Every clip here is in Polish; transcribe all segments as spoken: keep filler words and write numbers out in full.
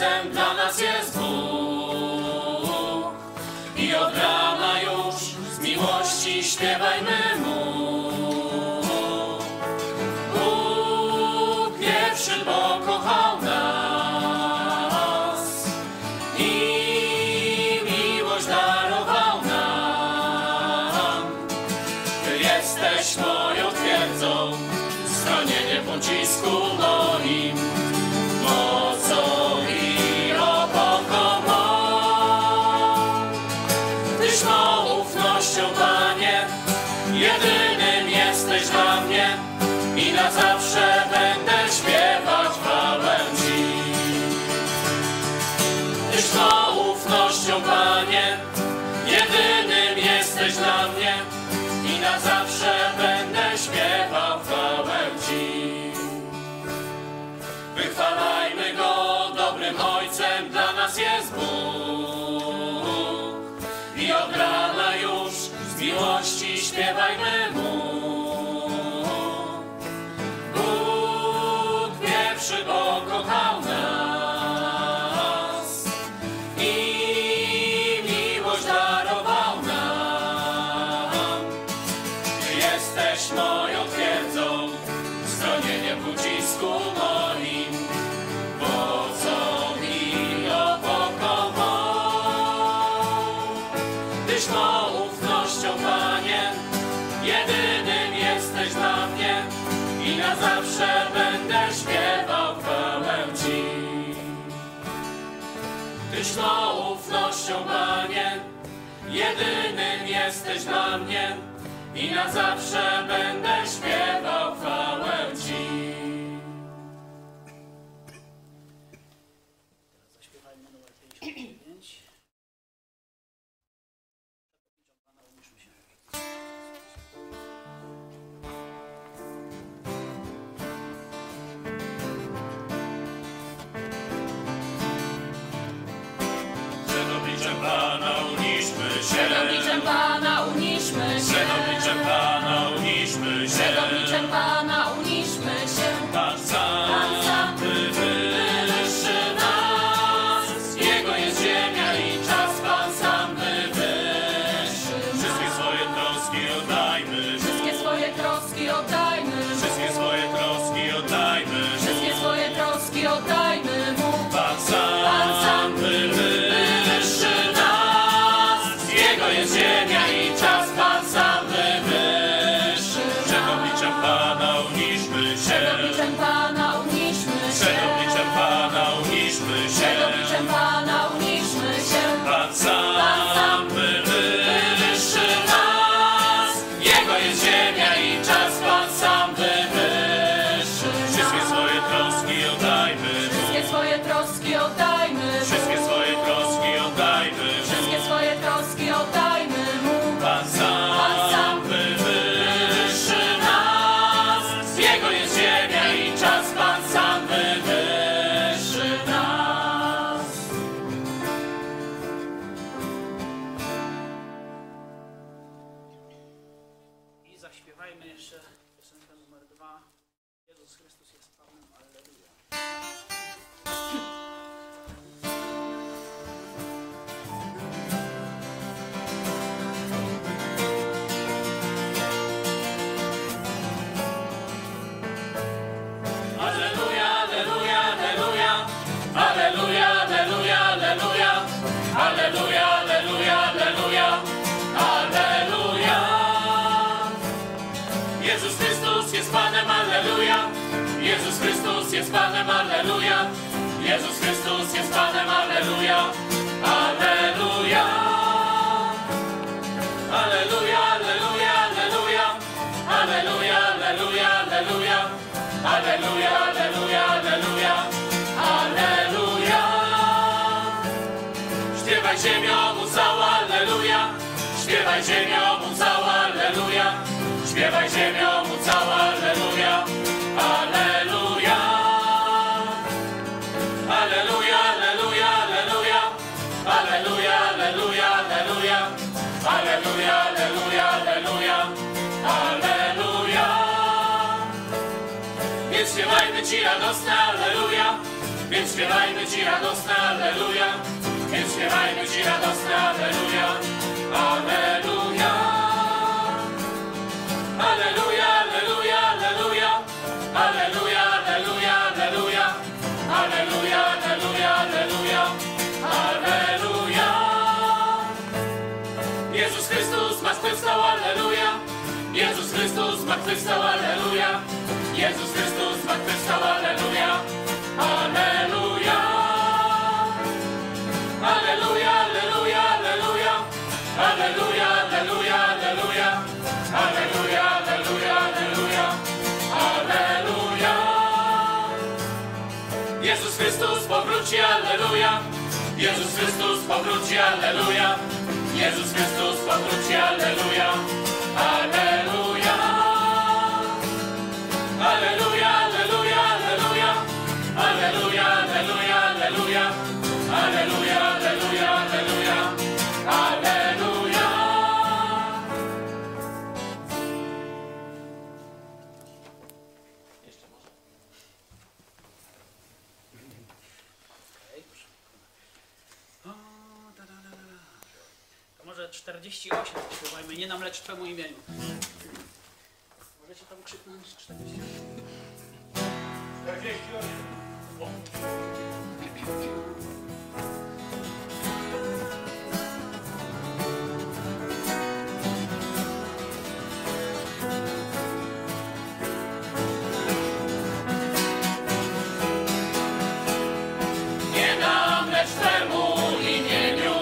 Ojcem dla nas jest Bóg. I od rana już z miłości śpiewajmy Mu. Bóg pierwszy pokochał nas i miłość darował nam. Ty jesteś moją twierdzą, schronienie w ucisku moim, mocą i opoką mą. Tyś mą ufnością, Panie, jedynym jesteś dla mnie i na zawsze będę śpiewać chwałę Ci. Tyś mą ufnością, Panie, jedynym jesteś dla mnie i na zawsze będę śpiewał chwałę Ci. Wychwalajmy Go, dobrym Ojcem dla nas jest Bóg. I od rana już z miłości śpiewajmy Mu. Bóg pierwszy pokochał nas i miłość darował nam. Ty jesteś moją twierdzą, schronienie w ucisku moim, mocą i opoką mą. Tyś mą ufnością, Panie, jedynym jesteś dla mnie i na zawsze będę śpiewał chwałę Ci. Tyś mą ufnością, Panie, jedynym jesteś dla mnie i na zawsze będę śpiewał chwałę Ci. Zaśpiewajmy numer pięćdziesiąt dziewięć. Pana, umieszmy się. Przed obliczem Pana uniszmy się. Przed obliczem Pana uniszmy się. Przed obliczem Pana uniszmy się. Przed obliczem Pana uniszmy się. Pan sam, Pan sam wywyższy nas. Jego jest ziemia i czas, Pan sam wywyższy. Wszystkie swoje troski oddajmy. Wszystkie swoje troski oddajmy Mu. Wszystkie swoje troski oddajmy. Wszystkie swoje troski oddajmy Mu. Pan sam, Pan sam wywyższy nas. Jego jest ziemia i czas, Pan sam wywyższy. Przed obliczem Pana uniszmy się. Przed obliczem Pana uniszmy Przed się. obliczem Pana uniszmy się. Przed obliczem Pana uniszmy się. Pan sam, Pan sam wywyższy nas. Jego jest ziemia i czas, Pan sam wywyższy. Wszystkie swoje troski oddajmy Mu. Wszystkie swoje troski oddajmy Mu. Wszystkie swoje troski oddajmy Mu. Wszystkie swoje troski oddajmy Mu. Pan sam, Pan sam wywyższy nas. Jego jest ziemia i czas, Pan sam wywyższy nas. I zaśpiewajmy jeszcze piosenkę numer dwa. Jezus Chrystus jest Panem, Alleluja. Alleluja, alleluja, alleluja. Alleluja, alleluja, alleluja. Alleluja, alleluja, alleluja. Alleluja. Jezus Chrystus jest Panem, alleluja. Jezus Chrystus jest Panem, alleluja. Jezus Chrystus jest Panem, alleluja. Alleluja. Alleluja, alleluja, alleluja. Alleluja, alleluja, alleluja. Alleluja, alleluja, alleluja. Alleluja. Śpiewaj ziemio mu cała, alleluja. Śpiewaj ziemio mu cała, alleluja. Śpiewaj ziemio mu cała, alleluja. Alleluja. Alleluja, alleluja, alleluja. Alleluja, alleluja, alleluja. Alleluja, alleluja, alleluja. Alleluja. Więc śpiewajmy Ci radosne, alleluja. Więc śpiewajmy Ci radosne Alleluja, więc śpiewajmy Ci radosne Alleluja, Alleluja. Alleluja, Alleluja, Alleluja, Alleluja, Alleluja, Alleluja, Alleluja, Alleluja, Alleluja, Alleluja. Jezus Chrystus zmartwychwstał, Alleluja, Jezus Chrystus zmartwychwstał, Alleluja, Jezus Chrystus zmartwychwstał, Alleluja, Alleluja. Alleluja, Alleluja, Alleluja, Alleluja, Alleluja, Alleluja, Alleluja, Alleluja, Alleluja, Alleluja. Jezus Chrystus powróci, Alleluja, Jezus Chrystus powróci, Alleluja, Jezus Chrystus powróci, Alleluja, Alleluja. Alleluja, Alleluja, Alleluja, Alleluja, Alleluja, Alleluja, Alleluja, Alleluja, Alleluja, Alleluja. Jeszcze może. Okej, proszę. O, da, da, da, da. To może czterdzieści osiem śpiewajmy, nie nam lecz Twemu imieniu. Możecie tam krzyknąć czterdzieści osiem? czterdzieści osiem. Nie nam lecz Twemu imieniu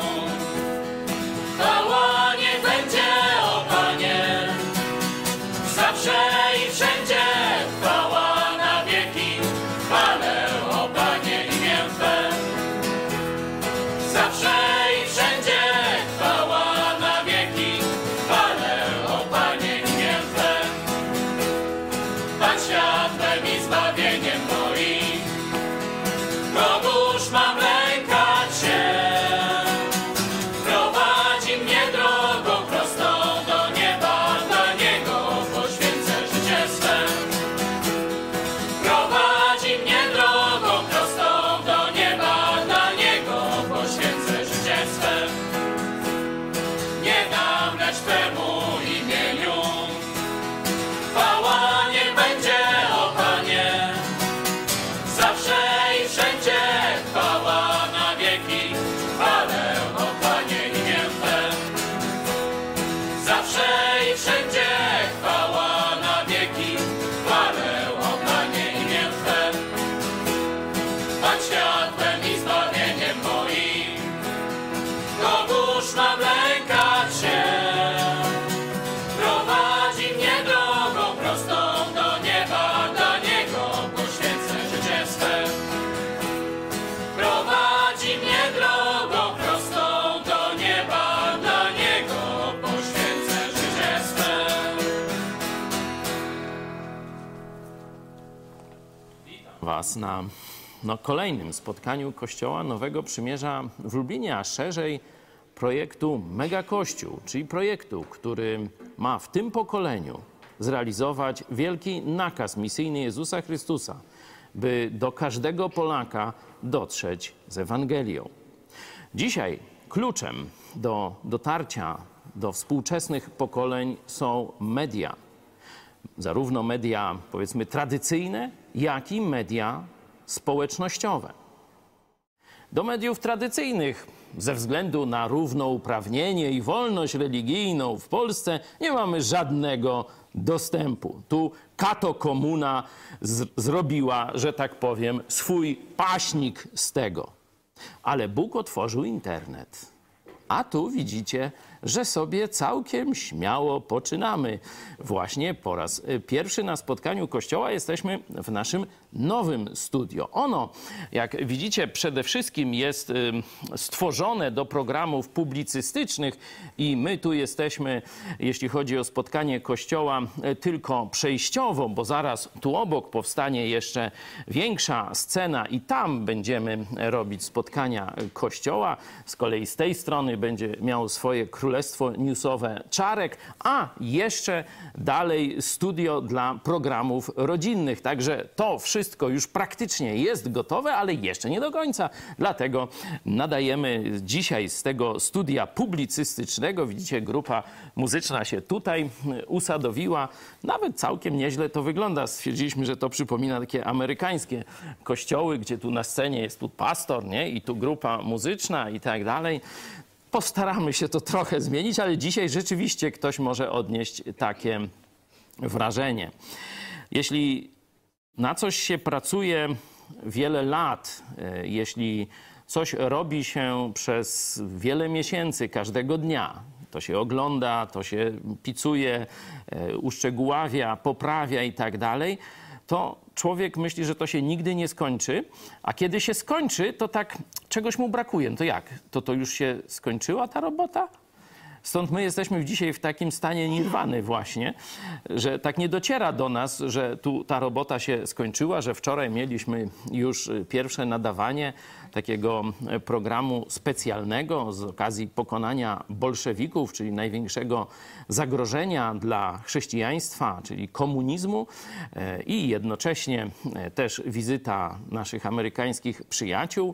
chwała niech będzie, o Panie, zawsze i wszędzie chwała na wieki, chwalę, o Panie, imię Twe. Zawsze i wszędzie chwała na wieki, chwalę, o Panie, imię Twe. Pan światłem i zbawieniem moim, kogóż mam lękać się? Prowadzi mnie drogą prostą do nieba, dla Niego poświęcę życie swe. Prowadzi mnie drogą prostą do nieba, dla Niego poświęcę życie swe. Nie dam lecz Twemu imieniu chwała niech będzie, o Panie, zawsze i wszędzie chwała na wieki, chwalę, o Panie, imię Twe. Zawsze i wszędzie chwała na wieki, chwalę, o Panie, imię Twe. Pan światłem i zbawieniem moim, kogóż mam lękać się? Prowadzi mnie drogą prostą do nieba, dla Niego poświęcę życie swe. Prowadzi mnie drogą prostą do nieba, dla Niego poświęcę życie swe. Was na no, kolejnym spotkaniu Kościoła Nowego Przymierza w Lublinie, a szerzej projektu Mega Kościół, czyli projektu, który ma w tym pokoleniu zrealizować wielki nakaz misyjny Jezusa Chrystusa, by do każdego Polaka dotrzeć z Ewangelią. Dzisiaj kluczem do dotarcia do współczesnych pokoleń są media. Zarówno media, powiedzmy, tradycyjne, jak i media społecznościowe. Do mediów tradycyjnych, ze względu na równouprawnienie i wolność religijną w Polsce, nie mamy żadnego dostępu. Tu kato-komuna zrobiła, że tak powiem, swój paśnik z tego. Ale Bóg otworzył internet. A tu widzicie, że sobie całkiem śmiało poczynamy. Właśnie po raz pierwszy na spotkaniu Kościoła jesteśmy w naszym nowym studio. Ono, jak widzicie, przede wszystkim jest stworzone do programów publicystycznych i my tu jesteśmy, jeśli chodzi o spotkanie Kościoła, tylko przejściowo, bo zaraz tu obok powstanie jeszcze większa scena i tam będziemy robić spotkania Kościoła. Z kolei z tej strony będzie miał swoje królestwo Królestwo Newsowe Czarek, a jeszcze dalej studio dla programów rodzinnych. Także to wszystko już praktycznie jest gotowe, ale jeszcze nie do końca. Dlatego nadajemy dzisiaj z tego studia publicystycznego. Widzicie, grupa muzyczna się tutaj usadowiła. Nawet całkiem nieźle to wygląda. Stwierdziliśmy, że to przypomina takie amerykańskie kościoły, gdzie tu na scenie jest tu pastor, nie? I tu grupa muzyczna i tak dalej. Postaramy się to trochę zmienić, ale dzisiaj rzeczywiście ktoś może odnieść takie wrażenie. Jeśli na coś się pracuje wiele lat, jeśli coś robi się przez wiele miesięcy, każdego dnia, to się ogląda, to się picuje, uszczegóławia, poprawia i tak dalej, to człowiek myśli, że to się nigdy nie skończy, a kiedy się skończy, to tak czegoś mu brakuje. No to jak? To to już się skończyła ta robota? Stąd my jesteśmy dzisiaj w takim stanie nirwany właśnie, że tak nie dociera do nas, że tu ta robota się skończyła, że wczoraj mieliśmy już pierwsze nadawanie takiego programu specjalnego z okazji pokonania bolszewików, czyli największego zagrożenia dla chrześcijaństwa, czyli komunizmu, i jednocześnie też wizyta naszych amerykańskich przyjaciół.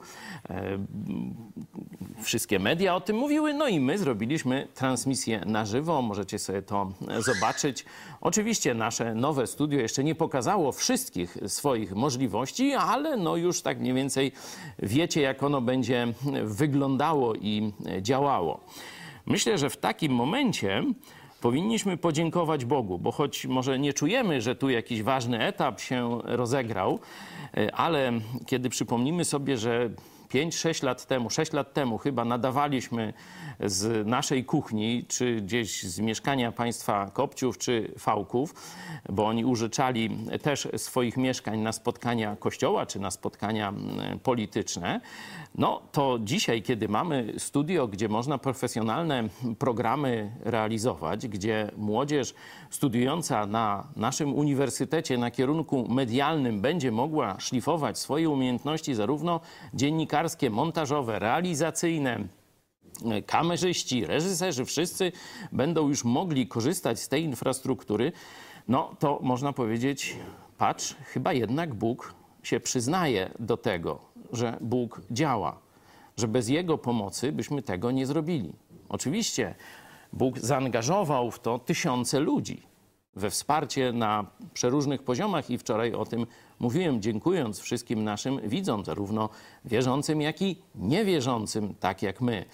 Wszystkie media o tym mówiły, no i my zrobiliśmy transmisję na żywo. Możecie sobie to zobaczyć. Oczywiście nasze nowe studio jeszcze nie pokazało wszystkich swoich możliwości, ale no już tak mniej więcej wiecie, jak ono będzie wyglądało i działało. Myślę, że w takim momencie powinniśmy podziękować Bogu, bo choć może nie czujemy, że tu jakiś ważny etap się rozegrał, ale kiedy przypomnimy sobie, że pięć sześć lat temu, sześć lat temu chyba nadawaliśmy z naszej kuchni, czy gdzieś z mieszkania państwa Kopciów, czy Fałków, bo oni użyczali też swoich mieszkań na spotkania kościoła, czy na spotkania polityczne. No to dzisiaj, kiedy mamy studio, gdzie można profesjonalne programy realizować, gdzie młodzież studiująca na naszym uniwersytecie na kierunku medialnym będzie mogła szlifować swoje umiejętności zarówno dziennikarskie, montażowe, realizacyjne, kamerzyści, reżyserzy, wszyscy będą już mogli korzystać z tej infrastruktury, no to można powiedzieć, patrz, chyba jednak Bóg się przyznaje do tego, że Bóg działa, że bez Jego pomocy byśmy tego nie zrobili. Oczywiście Bóg zaangażował w to tysiące ludzi we wsparcie na przeróżnych poziomach i wczoraj o tym mówiłem, dziękując wszystkim naszym widzom, zarówno wierzącym, jak i niewierzącym, tak jak my.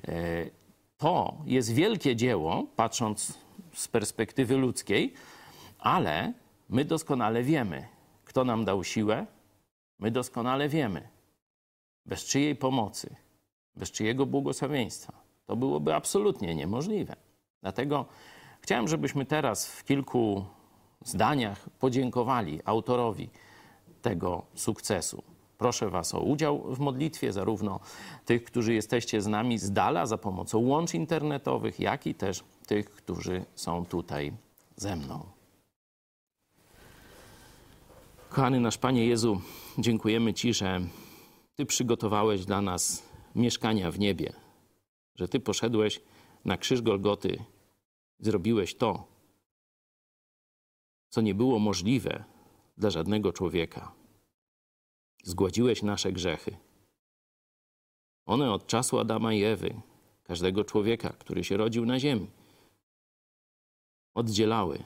To jest wielkie dzieło, patrząc z perspektywy ludzkiej, ale my doskonale wiemy, kto nam dał siłę. My doskonale wiemy, bez czyjej pomocy, bez czyjego błogosławieństwa to byłoby absolutnie niemożliwe. Dlatego chciałem, żebyśmy teraz w kilku zdaniach podziękowali autorowi tego sukcesu. Proszę Was o udział w modlitwie, zarówno tych, którzy jesteście z nami z dala za pomocą łączy internetowych, jak i też tych, którzy są tutaj ze mną. Kochany nasz Panie Jezu, dziękujemy Ci, że Ty przygotowałeś dla nas mieszkania w niebie, że Ty poszedłeś na krzyż Golgoty, zrobiłeś to, co nie było możliwe dla żadnego człowieka. Zgładziłeś nasze grzechy. One od czasu Adama i Ewy, każdego człowieka, który się rodził na ziemi, oddzielały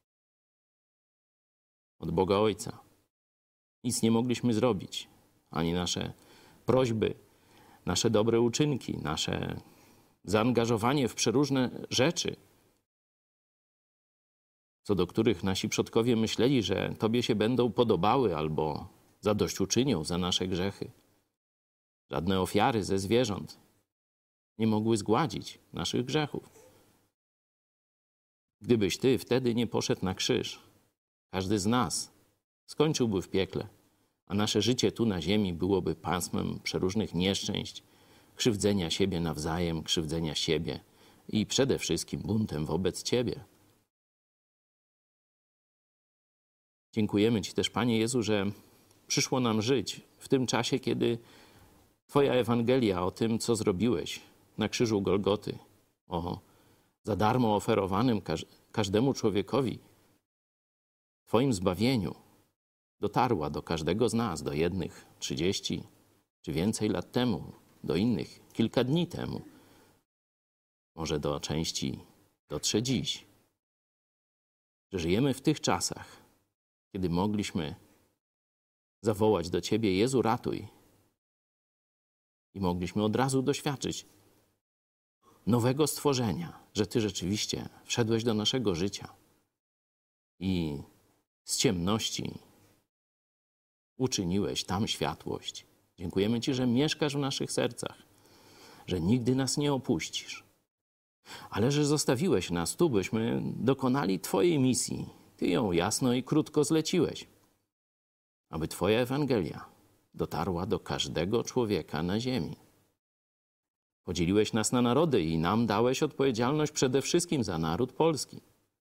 od Boga Ojca. Nic nie mogliśmy zrobić, ani nasze prośby, nasze dobre uczynki, nasze zaangażowanie w przeróżne rzeczy, co do których nasi przodkowie myśleli, że Tobie się będą podobały albo zadośćuczynią za nasze grzechy. Żadne ofiary ze zwierząt nie mogły zgładzić naszych grzechów. Gdybyś Ty wtedy nie poszedł na krzyż, każdy z nas skończyłby w piekle, a nasze życie tu na ziemi byłoby pasmem przeróżnych nieszczęść, krzywdzenia siebie nawzajem, krzywdzenia siebie i przede wszystkim buntem wobec Ciebie. Dziękujemy Ci też, Panie Jezu, że przyszło nam żyć w tym czasie, kiedy Twoja Ewangelia o tym, co zrobiłeś na krzyżu Golgoty, o za darmo oferowanym każ każdemu człowiekowi, Twoim zbawieniu, dotarła do każdego z nas, do jednych trzydzieści czy więcej lat temu, do innych kilka dni temu, może do części dotrze dziś. Że żyjemy w tych czasach, kiedy mogliśmy zawołać do Ciebie: Jezu, ratuj. I mogliśmy od razu doświadczyć nowego stworzenia, że Ty rzeczywiście wszedłeś do naszego życia i z ciemności uczyniłeś tam światłość. Dziękujemy Ci, że mieszkasz w naszych sercach, że nigdy nas nie opuścisz, ale że zostawiłeś nas tu, byśmy dokonali Twojej misji. Ty ją jasno i krótko zleciłeś, aby Twoja Ewangelia dotarła do każdego człowieka na ziemi. Podzieliłeś nas na narody i nam dałeś odpowiedzialność przede wszystkim za naród polski.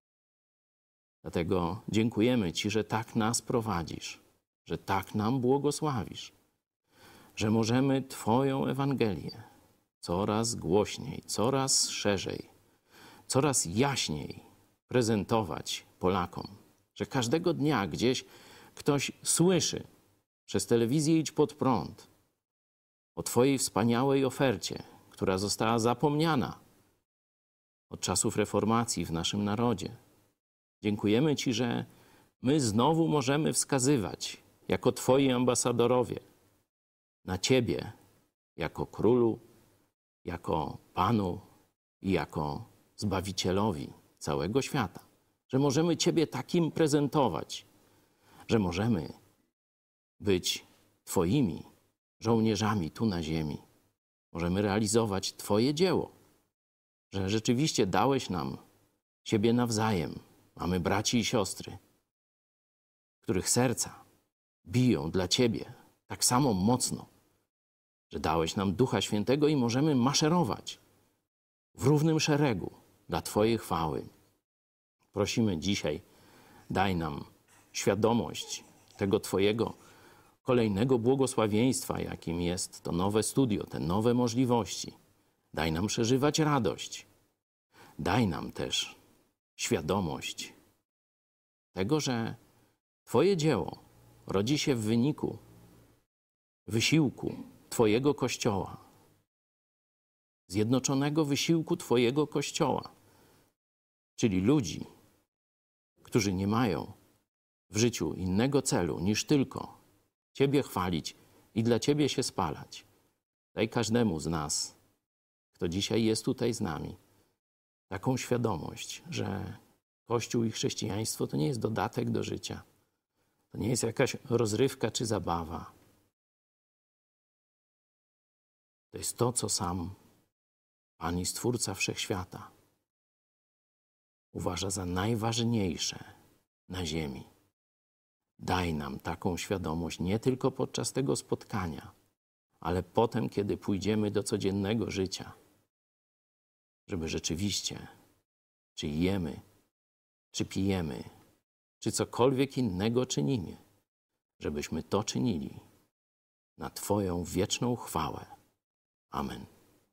Dlatego dziękujemy Ci, że tak nas prowadzisz, że tak nam błogosławisz, że możemy Twoją Ewangelię coraz głośniej, coraz szerzej, coraz jaśniej prezentować Polakom. Że każdego dnia gdzieś ktoś słyszy przez telewizję Idź Pod Prąd o Twojej wspaniałej ofercie, która została zapomniana od czasów reformacji w naszym narodzie. Dziękujemy Ci, że my znowu możemy wskazywać jako Twoi ambasadorowie na Ciebie jako Królu, jako Panu i jako Zbawicielowi całego świata. Że możemy Ciebie takim prezentować, że możemy być Twoimi żołnierzami tu na ziemi. Możemy realizować Twoje dzieło, że rzeczywiście dałeś nam siebie nawzajem. Mamy braci i siostry, których serca biją dla Ciebie tak samo mocno, że dałeś nam Ducha Świętego i możemy maszerować w równym szeregu dla Twojej chwały. Prosimy dzisiaj, daj nam świadomość tego Twojego kolejnego błogosławieństwa, jakim jest to nowe studio, te nowe możliwości. Daj nam przeżywać radość. Daj nam też świadomość tego, że Twoje dzieło rodzi się w wyniku wysiłku Twojego Kościoła, zjednoczonego wysiłku Twojego Kościoła, czyli ludzi, którzy nie mają w życiu innego celu niż tylko Ciebie chwalić i dla Ciebie się spalać. Daj każdemu z nas, kto dzisiaj jest tutaj z nami, taką świadomość, że Kościół i chrześcijaństwo to nie jest dodatek do życia. To nie jest jakaś rozrywka czy zabawa. To jest to, co sam Pan i Stwórca Wszechświata uważa za najważniejsze na ziemi. Daj nam taką świadomość nie tylko podczas tego spotkania, ale potem, kiedy pójdziemy do codziennego życia, żeby rzeczywiście, czy jemy, czy pijemy, czy cokolwiek innego czynimy, żebyśmy to czynili na Twoją wieczną chwałę. Amen.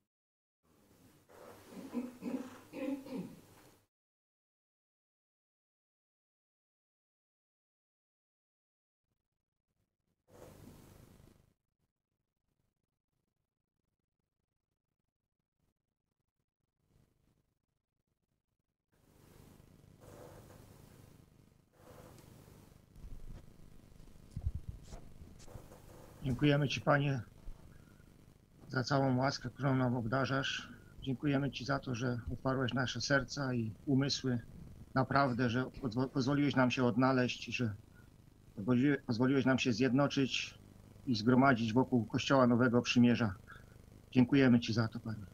Dziękujemy Ci, Panie, za całą łaskę, którą nam obdarzasz. Dziękujemy Ci za to, że otwarłeś nasze serca i umysły. Naprawdę, że pozwoliłeś nam się odnaleźć, że pozwoliłeś nam się zjednoczyć i zgromadzić wokół Kościoła Nowego Przymierza. Dziękujemy Ci za to, Panie.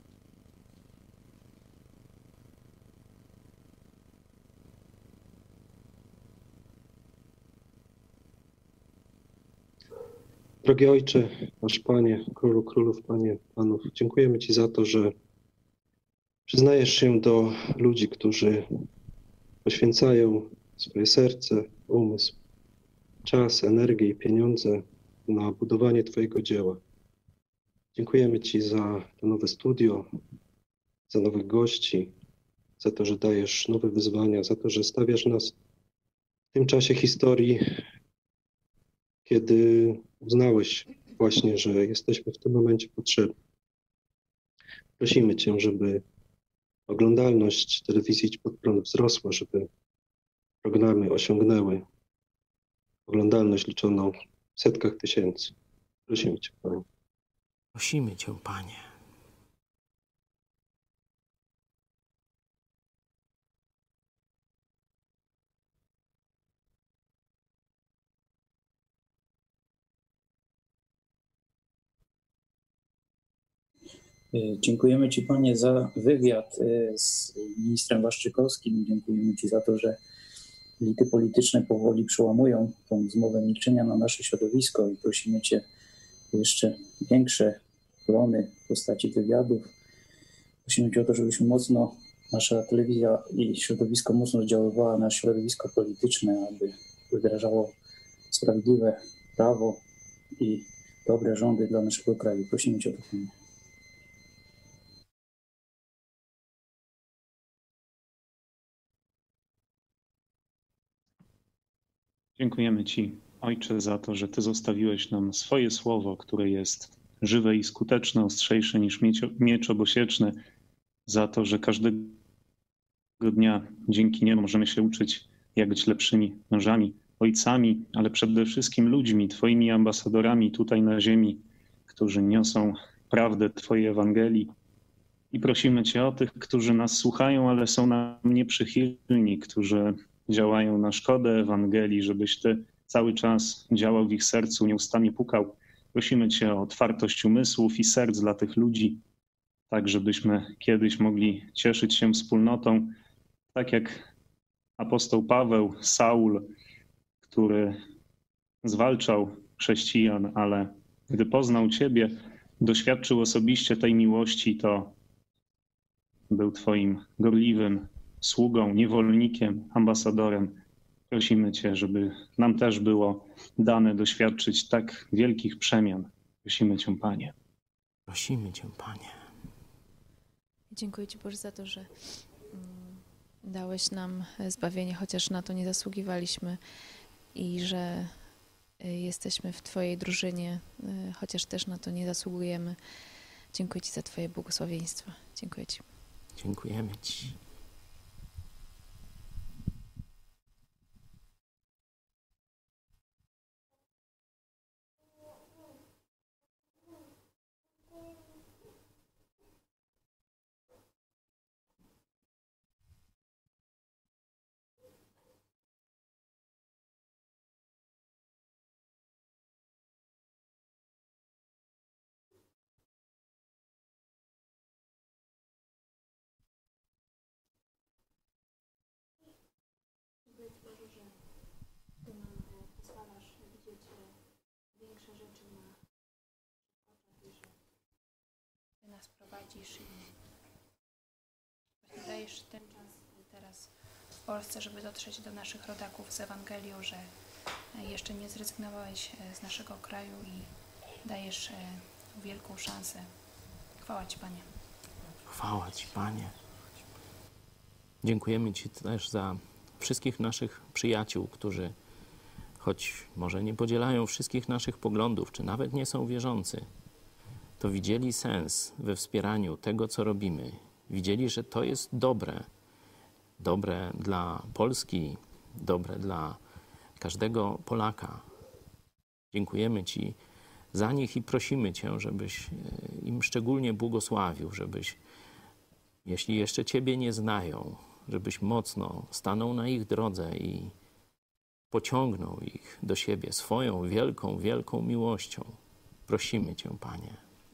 Drogi Ojcze, nasz Panie, Królu Królów, Panie Panów, dziękujemy Ci za to, że przyznajesz się do ludzi, którzy poświęcają swoje serce, umysł, czas, energię i pieniądze na budowanie Twojego dzieła. Dziękujemy Ci za to nowe studio, za nowych gości, za to, że dajesz nowe wyzwania, za to, że stawiasz nas w tym czasie historii, kiedy uznałeś właśnie, że jesteśmy w tym momencie potrzebni. Prosimy Cię, żeby oglądalność telewizji Idź Pod Prąd wzrosła, żeby programy osiągnęły oglądalność liczoną w setkach tysięcy. Prosimy Cię, Panie. Prosimy Cię, Panie. Dziękujemy Ci, Panie, za wywiad z ministrem Waszczykowskim. Dziękujemy Ci za to, że elity polityczne powoli przełamują tą zmowę milczenia na nasze środowisko i prosimy Cię o jeszcze większe plony w postaci wywiadów. Prosimy Cię o to, żebyśmy mocno, nasza telewizja i środowisko mocno oddziaływała na środowisko polityczne, aby wdrażało sprawiedliwe prawo i dobre rządy dla naszego kraju. Prosimy Cię o to, Panie. Dziękujemy Ci, Ojcze, za to, że Ty zostawiłeś nam swoje słowo, które jest żywe i skuteczne, ostrzejsze niż miecz obosieczny, za to, że każdego dnia dzięki niemu możemy się uczyć, jak być lepszymi mężami, ojcami, ale przede wszystkim ludźmi, Twoimi ambasadorami tutaj na ziemi, którzy niosą prawdę Twojej Ewangelii. I prosimy Cię o tych, którzy nas słuchają, ale są nam nieprzychylni, którzy działają na szkodę Ewangelii, żebyś Ty cały czas działał w ich sercu, nieustannie pukał. Prosimy Cię o otwartość umysłów i serc dla tych ludzi, tak żebyśmy kiedyś mogli cieszyć się wspólnotą, tak jak apostoł Paweł, Saul, który zwalczał chrześcijan, ale gdy poznał Ciebie, doświadczył osobiście tej miłości, to był Twoim gorliwym sługą, niewolnikiem, ambasadorem. Prosimy Cię, żeby nam też było dane doświadczyć tak wielkich przemian. Prosimy Cię, Panie. Prosimy Cię, Panie. Dziękuję Ci, Boże, za to, że dałeś nam zbawienie, chociaż na to nie zasługiwaliśmy i że jesteśmy w Twojej drużynie, chociaż też na to nie zasługujemy. Dziękuję Ci za Twoje błogosławieństwa. Dziękuję Ci. Dziękujemy Ci. Ty nas prowadzisz i dajesz ten czas teraz w Polsce, żeby dotrzeć do naszych rodaków z Ewangelią, że jeszcze nie zrezygnowałeś z naszego kraju i dajesz wielką szansę. Chwała Ci, Panie. Chwała Ci, Panie. Dziękujemy Ci też za wszystkich naszych przyjaciół, którzy choć może nie podzielają wszystkich naszych poglądów, czy nawet nie są wierzący, to widzieli sens we wspieraniu tego, co robimy. Widzieli, że to jest dobre. Dobre dla Polski, dobre dla każdego Polaka. Dziękujemy Ci za nich i prosimy Cię, żebyś im szczególnie błogosławił, żebyś, jeśli jeszcze Ciebie nie znają, żebyś mocno stanął na ich drodze i pociągnął ich do siebie swoją wielką, wielką miłością. Prosimy Cię, Panie.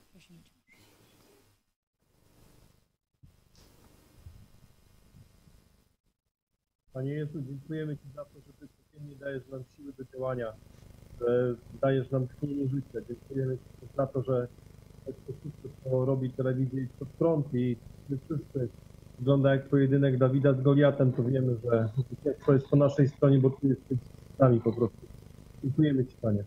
Panie Jezu, dziękujemy Ci za to, że Ty codziennie dajesz nam siły do działania, że dajesz nam tchnienie życia. Dziękujemy Ci za to, że tak to wszystko, co robi telewizja Idź Pod Prąd i my wszyscy wygląda jak pojedynek Dawida z Goliatem, to wiemy, że zwycięstwo jest po naszej stronie, bo Ty jesteś z nami po prostu. Dziękujemy Ci, Panie.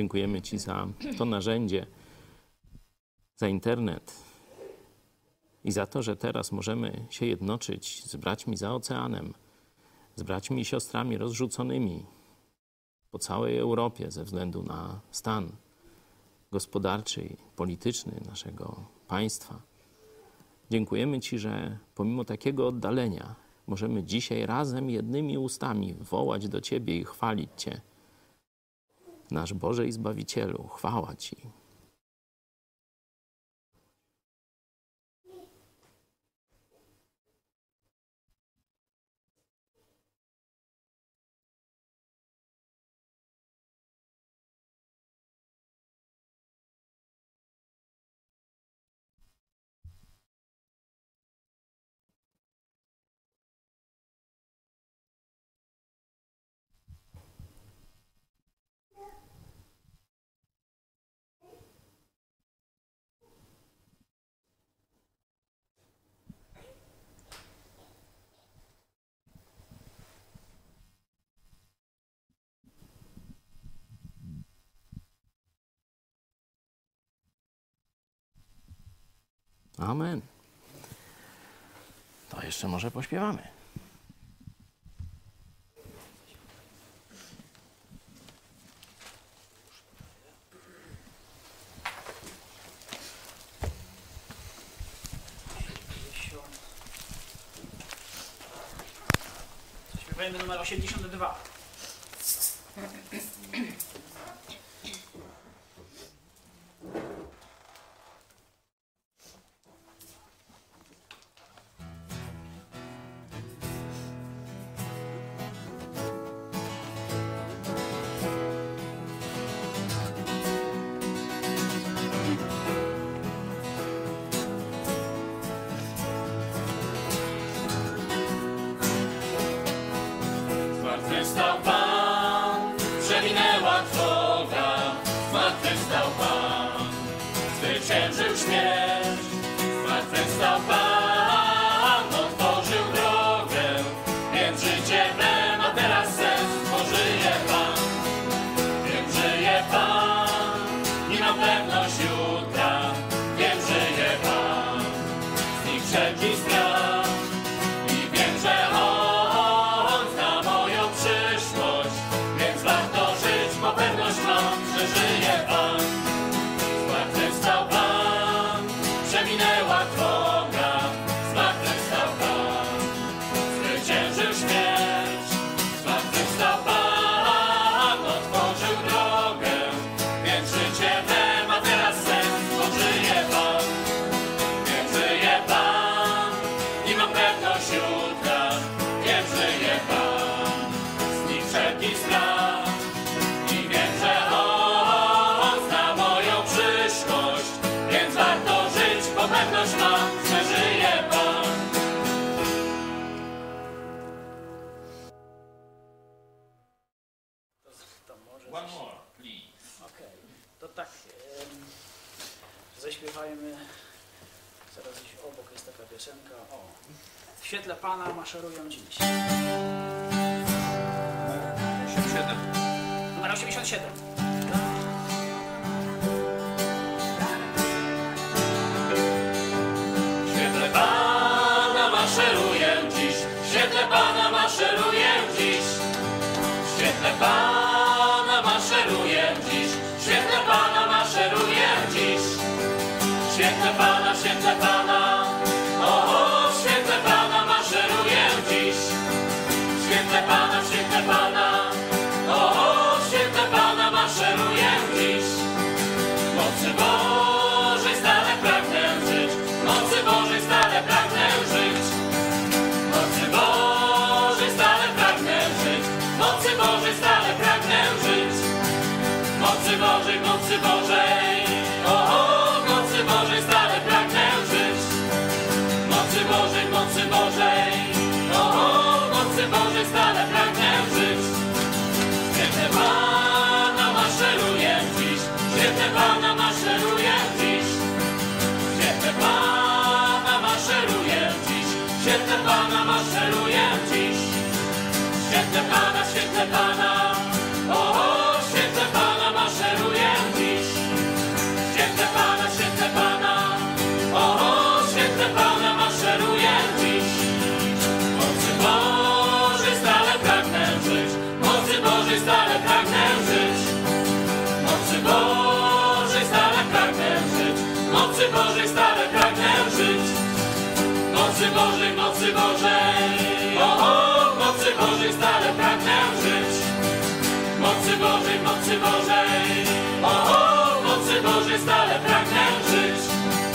Dziękujemy Ci za to narzędzie, za internet i za to, że teraz możemy się jednoczyć z braćmi za oceanem, z braćmi i siostrami rozrzuconymi po całej Europie ze względu na stan gospodarczy i polityczny naszego państwa. Dziękujemy Ci, że pomimo takiego oddalenia możemy dzisiaj razem jednymi ustami wołać do Ciebie i chwalić Cię. Nasz Boże i Zbawicielu, chwała Ci. Amen. To jeszcze może pośpiewamy. Śpiewajmy numer osiemdziesiąt dwa. Zmartwychwstał Pan, przeminęła trwoga. Zmartwychwstał Pan, zwyciężył śmierć. Zmartwychwstał Pan, otworzył drogę, więc życie we ma teraz sens, bo żyje Pan. Wiem, żyje Pan i mam pewność jutra. Wiem, żyje Pan, z nich wszelki strach. I wiem, że On zna moją przyszłość, więc warto żyć, bo pewność mam, że żyje Pan. Zmartwychwstał Pan, przeminęła trwoga. Zmartwychwstał Pan, zwyciężył śmierć. Zmartwychwstał Pan, otworzył drogę, więc życie we ma teraz sens, bo żyje Pan. Wiem, żyje Pan i mam pewność jutra. Wiem, żyje Pan, z nich wszelki strach. I wiem, że On zna moją przyszłość, więc warto żyć, bo pewność mam, że żyje Pan. To może One more, please. Okej, to tak em, zaśpiewajmy. Zaraz gdzieś obok jest taka piosenka. O, w świetle Pana maszerują dziś. osiemdziesiąt siedem. Numer osiemdziesiąt siedem. W świetle Pana maszeruję dziś. W świetle Pana maszeruję dziś. W świetle Pana maszeruję dziś. W świetle Pana maszeruję dziś. W świetle Pana, w świetle Pana. O, w świetle Pana maszeruję dziś. W świetle Pana, w świetle Pana. O, w świetle Pana maszeruję dziś. Mocy Bożej stale pragnę żyć. Mocy Bożej stale pragnę żyć. Mocy Bożej stale pragnę żyć. Mocy Bożej stale pragnę żyć. Mocy Bożej, mocy Bożej. O, mocy Bożej stale pragnę żyć. Mocy Bożej, mocy Bożej. O, mocy Bożej stale pragnę żyć. Święte Pana maszeruję dziś. Święte Pana maszeruję dziś. Święte Pana maszeruję dziś. Święte Pana maszeruję dziś. Święte Pana, święte Pana. O, święte Pana maszeruję Bożej stale pragnę żyć. Mocy Bożej, mocy Bożej, o, o, mocy Bożej stale pragnę żyć. Mocy Bożej, mocy Bożej, o, o, mocy Bożej stale pragnę żyć.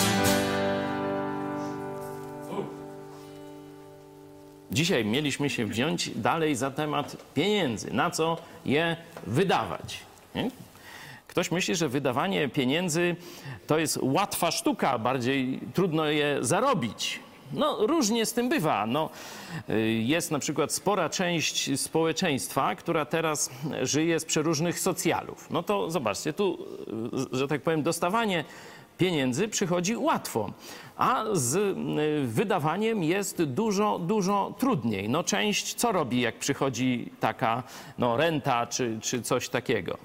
Dzisiaj mieliśmy się wziąć dalej za temat pieniędzy. Na co je wydawać? Nie? Ktoś myśli, że wydawanie pieniędzy to jest łatwa sztuka, bardziej trudno je zarobić. No, różnie z tym bywa. No, jest na przykład spora część społeczeństwa, która teraz żyje z przeróżnych socjalów. No to zobaczcie, tu, że tak powiem, dostawanie pieniędzy przychodzi łatwo, a z wydawaniem jest dużo, dużo trudniej. No, część co robi, jak przychodzi taka no, renta czy, czy coś takiego?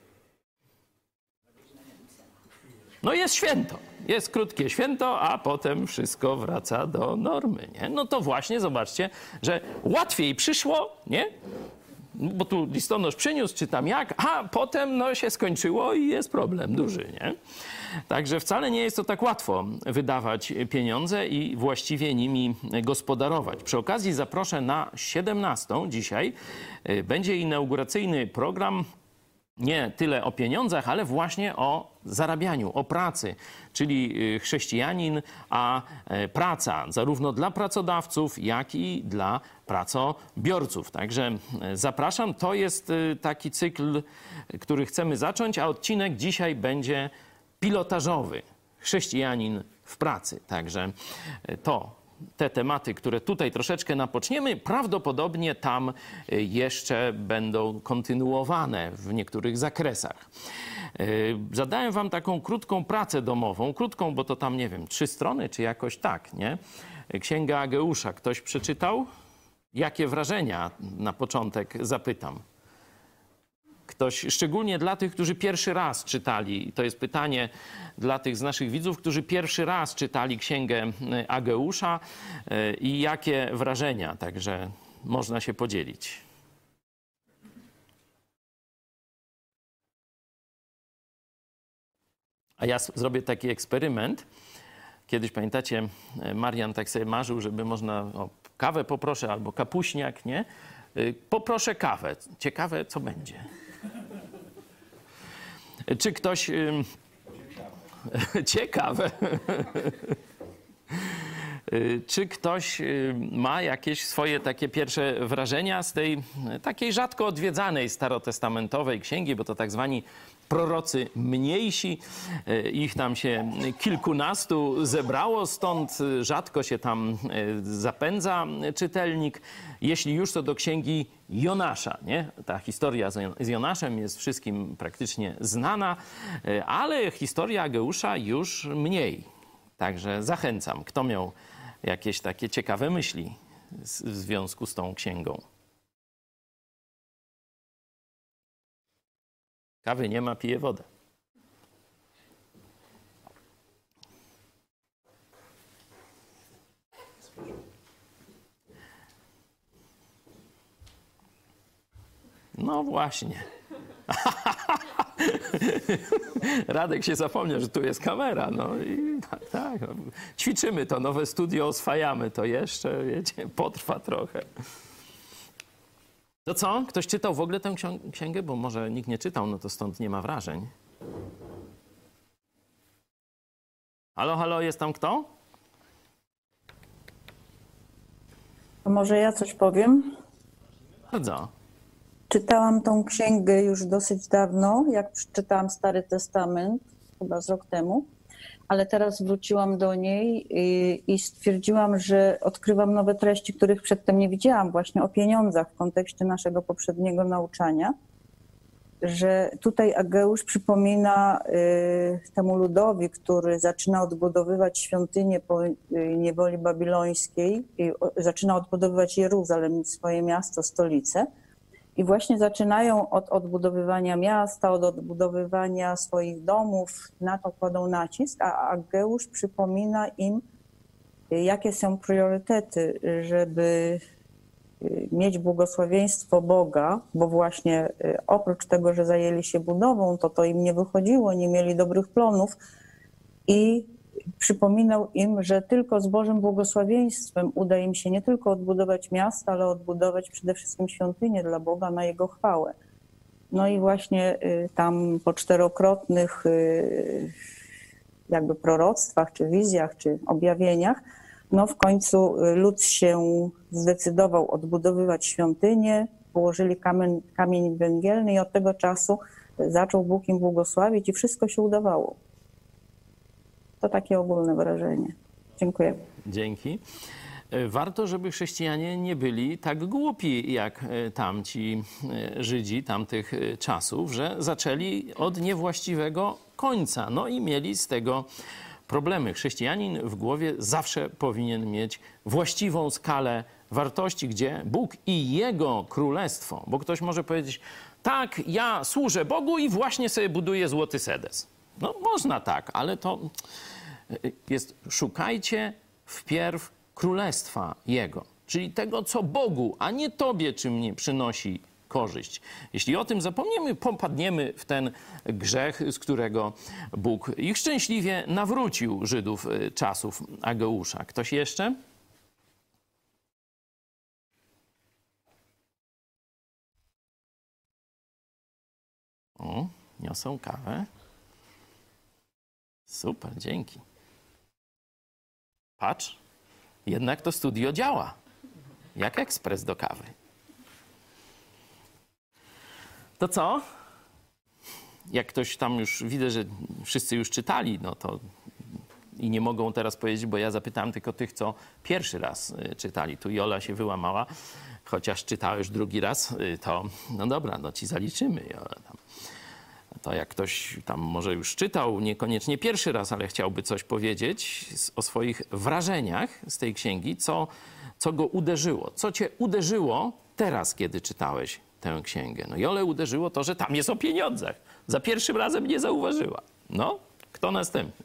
No jest święto. Jest krótkie święto, a potem wszystko wraca do normy, nie? No to właśnie zobaczcie, że łatwiej przyszło, nie? Bo tu listonosz przyniósł, czy tam jak, a potem no się skończyło i jest problem duży, nie? Także wcale nie jest to tak łatwo wydawać pieniądze i właściwie nimi gospodarować. Przy okazji zaproszę na siedemnastą dzisiaj. Będzie inauguracyjny program nie tyle o pieniądzach, ale właśnie o zarabianiu, o pracy, czyli chrześcijanin, a praca, zarówno dla pracodawców, jak i dla pracobiorców. Także zapraszam, to jest taki cykl, który chcemy zacząć, a odcinek dzisiaj będzie pilotażowy. Chrześcijanin w pracy. Także to te tematy, które tutaj troszeczkę napoczniemy, prawdopodobnie tam jeszcze będą kontynuowane w niektórych zakresach. Zadałem wam taką krótką pracę domową, krótką, bo to tam, nie wiem, trzy strony, czy jakoś tak, nie? Księga Ageusza. Ktoś przeczytał? Jakie wrażenia na początek zapytam? Ktoś, szczególnie dla tych, którzy pierwszy raz czytali, to jest pytanie dla tych z naszych widzów, którzy pierwszy raz czytali Księgę Ageusza i jakie wrażenia, także można się podzielić. A ja zrobię taki eksperyment. Kiedyś, pamiętacie, Marian tak sobie marzył, żeby można, o, kawę poproszę albo kapuśniak, nie? Poproszę kawę. Ciekawe, co będzie. Czy ktoś... Ciekawe. Czy ktoś ma jakieś swoje takie pierwsze wrażenia z tej takiej rzadko odwiedzanej starotestamentowej księgi, bo to tak zwani prorocy mniejsi, ich tam się kilkunastu zebrało, stąd rzadko się tam zapędza czytelnik. Jeśli już, to do księgi Jonasza, nie? Ta historia z Jonaszem jest wszystkim praktycznie znana, ale historia Ageusza już mniej. Także zachęcam, kto miał jakieś takie ciekawe myśli w związku z tą księgą. Kawy nie ma, pije wodę. No właśnie. Radek się zapomniał, że tu jest kamera. No i tak, tak. Ćwiczymy to, nowe studio oswajamy. To jeszcze, wiecie, potrwa trochę. To co? Ktoś czytał w ogóle tę księgę? Bo może nikt nie czytał, no to stąd nie ma wrażeń. Halo, halo, jest tam kto? To może ja coś powiem? Bardzo. Czytałam tą księgę już dosyć dawno, jak przeczytałam Stary Testament, chyba z rok temu, ale teraz wróciłam do niej i, i stwierdziłam, że odkrywam nowe treści, których przedtem nie widziałam, właśnie o pieniądzach w kontekście naszego poprzedniego nauczania, że tutaj Ageusz przypomina y, temu ludowi, który zaczyna odbudowywać świątynię po y, niewoli babilońskiej, i o, zaczyna odbudowywać Jeruzalem, swoje miasto, stolicę. I właśnie zaczynają od odbudowywania miasta, od odbudowywania swoich domów, na to kładą nacisk, a Ageusz przypomina im, jakie są priorytety, żeby mieć błogosławieństwo Boga, bo właśnie oprócz tego, że zajęli się budową, to to im nie wychodziło, nie mieli dobrych planów i przypominał im, że tylko z Bożym błogosławieństwem uda im się nie tylko odbudować miasta, ale odbudować przede wszystkim świątynię dla Boga na Jego chwałę. No i właśnie tam po czterokrotnych jakby proroctwach, czy wizjach, czy objawieniach, no w końcu lud się zdecydował odbudowywać świątynię, położyli kamień, kamień węgielny i od tego czasu zaczął Bóg im błogosławić i wszystko się udawało. To takie ogólne wrażenie. Dziękuję. Dzięki. Warto, żeby chrześcijanie nie byli tak głupi jak tamci Żydzi tamtych czasów, że zaczęli od niewłaściwego końca. No i mieli z tego problemy. Chrześcijanin w głowie zawsze powinien mieć właściwą skalę wartości, gdzie Bóg i Jego królestwo, bo ktoś może powiedzieć, tak, ja służę Bogu i właśnie sobie buduję złoty sedes. No można tak, ale to jest, szukajcie wpierw królestwa Jego, czyli tego, co Bogu, a nie tobie, czym nie przynosi korzyść. Jeśli o tym zapomniemy, popadniemy w ten grzech, z którego Bóg ich szczęśliwie nawrócił, Żydów czasów Ageusza. Ktoś jeszcze? O, niosą kawę. Super, dzięki. Patrz, jednak to studio działa. Jak ekspres do kawy. To co? Jak ktoś tam już, widzę, że wszyscy już czytali, no to i nie mogą teraz powiedzieć, bo ja zapytałem tylko tych, co pierwszy raz czytali. Tu Jola się wyłamała, chociaż czytała już drugi raz, to no dobra, no ci zaliczymy, Jola. Tam. To jak ktoś tam może już czytał, niekoniecznie pierwszy raz, ale chciałby coś powiedzieć o swoich wrażeniach z tej księgi, co, co go uderzyło, co cię uderzyło teraz, kiedy czytałeś tę księgę. No Jolę uderzyło to, że tam jest o pieniądzach. Za pierwszym razem nie zauważyła. No, kto następny?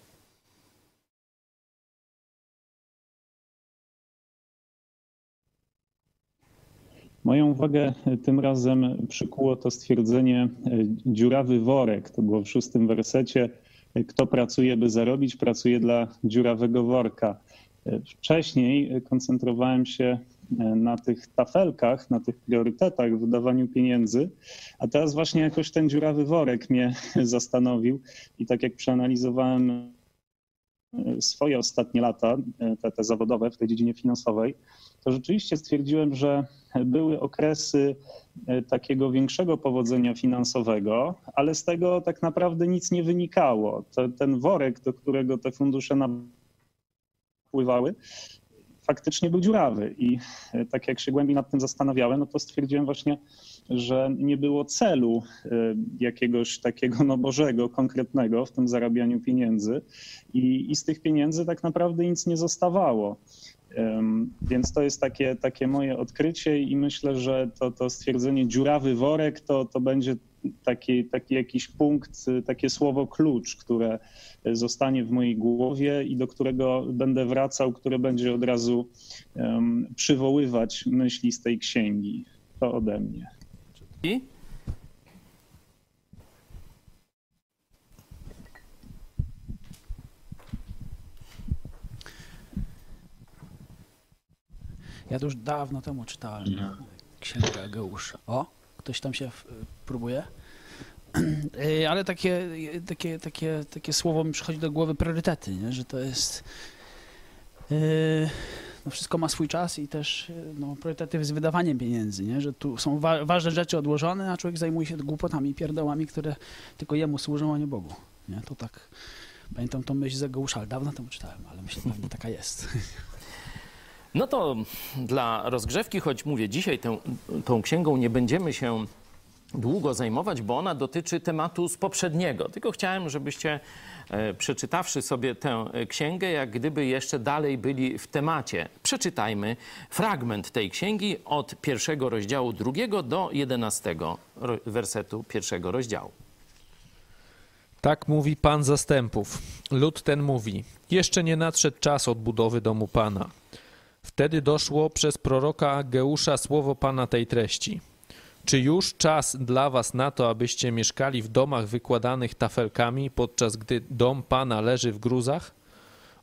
Moją uwagę tym razem przykuło to stwierdzenie dziurawy worek. To było w szóstym wersecie. Kto pracuje, by zarobić, pracuje dla dziurawego worka. Wcześniej koncentrowałem się na tych tafelkach, na tych priorytetach w wydawaniu pieniędzy, a teraz właśnie jakoś ten dziurawy worek mnie zastanowił i tak jak przeanalizowałem swoje ostatnie lata, te, te zawodowe w tej dziedzinie finansowej, to rzeczywiście stwierdziłem, że były okresy takiego większego powodzenia finansowego, ale z tego tak naprawdę nic nie wynikało. To, ten worek, do którego te fundusze napływały, faktycznie był dziurawy i tak jak się głębiej nad tym zastanawiałem, no to stwierdziłem właśnie, że nie było celu jakiegoś takiego no bożego, konkretnego w tym zarabianiu pieniędzy i, i z tych pieniędzy tak naprawdę nic nie zostawało. Więc to jest takie, takie moje odkrycie i myślę, że to, to stwierdzenie dziurawy worek to, to będzie taki, taki jakiś punkt, takie słowo klucz, które zostanie w mojej głowie i do którego będę wracał, które będzie od razu um, przywoływać myśli z tej księgi. To ode mnie. I? Ja to już dawno temu czytałem no. Księgę Ageusza. O, ktoś tam się próbuje? Ale takie, takie, takie, takie słowo mi przychodzi do głowy priorytety, nie? Że to jest... No wszystko ma swój czas i też no, priorytety z wydawaniem pieniędzy, nie? Że tu są wa ważne rzeczy odłożone, a człowiek zajmuje się głupotami, pierdołami, które tylko jemu służą, a nie Bogu. Nie? To tak, pamiętam tą myśl z Ageusza, ale dawno temu czytałem, ale myślę, że pewnie taka jest. No to dla rozgrzewki, choć mówię, dzisiaj tę, tą księgą nie będziemy się długo zajmować, bo ona dotyczy tematu z poprzedniego. Tylko chciałem, żebyście e, przeczytawszy sobie tę księgę, jak gdyby jeszcze dalej byli w temacie. Przeczytajmy fragment tej księgi od pierwszego rozdziału drugiego do jedenastego wersetu pierwszego rozdziału. Tak mówi Pan zastępów. Lud ten mówi, jeszcze nie nadszedł czas odbudowy domu Pana. Wtedy doszło przez proroka Ageusza słowo Pana tej treści. Czy już czas dla was na to, abyście mieszkali w domach wykładanych tafelkami, podczas gdy dom Pana leży w gruzach?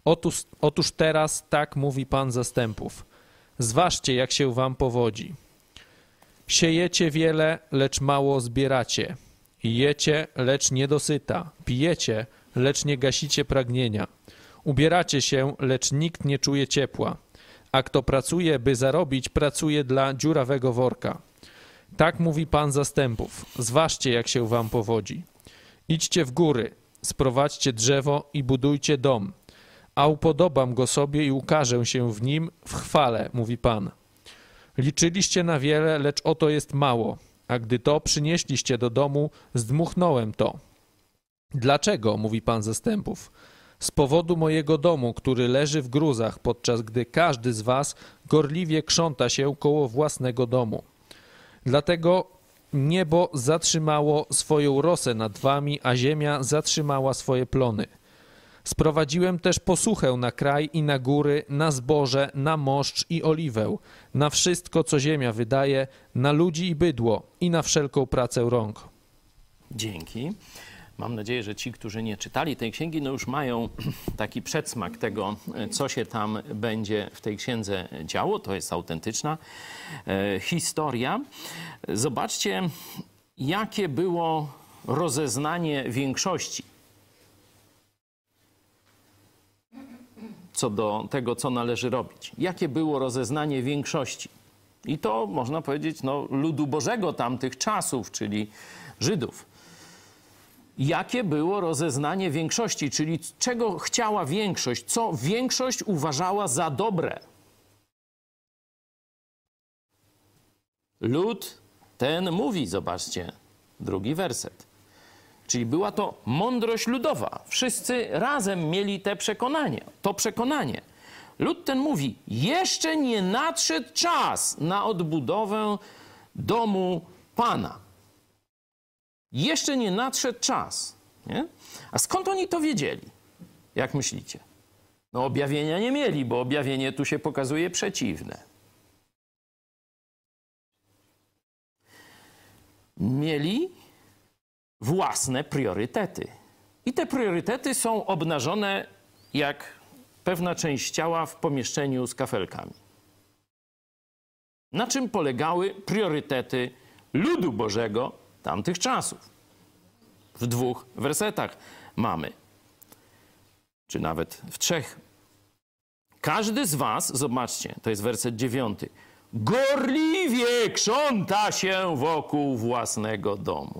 Otóż, otóż teraz tak mówi Pan zastępów. Zważcie, jak się wam powodzi. Siejecie wiele, lecz mało zbieracie. Jecie, lecz nie dosyta. Pijecie, lecz nie gasicie pragnienia. Ubieracie się, lecz nikt nie czuje ciepła. A kto pracuje, by zarobić, pracuje dla dziurawego worka. Tak mówi Pan zastępów. Zważcie, jak się wam powodzi. Idźcie w góry, sprowadźcie drzewo i budujcie dom. A upodobam go sobie i ukażę się w nim w chwale, mówi Pan. Liczyliście na wiele, lecz oto jest mało, a gdy to przynieśliście do domu, zdmuchnąłem to. Dlaczego, mówi Pan zastępów? Z powodu mojego domu, który leży w gruzach, podczas gdy każdy z was gorliwie krząta się koło własnego domu. Dlatego niebo zatrzymało swoją rosę nad wami, a ziemia zatrzymała swoje plony. Sprowadziłem też posuchę na kraj i na góry, na zboże, na moszcz i oliwę, na wszystko, co ziemia wydaje, na ludzi i bydło i na wszelką pracę rąk. Dzięki. Mam nadzieję, że ci, którzy nie czytali tej księgi, no już mają taki przedsmak tego, co się tam będzie w tej księdze działo. To jest autentyczna e, historia. Zobaczcie, jakie było rozeznanie większości co do tego, co należy robić. Jakie było rozeznanie większości? I to, można powiedzieć, no, ludu Bożego tamtych czasów, czyli Żydów. Jakie było rozeznanie większości, czyli czego chciała większość, co większość uważała za dobre. Lud ten mówi, zobaczcie, drugi werset. Czyli była to mądrość ludowa. Wszyscy razem mieli te przekonanie, to przekonanie. Lud ten mówi, jeszcze nie nadszedł czas na odbudowę domu Pana. Jeszcze nie nadszedł czas. Nie? A skąd oni to wiedzieli? Jak myślicie? No objawienia nie mieli, bo objawienie tu się pokazuje przeciwne. Mieli własne priorytety. I te priorytety są obnażone jak pewna część ciała w pomieszczeniu z kafelkami. Na czym polegały priorytety ludu Bożego tamtych czasów? W dwóch wersetach mamy, czy nawet w trzech. Każdy z was, zobaczcie, to jest werset dziewiąty, gorliwie krząta się wokół własnego domu.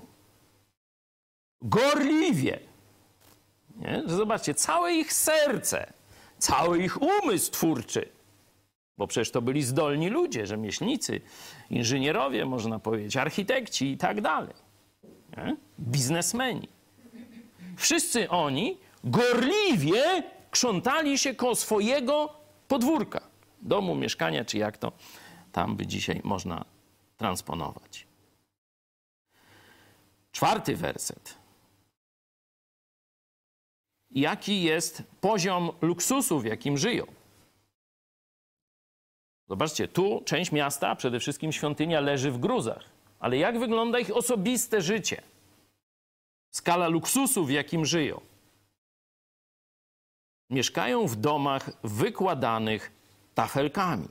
Gorliwie. Nie? Zobaczcie, całe ich serce, cały ich umysł twórczy, bo przecież to byli zdolni ludzie, rzemieślnicy, inżynierowie, można powiedzieć, architekci i tak dalej. Nie? Biznesmeni. Wszyscy oni gorliwie krzątali się koło swojego podwórka, domu, mieszkania, czy jak to tam by dzisiaj można transponować. Czwarty werset. Jaki jest poziom luksusu, w jakim żyją? Zobaczcie, tu część miasta, przede wszystkim świątynia, leży w gruzach. Ale jak wygląda ich osobiste życie? Skala luksusu, w jakim żyją. Mieszkają w domach wykładanych tafelkami.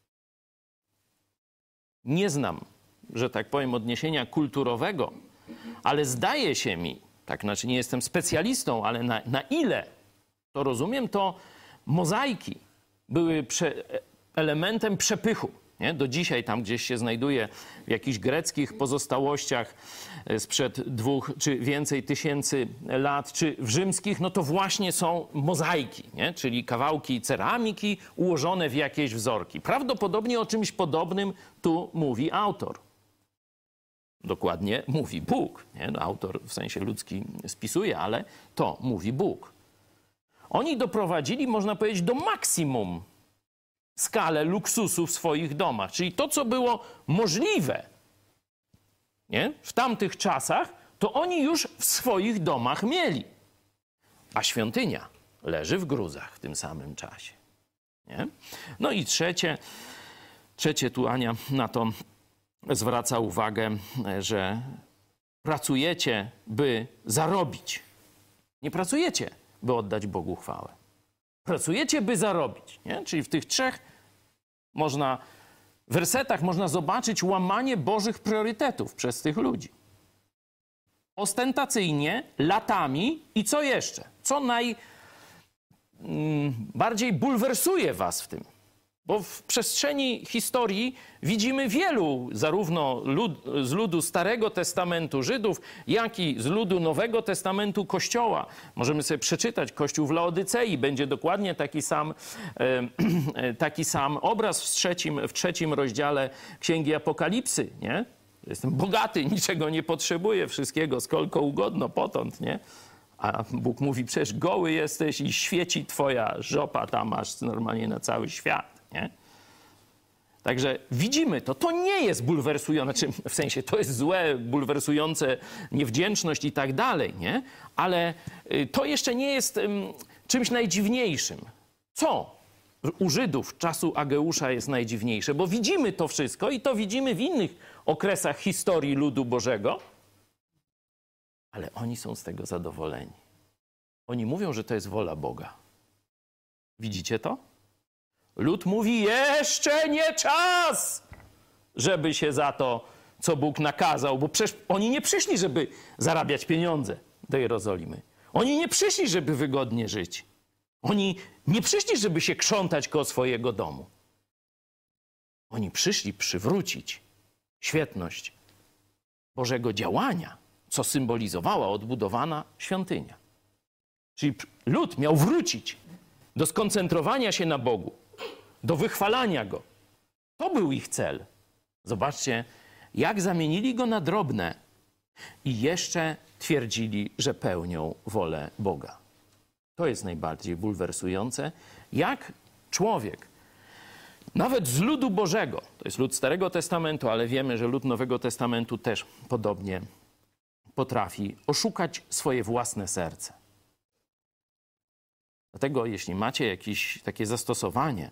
Nie znam, że tak powiem, odniesienia kulturowego, ale zdaje się mi, tak znaczy nie jestem specjalistą, ale na, na ile to rozumiem, to mozaiki były prze, elementem przepychu. Nie? Do dzisiaj tam gdzieś się znajduje w jakichś greckich pozostałościach sprzed dwóch czy więcej tysięcy lat, czy w rzymskich, no to właśnie są mozaiki, nie? Czyli kawałki ceramiki ułożone w jakieś wzorki. Prawdopodobnie o czymś podobnym tu mówi autor. Dokładnie mówi Bóg. Nie? No, autor w sensie ludzki spisuje, ale to mówi Bóg. Oni doprowadzili, można powiedzieć, do maksimum skalę luksusu w swoich domach. Czyli to, co było możliwe, nie? W tamtych czasach, to oni już w swoich domach mieli. A świątynia leży w gruzach w tym samym czasie. Nie? No i trzecie, trzecie tu Ania na to zwraca uwagę, że pracujecie, by zarobić. Nie pracujecie, by oddać Bogu chwałę. Pracujecie, by zarobić. Nie? Czyli w tych trzech można, wersetach można zobaczyć łamanie Bożych priorytetów przez tych ludzi. Ostentacyjnie, latami i co jeszcze? Co najbardziej bulwersuje was w tym? Bo w przestrzeni historii widzimy wielu, zarówno lud, z ludu Starego Testamentu Żydów, jak i z ludu Nowego Testamentu Kościoła. Możemy sobie przeczytać Kościół w Laodycei. Będzie dokładnie taki sam, e, taki sam obraz w trzecim, w trzecim rozdziale Księgi Apokalipsy. Nie? Jestem bogaty, niczego nie potrzebuję, wszystkiego skolko ugodno, potąd, nie? A Bóg mówi, przecież goły jesteś i świeci twoja żopa, tam masz normalnie na cały świat, nie? Także widzimy to. To nie jest bulwersujące, znaczy w sensie to jest złe, bulwersujące, niewdzięczność i tak dalej, nie? Ale to jeszcze nie jest um, czymś najdziwniejszym. Co u Żydów czasu Ageusza jest najdziwniejsze? Bo widzimy to wszystko i to widzimy w innych okresach historii ludu Bożego, ale oni są z tego zadowoleni. Oni mówią, że to jest wola Boga. Widzicie to? Lud mówi, jeszcze nie czas, żeby się za to, co Bóg nakazał, bo przecież oni nie przyszli, żeby zarabiać pieniądze do Jerozolimy. Oni nie przyszli, żeby wygodnie żyć. Oni nie przyszli, żeby się krzątać koło swojego domu. Oni przyszli przywrócić świetność Bożego działania, co symbolizowała odbudowana świątynia. Czyli lud miał wrócić do skoncentrowania się na Bogu, do wychwalania Go. To był ich cel. Zobaczcie, jak zamienili Go na drobne i jeszcze twierdzili, że pełnią wolę Boga. To jest najbardziej bulwersujące, jak człowiek, nawet z ludu Bożego, to jest lud Starego Testamentu, ale wiemy, że lud Nowego Testamentu też podobnie potrafi oszukać swoje własne serce. Dlatego jeśli macie jakieś takie zastosowanie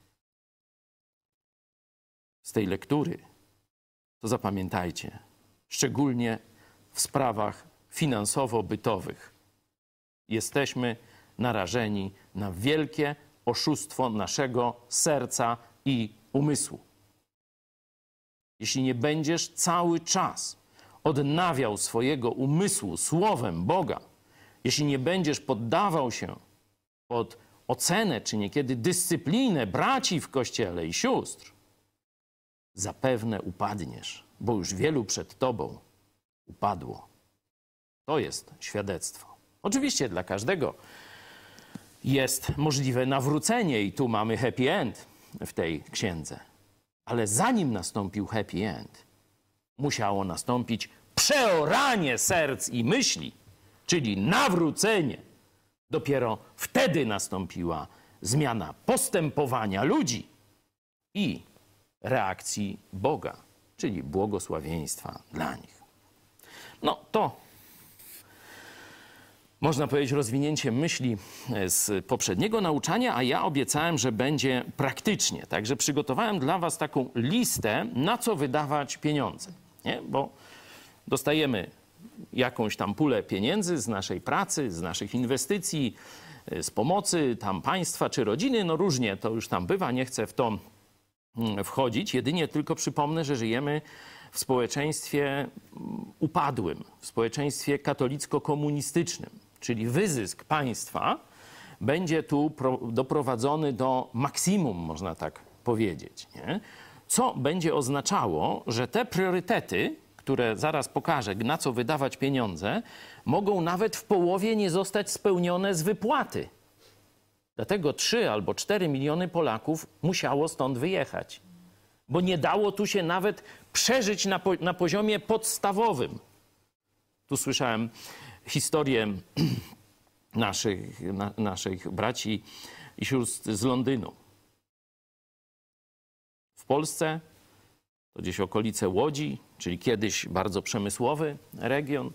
z tej lektury, to zapamiętajcie, szczególnie w sprawach finansowo-bytowych jesteśmy narażeni na wielkie oszustwo naszego serca i umysłu. Jeśli nie będziesz cały czas odnawiał swojego umysłu słowem Boga, jeśli nie będziesz poddawał się pod ocenę, czy niekiedy dyscyplinę braci w Kościele i sióstr, zapewne upadniesz, bo już wielu przed tobą upadło. To jest świadectwo. Oczywiście dla każdego jest możliwe nawrócenie i tu mamy happy end w tej księdze. Ale zanim nastąpił happy end, musiało nastąpić przeoranie serc i myśli, czyli nawrócenie. Dopiero wtedy nastąpiła zmiana postępowania ludzi i reakcji Boga, czyli błogosławieństwa dla nich. No to można powiedzieć rozwinięcie myśli z poprzedniego nauczania, a ja obiecałem, że będzie praktycznie. Także przygotowałem dla was taką listę, na co wydawać pieniądze. Nie? Bo dostajemy jakąś tam pulę pieniędzy z naszej pracy, z naszych inwestycji, z pomocy tam państwa czy rodziny. No różnie to już tam bywa, nie chcę w to wchodzić. Jedynie tylko przypomnę, że żyjemy w społeczeństwie upadłym, w społeczeństwie katolicko-komunistycznym. Czyli wyzysk państwa będzie tu pro, doprowadzony do maksimum, można tak powiedzieć. Nie? Co będzie oznaczało, że te priorytety, które zaraz pokażę, na co wydawać pieniądze, mogą nawet w połowie nie zostać spełnione z wypłaty. Dlatego trzy albo cztery miliony Polaków musiało stąd wyjechać. Bo nie dało tu się nawet przeżyć na, po, na poziomie podstawowym. Tu słyszałem historię naszych, na, naszych braci i sióstr z Londynu. W Polsce, to gdzieś okolice Łodzi, czyli kiedyś bardzo przemysłowy region.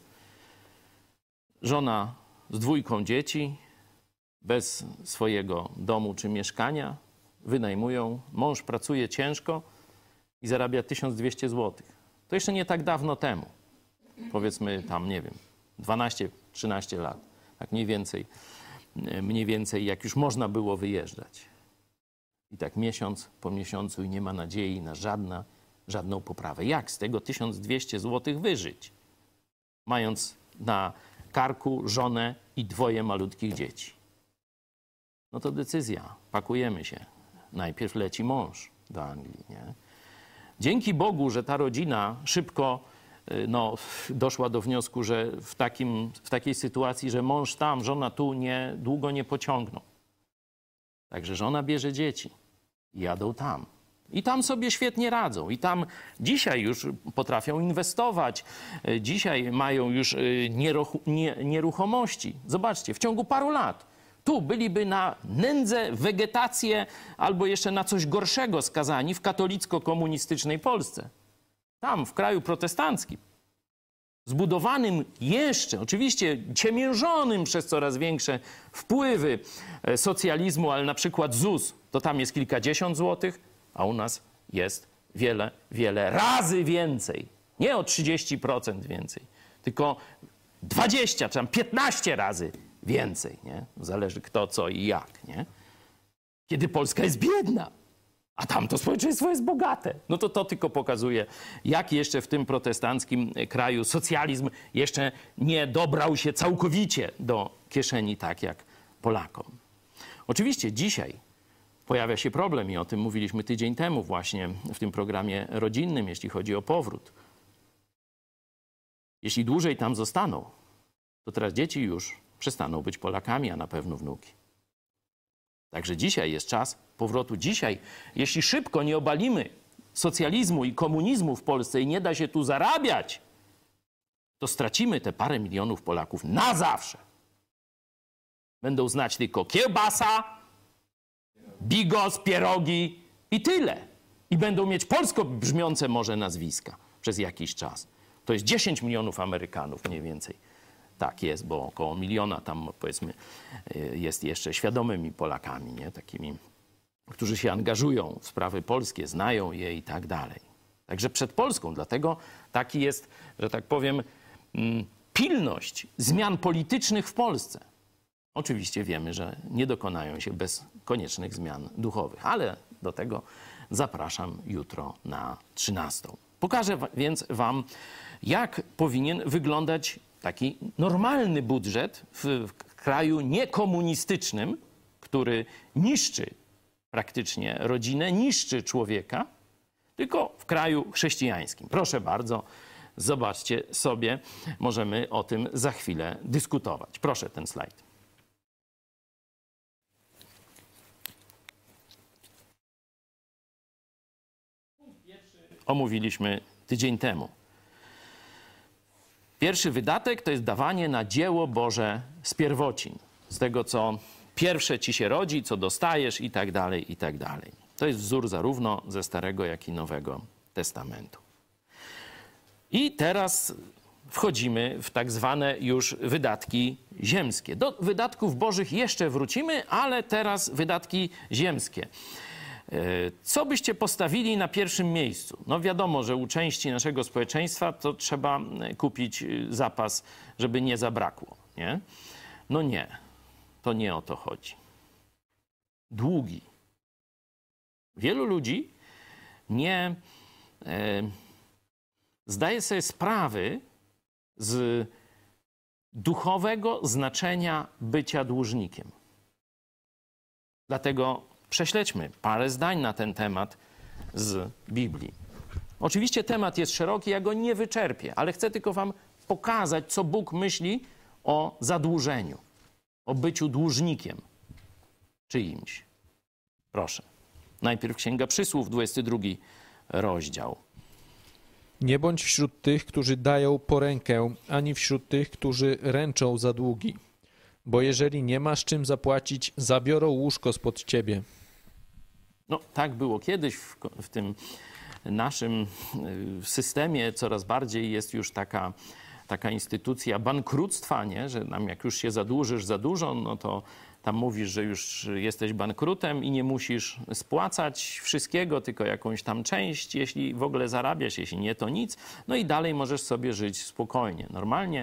Żona z dwójką dzieci, bez swojego domu czy mieszkania, wynajmują. Mąż pracuje ciężko i zarabia tysiąc dwieście złotych. To jeszcze nie tak dawno temu. Powiedzmy tam, nie wiem, dwanaście trzynaście lat, tak mniej więcej mniej więcej, jak już można było wyjeżdżać. I tak miesiąc po miesiącu i nie ma nadziei na żadna, żadną poprawę. Jak z tego tysiąc dwieście złotych wyżyć, mając na karku żonę i dwoje malutkich dzieci? No to decyzja, pakujemy się. Najpierw leci mąż do Anglii, nie? Dzięki Bogu, że ta rodzina szybko no, doszła do wniosku, że w, takim, w takiej sytuacji, że mąż tam, żona tu, nie, długo nie pociągną. Także żona bierze dzieci i jadą tam. I tam sobie świetnie radzą. I tam dzisiaj już potrafią inwestować. Dzisiaj mają już nieruchomości. Zobaczcie, w ciągu paru lat tu byliby na nędzę, wegetację albo jeszcze na coś gorszego skazani w katolicko-komunistycznej Polsce. Tam, w kraju protestanckim, zbudowanym jeszcze, oczywiście ciemiężonym przez coraz większe wpływy socjalizmu, ale na przykład ZUS, to tam jest kilkadziesiąt złotych, a u nas jest wiele, wiele razy więcej. Nie o trzydzieści procent więcej, tylko dwadzieścia czy tam piętnaście razy więcej, nie? Zależy kto, co i jak, nie? Kiedy Polska jest biedna, a tamto społeczeństwo jest bogate. No to to tylko pokazuje, jak jeszcze w tym protestanckim kraju socjalizm jeszcze nie dobrał się całkowicie do kieszeni, tak jak Polakom. Oczywiście dzisiaj pojawia się problem i o tym mówiliśmy tydzień temu właśnie w tym programie rodzinnym, jeśli chodzi o powrót. Jeśli dłużej tam zostaną, to teraz dzieci już przestaną być Polakami, a na pewno wnuki. Także dzisiaj jest czas powrotu. Dzisiaj, jeśli szybko nie obalimy socjalizmu i komunizmu w Polsce i nie da się tu zarabiać, to stracimy te parę milionów Polaków na zawsze. Będą znać tylko kiełbasa, bigos, pierogi i tyle. I będą mieć polsko brzmiące może nazwiska przez jakiś czas. To jest dziesięć milionów Amerykanów mniej więcej. Tak jest, bo około miliona tam, powiedzmy, jest jeszcze świadomymi Polakami, nie? Takimi, którzy się angażują w sprawy polskie, znają je i tak dalej. Także przed Polską, dlatego taki jest, że tak powiem, pilność zmian politycznych w Polsce. Oczywiście wiemy, że nie dokonają się bez koniecznych zmian duchowych, ale do tego zapraszam jutro na trzynastą. Pokażę więc wam, jak powinien wyglądać taki normalny budżet w kraju niekomunistycznym, który niszczy praktycznie rodzinę, niszczy człowieka, tylko w kraju chrześcijańskim. Proszę bardzo, zobaczcie sobie, możemy o tym za chwilę dyskutować. Proszę ten slajd. Omówiliśmy tydzień temu. Pierwszy wydatek to jest dawanie na dzieło Boże z pierwocin. Z tego, co pierwsze ci się rodzi, co dostajesz i tak dalej, i tak dalej. To jest wzór zarówno ze Starego, jak i Nowego Testamentu. I teraz wchodzimy w tak zwane już wydatki ziemskie. Do wydatków bożych jeszcze wrócimy, ale teraz wydatki ziemskie. Co byście postawili na pierwszym miejscu? No wiadomo, że u części naszego społeczeństwa to trzeba kupić zapas, żeby nie zabrakło, nie? No nie, to nie o to chodzi. Długi. Wielu ludzi nie e, zdaje sobie sprawy z duchowego znaczenia bycia dłużnikiem. Dlatego prześledźmy parę zdań na ten temat z Biblii. Oczywiście temat jest szeroki, ja go nie wyczerpię, ale chcę tylko wam pokazać, co Bóg myśli o zadłużeniu, o byciu dłużnikiem czyimś. Proszę. Najpierw Księga Przysłów, dwudziesty drugi rozdział. Nie bądź wśród tych, którzy dają porękę, ani wśród tych, którzy ręczą za długi. Bo jeżeli nie masz czym zapłacić, zabiorą łóżko spod ciebie. No, tak było kiedyś w, w tym naszym systemie. Coraz bardziej jest już taka, taka instytucja bankructwa, nie? Że nam jak już się zadłużysz za dużo, no to tam mówisz, że już jesteś bankrutem i nie musisz spłacać wszystkiego, tylko jakąś tam część, jeśli w ogóle zarabiasz, jeśli nie, to nic. No i dalej możesz sobie żyć spokojnie. Normalnie w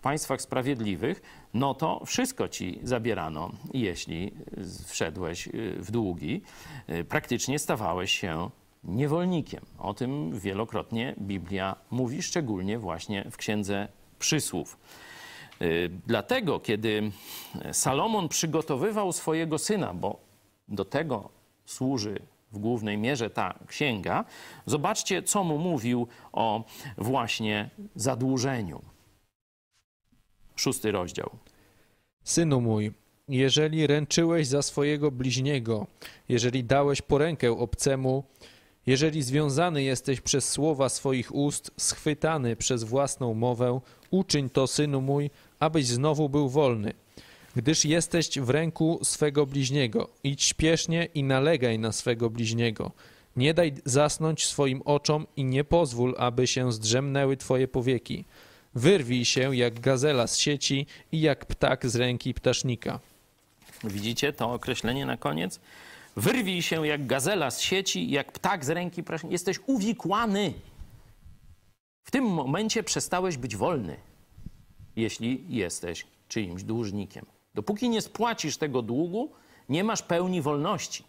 państwach sprawiedliwych, no to wszystko ci zabierano, jeśli wszedłeś w długi. Praktycznie stawałeś się niewolnikiem. O tym wielokrotnie Biblia mówi, szczególnie właśnie w Księdze Przysłów. Dlatego, kiedy Salomon przygotowywał swojego syna, bo do tego służy w głównej mierze ta księga, zobaczcie, co mu mówił o właśnie zadłużeniu. Szósty rozdział. Synu mój, jeżeli ręczyłeś za swojego bliźniego, jeżeli dałeś porękę obcemu, jeżeli związany jesteś przez słowa swoich ust, schwytany przez własną mowę, uczyń to, synu mój, abyś znowu był wolny. Gdyż jesteś w ręku swego bliźniego. Idź śpiesznie i nalegaj na swego bliźniego. Nie daj zasnąć swoim oczom i nie pozwól, aby się zdrzemnęły twoje powieki. Wyrwij się jak gazela z sieci i jak ptak z ręki ptasznika. Widzicie to określenie na koniec? Wyrwij się jak gazela z sieci, jak ptak z ręki ptasznika. Jesteś uwikłany. W tym momencie przestałeś być wolny, jeśli jesteś czyimś dłużnikiem. Dopóki nie spłacisz tego długu, nie masz pełni wolności.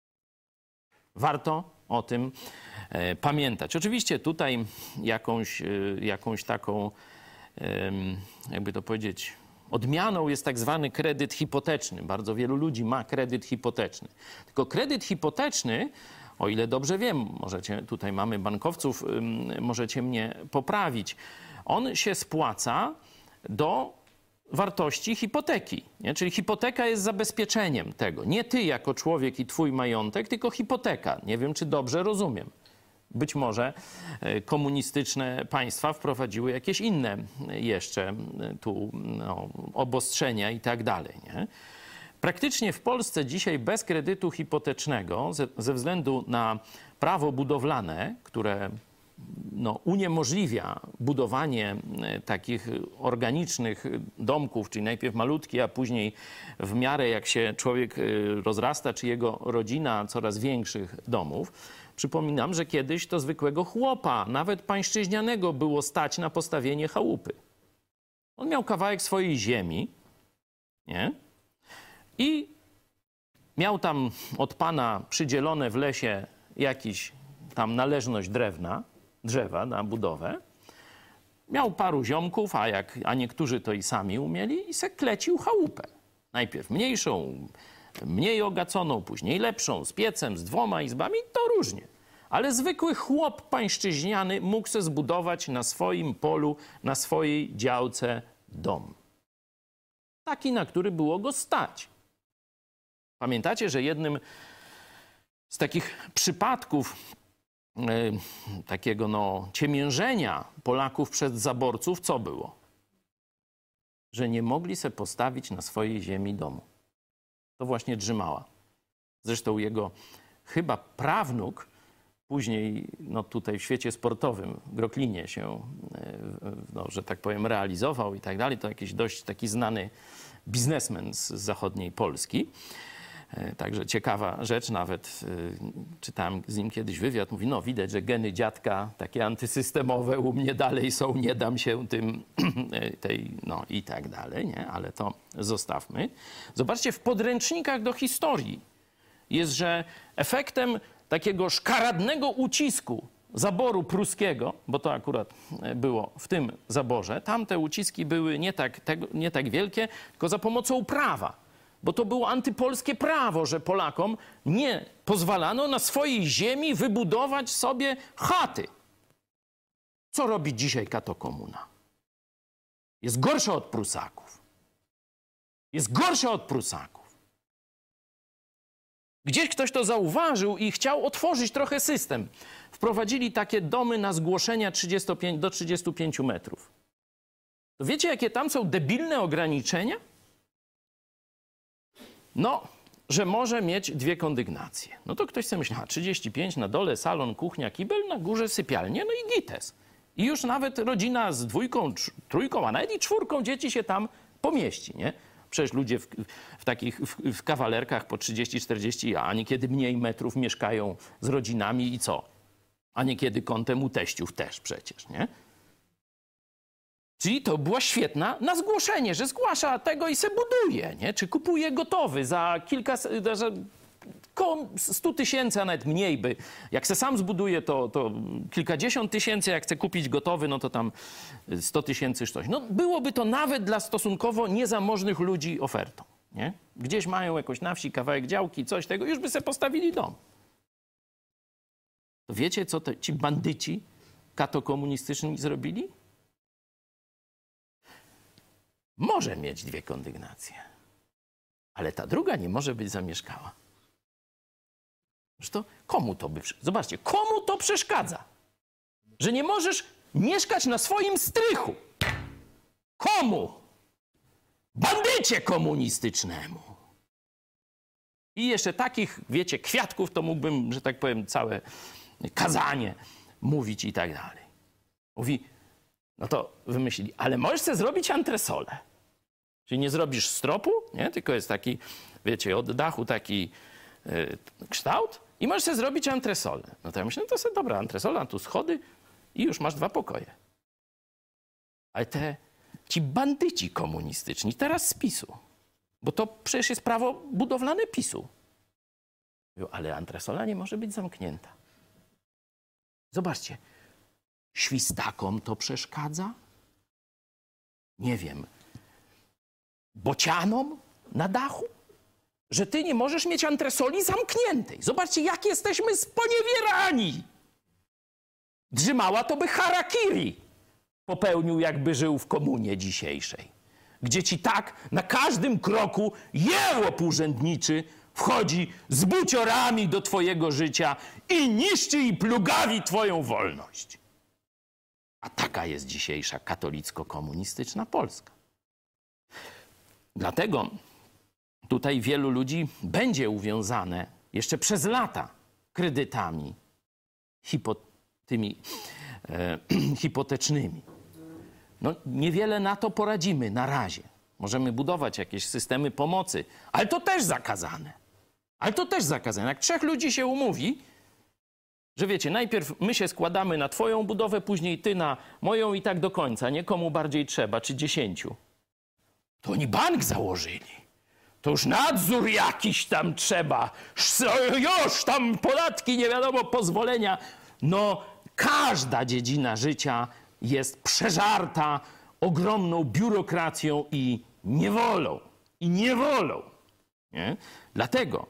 Warto o tym e, pamiętać. Oczywiście tutaj jakąś, e, jakąś taką, e, jakby to powiedzieć, odmianą jest tak zwany kredyt hipoteczny. Bardzo wielu ludzi ma kredyt hipoteczny. Tylko kredyt hipoteczny, o ile dobrze wiem, możecie, tutaj mamy bankowców, e, możecie mnie poprawić, on się spłaca do wartości hipoteki. Nie? Czyli hipoteka jest zabezpieczeniem tego. Nie ty jako człowiek i twój majątek, tylko hipoteka. Nie wiem, czy dobrze rozumiem. Być może komunistyczne państwa wprowadziły jakieś inne jeszcze tu no, obostrzenia i tak dalej. Nie? Praktycznie w Polsce dzisiaj bez kredytu hipotecznego, ze, ze względu na prawo budowlane, które no, uniemożliwia budowanie takich organicznych domków, czyli najpierw malutkie, a później w miarę jak się człowiek rozrasta, czy jego rodzina, coraz większych domów. Przypominam, że kiedyś to zwykłego chłopa, nawet pańszczyźnianego, było stać na postawienie chałupy. On miał kawałek swojej ziemi, nie? I miał tam od pana przydzielone w lesie jakiś tam należność drewna, drzewa na budowę. Miał paru ziomków, a, jak, a niektórzy to i sami umieli, i se klecił chałupę. Najpierw mniejszą, mniej ogaconą, później lepszą, z piecem, z dwoma izbami, to różnie. Ale zwykły chłop pańszczyźniany mógł se zbudować na swoim polu, na swojej działce dom. Taki, na który było go stać. Pamiętacie, że jednym z takich przypadków Yy, takiego no, ciemiężenia Polaków przez zaborców, co było? Że nie mogli sobie postawić na swojej ziemi domu. To właśnie Drzymała. Zresztą jego chyba prawnuk później no, tutaj w świecie sportowym, w Groklinie się, yy, no, że tak powiem, realizował i tak dalej. To jakiś dość taki znany biznesmen z zachodniej Polski. Także ciekawa rzecz, nawet y, czytałem z nim kiedyś wywiad, mówi, no widać, że geny dziadka takie antysystemowe u mnie dalej są, nie dam się tym, tej, no i tak dalej, nie? Ale to zostawmy. Zobaczcie, w podręcznikach do historii jest, że efektem takiego szkaradnego ucisku zaboru pruskiego, bo to akurat było w tym zaborze, tamte uciski były nie tak, tego, nie tak wielkie, tylko za pomocą prawa. Bo to było antypolskie prawo, że Polakom nie pozwalano na swojej ziemi wybudować sobie chaty. Co robi dzisiaj katokomuna? Jest gorsza od Prusaków. Jest gorsza od Prusaków. Gdzieś ktoś to zauważył i chciał otworzyć trochę system. Wprowadzili takie domy na zgłoszenia do trzydziestu pięciu metrów. To wiecie, jakie tam są debilne ograniczenia? No, że może mieć dwie kondygnacje. No to ktoś sobie myśli, a trzydzieści pięć na dole, salon, kuchnia, kibel, na górze sypialnie, no i gites. I już nawet rodzina z dwójką, trójką, a nawet i czwórką dzieci się tam pomieści, nie? Przecież ludzie w, w takich w, w kawalerkach po trzydzieści czterdzieści, a niekiedy mniej metrów mieszkają z rodzinami i co? A niekiedy kątem u teściów też przecież, nie? Czyli to była świetna na zgłoszenie, że zgłasza tego i se buduje, nie? Czy kupuje gotowy za kilka, za koło stu tysięcy, a nawet mniej by. Jak se sam zbuduje, to, to kilkadziesiąt tysięcy, jak chce kupić gotowy, no to tam sto tysięcy coś. No byłoby to nawet dla stosunkowo niezamożnych ludzi ofertą, nie? Gdzieś mają jakoś na wsi kawałek działki, coś tego, już by se postawili dom. To wiecie, co te, ci bandyci katokomunistyczni zrobili? Może mieć dwie kondygnacje, ale ta druga nie może być zamieszkała. Zresztą komu to by... Zobaczcie, komu to przeszkadza? Że nie możesz mieszkać na swoim strychu. Komu? Bandycie komunistycznemu. I jeszcze takich, wiecie, kwiatków to mógłbym, że tak powiem, całe kazanie mówić i tak dalej. Mówi, no to wymyślili, ale możesz sobie zrobić antresolę. Czyli nie zrobisz stropu, nie? Tylko jest taki, wiecie, od dachu taki yy, kształt i możesz sobie zrobić antresolę. No to ja myślę, no to sobie dobra, antresola, tu schody i już masz dwa pokoje. Ale te, ci bandyci komunistyczni teraz z PiSu, bo to przecież jest prawo budowlane PiSu. Mówią, ale antresola nie może być zamknięta. Zobaczcie, świstakom to przeszkadza? Nie wiem, bocianom na dachu? Że ty nie możesz mieć antresoli zamkniętej. Zobaczcie, jak jesteśmy sponiewierani. Drzymała to by harakiri popełnił, jakby żył w komunie dzisiejszej. Gdzie ci tak na każdym kroku jełop urzędniczy wchodzi z buciorami do twojego życia i niszczy i plugawi twoją wolność. A taka jest dzisiejsza katolicko-komunistyczna Polska. Dlatego tutaj wielu ludzi będzie uwiązane jeszcze przez lata kredytami hipo, tymi e, hipotecznymi. No, niewiele na to poradzimy na razie. Możemy budować jakieś systemy pomocy, ale to też zakazane. Ale to też zakazane. Jak trzech ludzi się umówi, że wiecie, najpierw my się składamy na twoją budowę, później ty na moją i tak do końca, nie komu bardziej trzeba, czy dziesięciu. To oni bank założyli. To już nadzór jakiś tam trzeba. Już tam podatki, nie wiadomo, pozwolenia. No, każda dziedzina życia jest przeżarta ogromną biurokracją i niewolą. I niewolą. Nie? Dlatego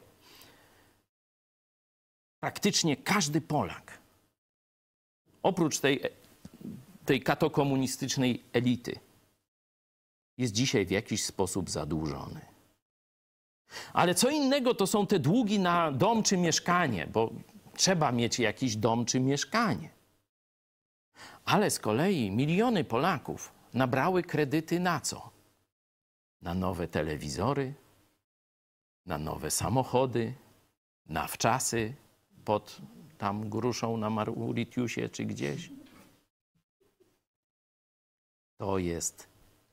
praktycznie każdy Polak, oprócz tej, tej katokomunistycznej elity, jest dzisiaj w jakiś sposób zadłużony. Ale co innego to są te długi na dom czy mieszkanie, bo trzeba mieć jakiś dom czy mieszkanie. Ale z kolei miliony Polaków nabrały kredyty na co? Na nowe telewizory, na nowe samochody, na wczasy pod tam gruszą na Mauritiusie czy gdzieś. To jest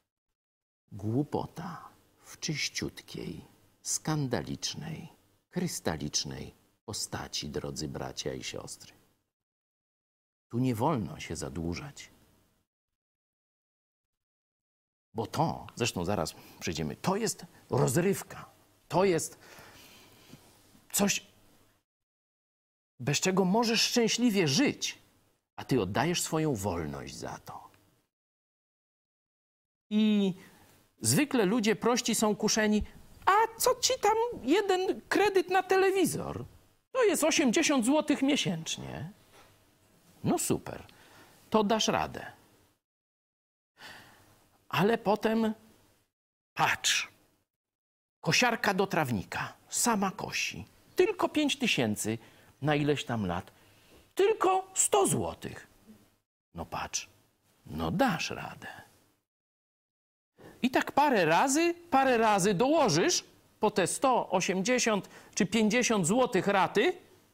głupota w czyściutkiej, skandalicznej, krystalicznej postaci, drodzy bracia i siostry. Tu nie wolno się zadłużać. Bo to, zresztą zaraz przejdziemy, to jest rozrywka. To jest coś, bez czego możesz szczęśliwie żyć, a ty oddajesz swoją wolność za to. I zwykle ludzie prości są kuszeni, a co ci tam jeden kredyt na telewizor? To jest osiemdziesiąt złotych miesięcznie. No super, to dasz radę. Ale potem patrz, kosiarka do trawnika, sama kosi. Tylko pięć tysięcy na ileś tam lat. Tylko sto złotych. No patrz, no dasz radę. I tak parę razy, parę razy dołożysz po te sto osiemdziesiąt czy pięćdziesiąt złotych raty,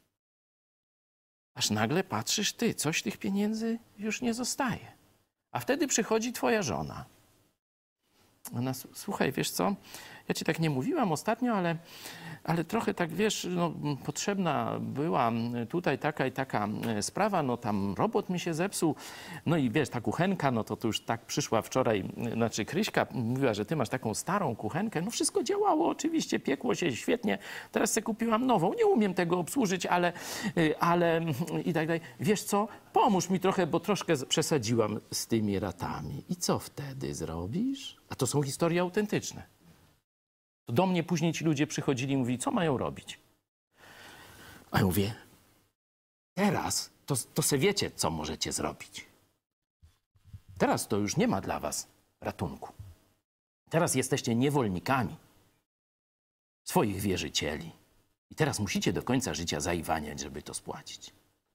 aż nagle patrzysz, ty, coś tych pieniędzy już nie zostaje. A wtedy przychodzi twoja żona. Ona, słuchaj, wiesz co, ja ci tak nie mówiłam ostatnio, ale ale trochę tak, wiesz, no, potrzebna była tutaj taka i taka sprawa, no tam robot mi się zepsuł, no i wiesz, ta kuchenka, no to, to już tak przyszła wczoraj, znaczy Kryśka mówiła, że ty masz taką starą kuchenkę, no wszystko działało oczywiście, piekło się świetnie, teraz sobie kupiłam nową, nie umiem tego obsłużyć, ale, ale i tak dalej. Wiesz co, pomóż mi trochę, bo troszkę przesadziłam z tymi ratami. I co wtedy zrobisz? A to są historie autentyczne. To do mnie później ci ludzie przychodzili i mówili, co mają robić? A ja mówię, teraz to, to se wiecie, co możecie zrobić. Teraz to już nie ma dla was ratunku. Teraz jesteście niewolnikami swoich wierzycieli. I teraz musicie do końca życia zaiwaniać, żeby to spłacić.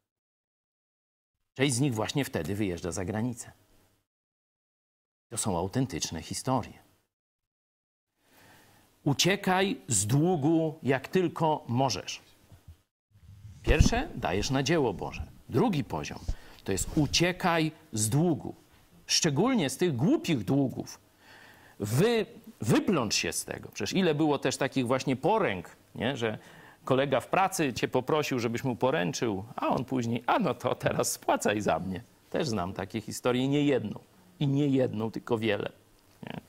Część z nich właśnie wtedy wyjeżdża za granicę. To są autentyczne historie. Uciekaj z długu jak tylko możesz. Pierwsze, dajesz na dzieło Boże. Drugi poziom to jest uciekaj z długu. Szczególnie z tych głupich długów. Wy, wyplącz się z tego. Przecież ile było też takich właśnie poręk, nie? Że kolega w pracy cię poprosił, żebyś mu poręczył, a on później, a no to teraz spłacaj za mnie. Też znam takie historie, nie jedną. I nie jedną, tylko wiele. Nie?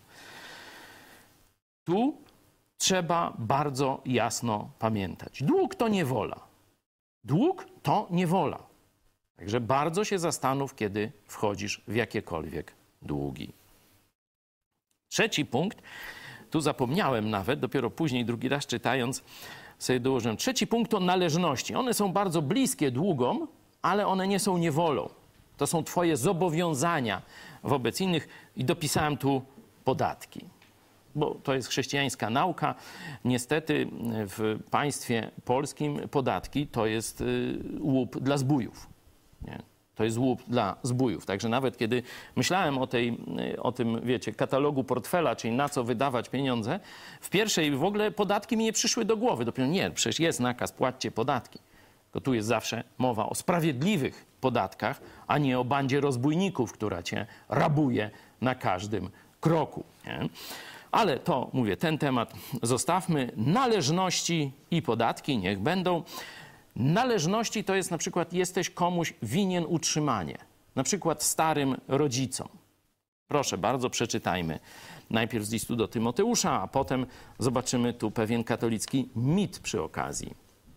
Tu trzeba bardzo jasno pamiętać. Dług to niewola. Dług to niewola. Także bardzo się zastanów, kiedy wchodzisz w jakiekolwiek długi. Trzeci punkt, tu zapomniałem nawet, dopiero później drugi raz czytając sobie dołożyłem. Trzeci punkt to należności. One są bardzo bliskie długom, ale one nie są niewolą. To są twoje zobowiązania wobec innych i dopisałem tu podatki. Bo to jest chrześcijańska nauka. Niestety w państwie polskim podatki to jest łup dla zbójów. Nie? To jest łup dla zbójów. Także nawet kiedy myślałem o, tej, o tym, wiecie, katalogu portfela, czyli na co wydawać pieniądze, w pierwszej w ogóle podatki mi nie przyszły do głowy. Dopiero nie, przecież jest nakaz, płaćcie podatki. Tylko tu jest zawsze mowa o sprawiedliwych podatkach, a nie o bandzie rozbójników, która cię rabuje na każdym kroku. Nie? Ale to, mówię, ten temat zostawmy. Należności i podatki niech będą. Należności to jest na przykład jesteś komuś winien utrzymanie. Na przykład starym rodzicom. Proszę bardzo, przeczytajmy najpierw z listu do Tymoteusza, a potem zobaczymy tu pewien katolicki mit przy okazji.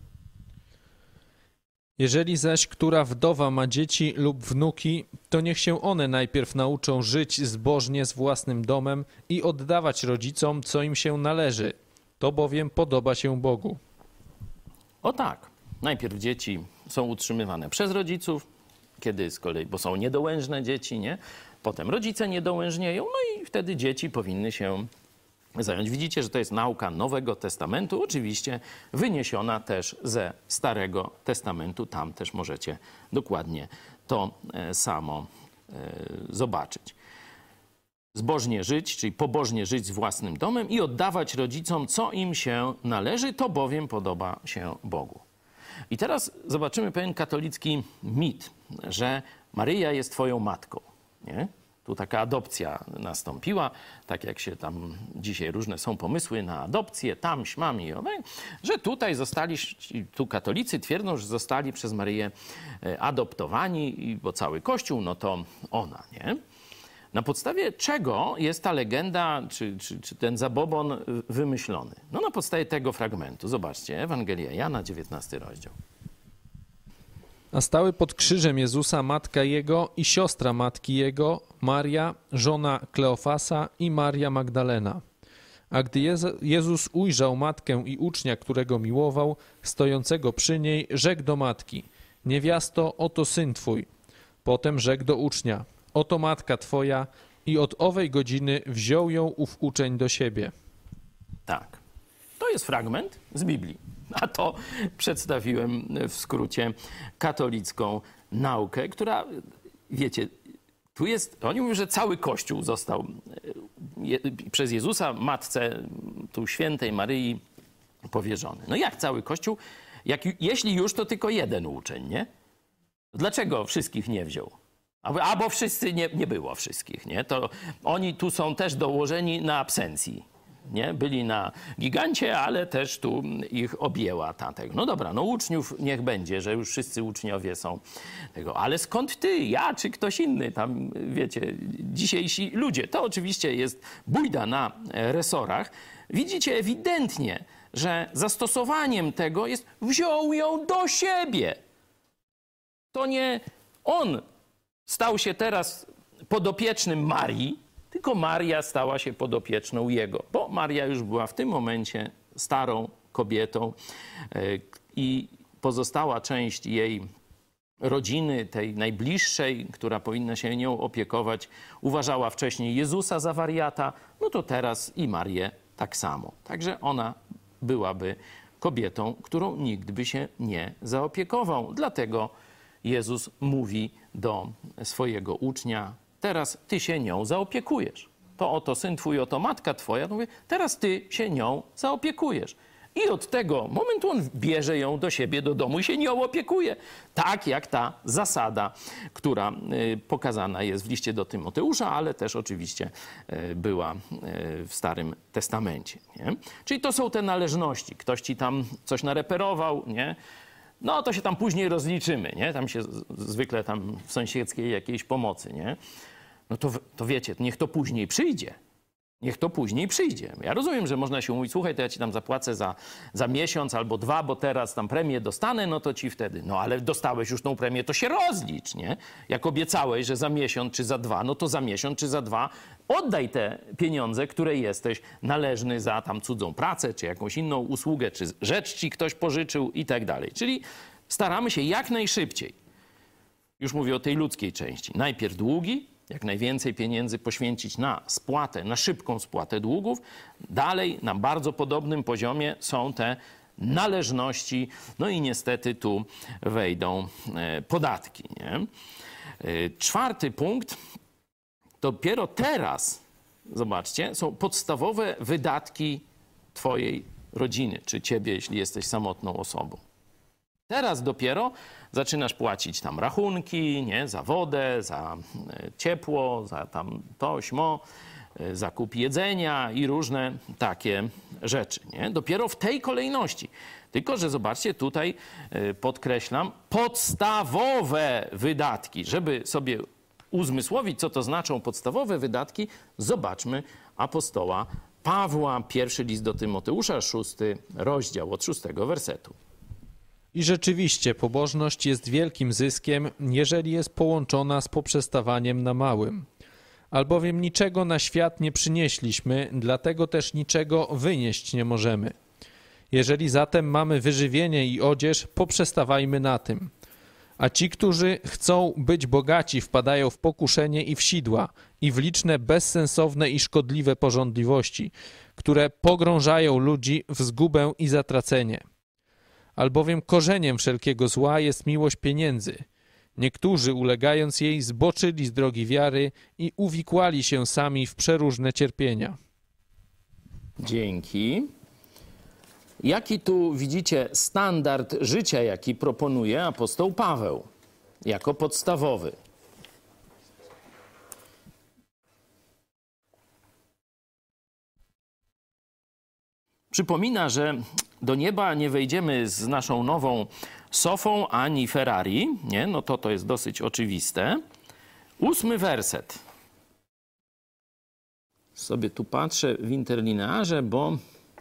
Jeżeli zaś która wdowa ma dzieci lub wnuki, to niech się one najpierw nauczą żyć zbożnie z własnym domem i oddawać rodzicom, co im się należy. To bowiem podoba się Bogu. O tak. Najpierw dzieci są utrzymywane przez rodziców, kiedy z kolei, bo są niedołężne dzieci, nie? Potem rodzice niedołężnieją, no i wtedy dzieci powinny się zająć. Widzicie, że to jest nauka Nowego Testamentu, oczywiście wyniesiona też ze Starego Testamentu. Tam też możecie dokładnie to samo zobaczyć. Zbożnie żyć, czyli pobożnie żyć z własnym domem i oddawać rodzicom, co im się należy, to bowiem podoba się Bogu. I teraz zobaczymy pewien katolicki mit, że Maryja jest twoją matką, nie? Tu taka adopcja nastąpiła, tak jak się tam dzisiaj różne są pomysły na adopcję, tam, śmam i owe, że tutaj zostali, tu katolicy twierdzą, że zostali przez Maryję adoptowani, bo cały Kościół, no to ona, nie? Na podstawie czego jest ta legenda, czy, czy, czy ten zabobon wymyślony? No na podstawie tego fragmentu. Zobaczcie, Ewangelia Jana, dziewiętnasty rozdział. A stały pod krzyżem Jezusa matka Jego i siostra matki Jego, Maria, żona Kleofasa i Maria Magdalena. A gdy Jezus ujrzał matkę i ucznia, którego miłował, stojącego przy niej, rzekł do matki: niewiasto, oto syn twój. Potem rzekł do ucznia: oto matka twoja, i od owej godziny wziął ją ów uczeń do siebie. Tak. To jest fragment z Biblii. A to przedstawiłem w skrócie katolicką naukę, która, wiecie, tu jest, oni mówią, że cały Kościół został je, przez Jezusa matce tu świętej Maryi powierzony. No jak cały Kościół? Jak, jeśli już, to tylko jeden uczeń, nie? Dlaczego wszystkich nie wziął? A bo wszyscy, nie, nie było wszystkich, nie? To oni tu są też dołożeni na absencji. nie? Byli na gigancie, ale też tu ich objęła ta tego. No dobra, no uczniów niech będzie, że już wszyscy uczniowie są tego. Ale skąd ty, ja czy ktoś inny tam, wiecie, dzisiejsi ludzie? To oczywiście jest bójda na resorach. Widzicie ewidentnie, że zastosowaniem tego jest wziął ją do siebie. To nie on stał się teraz podopiecznym Marii, tylko Maria stała się podopieczną jego, bo Maria już była w tym momencie starą kobietą i pozostała część jej rodziny, tej najbliższej, która powinna się nią opiekować, uważała wcześniej Jezusa za wariata, no to teraz i Marię tak samo. Także ona byłaby kobietą, którą nikt by się nie zaopiekował. Dlatego Jezus mówi do swojego ucznia, teraz ty się nią zaopiekujesz. To oto syn twój, oto matka twoja. To mówię, teraz ty się nią zaopiekujesz. I od tego momentu on bierze ją do siebie, do domu i się nią opiekuje. Tak jak ta zasada, która pokazana jest w liście do Tymoteusza, ale też oczywiście była w Starym Testamencie. Nie? Czyli to są te należności. Ktoś ci tam coś nareperował, nie? No to się tam później rozliczymy, nie? Tam się zwykle tam w sąsiedzkiej jakiejś pomocy, nie? No to, to wiecie, niech to później przyjdzie. Niech to później przyjdzie. Ja rozumiem, że można się mówić, słuchaj, to ja ci tam zapłacę za, za miesiąc albo dwa, bo teraz tam premię dostanę, no to ci wtedy. No ale dostałeś już tą premię, to się rozlicz, nie? Jak obiecałeś, że za miesiąc czy za dwa, no to za miesiąc czy za dwa oddaj te pieniądze, które jesteś należny za tam cudzą pracę, czy jakąś inną usługę, czy rzecz ci ktoś pożyczył i tak dalej. Czyli staramy się jak najszybciej, już mówię o tej ludzkiej części, najpierw długi, jak najwięcej pieniędzy poświęcić na spłatę, na szybką spłatę długów. Dalej na bardzo podobnym poziomie są te należności. No i niestety tu wejdą podatki. Nie? Czwarty punkt. Dopiero teraz, zobaczcie, są podstawowe wydatki twojej rodziny, czy ciebie, jeśli jesteś samotną osobą. Teraz dopiero zaczynasz płacić tam rachunki, nie? Za wodę, za ciepło, za tam to, śmo, zakup jedzenia i różne takie rzeczy. Nie? Dopiero w tej kolejności. Tylko że zobaczcie, tutaj podkreślam, podstawowe wydatki. Żeby sobie uzmysłowić, co to znaczą podstawowe wydatki, zobaczmy apostoła Pawła, pierwszy list do Tymoteusza, szósty rozdział, od szóstego wersetu. I rzeczywiście pobożność jest wielkim zyskiem, jeżeli jest połączona z poprzestawaniem na małym. Albowiem niczego na świat nie przynieśliśmy, dlatego też niczego wynieść nie możemy. Jeżeli zatem mamy wyżywienie i odzież, poprzestawajmy na tym. A ci, którzy chcą być bogaci, wpadają w pokuszenie i w sidła, i w liczne bezsensowne i szkodliwe pożądliwości, które pogrążają ludzi w zgubę i zatracenie. Albowiem korzeniem wszelkiego zła jest miłość pieniędzy. Niektórzy, ulegając jej, zboczyli z drogi wiary i uwikłali się sami w przeróżne cierpienia. Dzięki. Jaki tu widzicie standard życia, jaki proponuje apostoł Paweł jako podstawowy? Przypomina, że do nieba nie wejdziemy z naszą nową sofą ani Ferrari. Nie? No to to jest dosyć oczywiste. Ósmy werset. Sobie tu patrzę w interlinearze, bo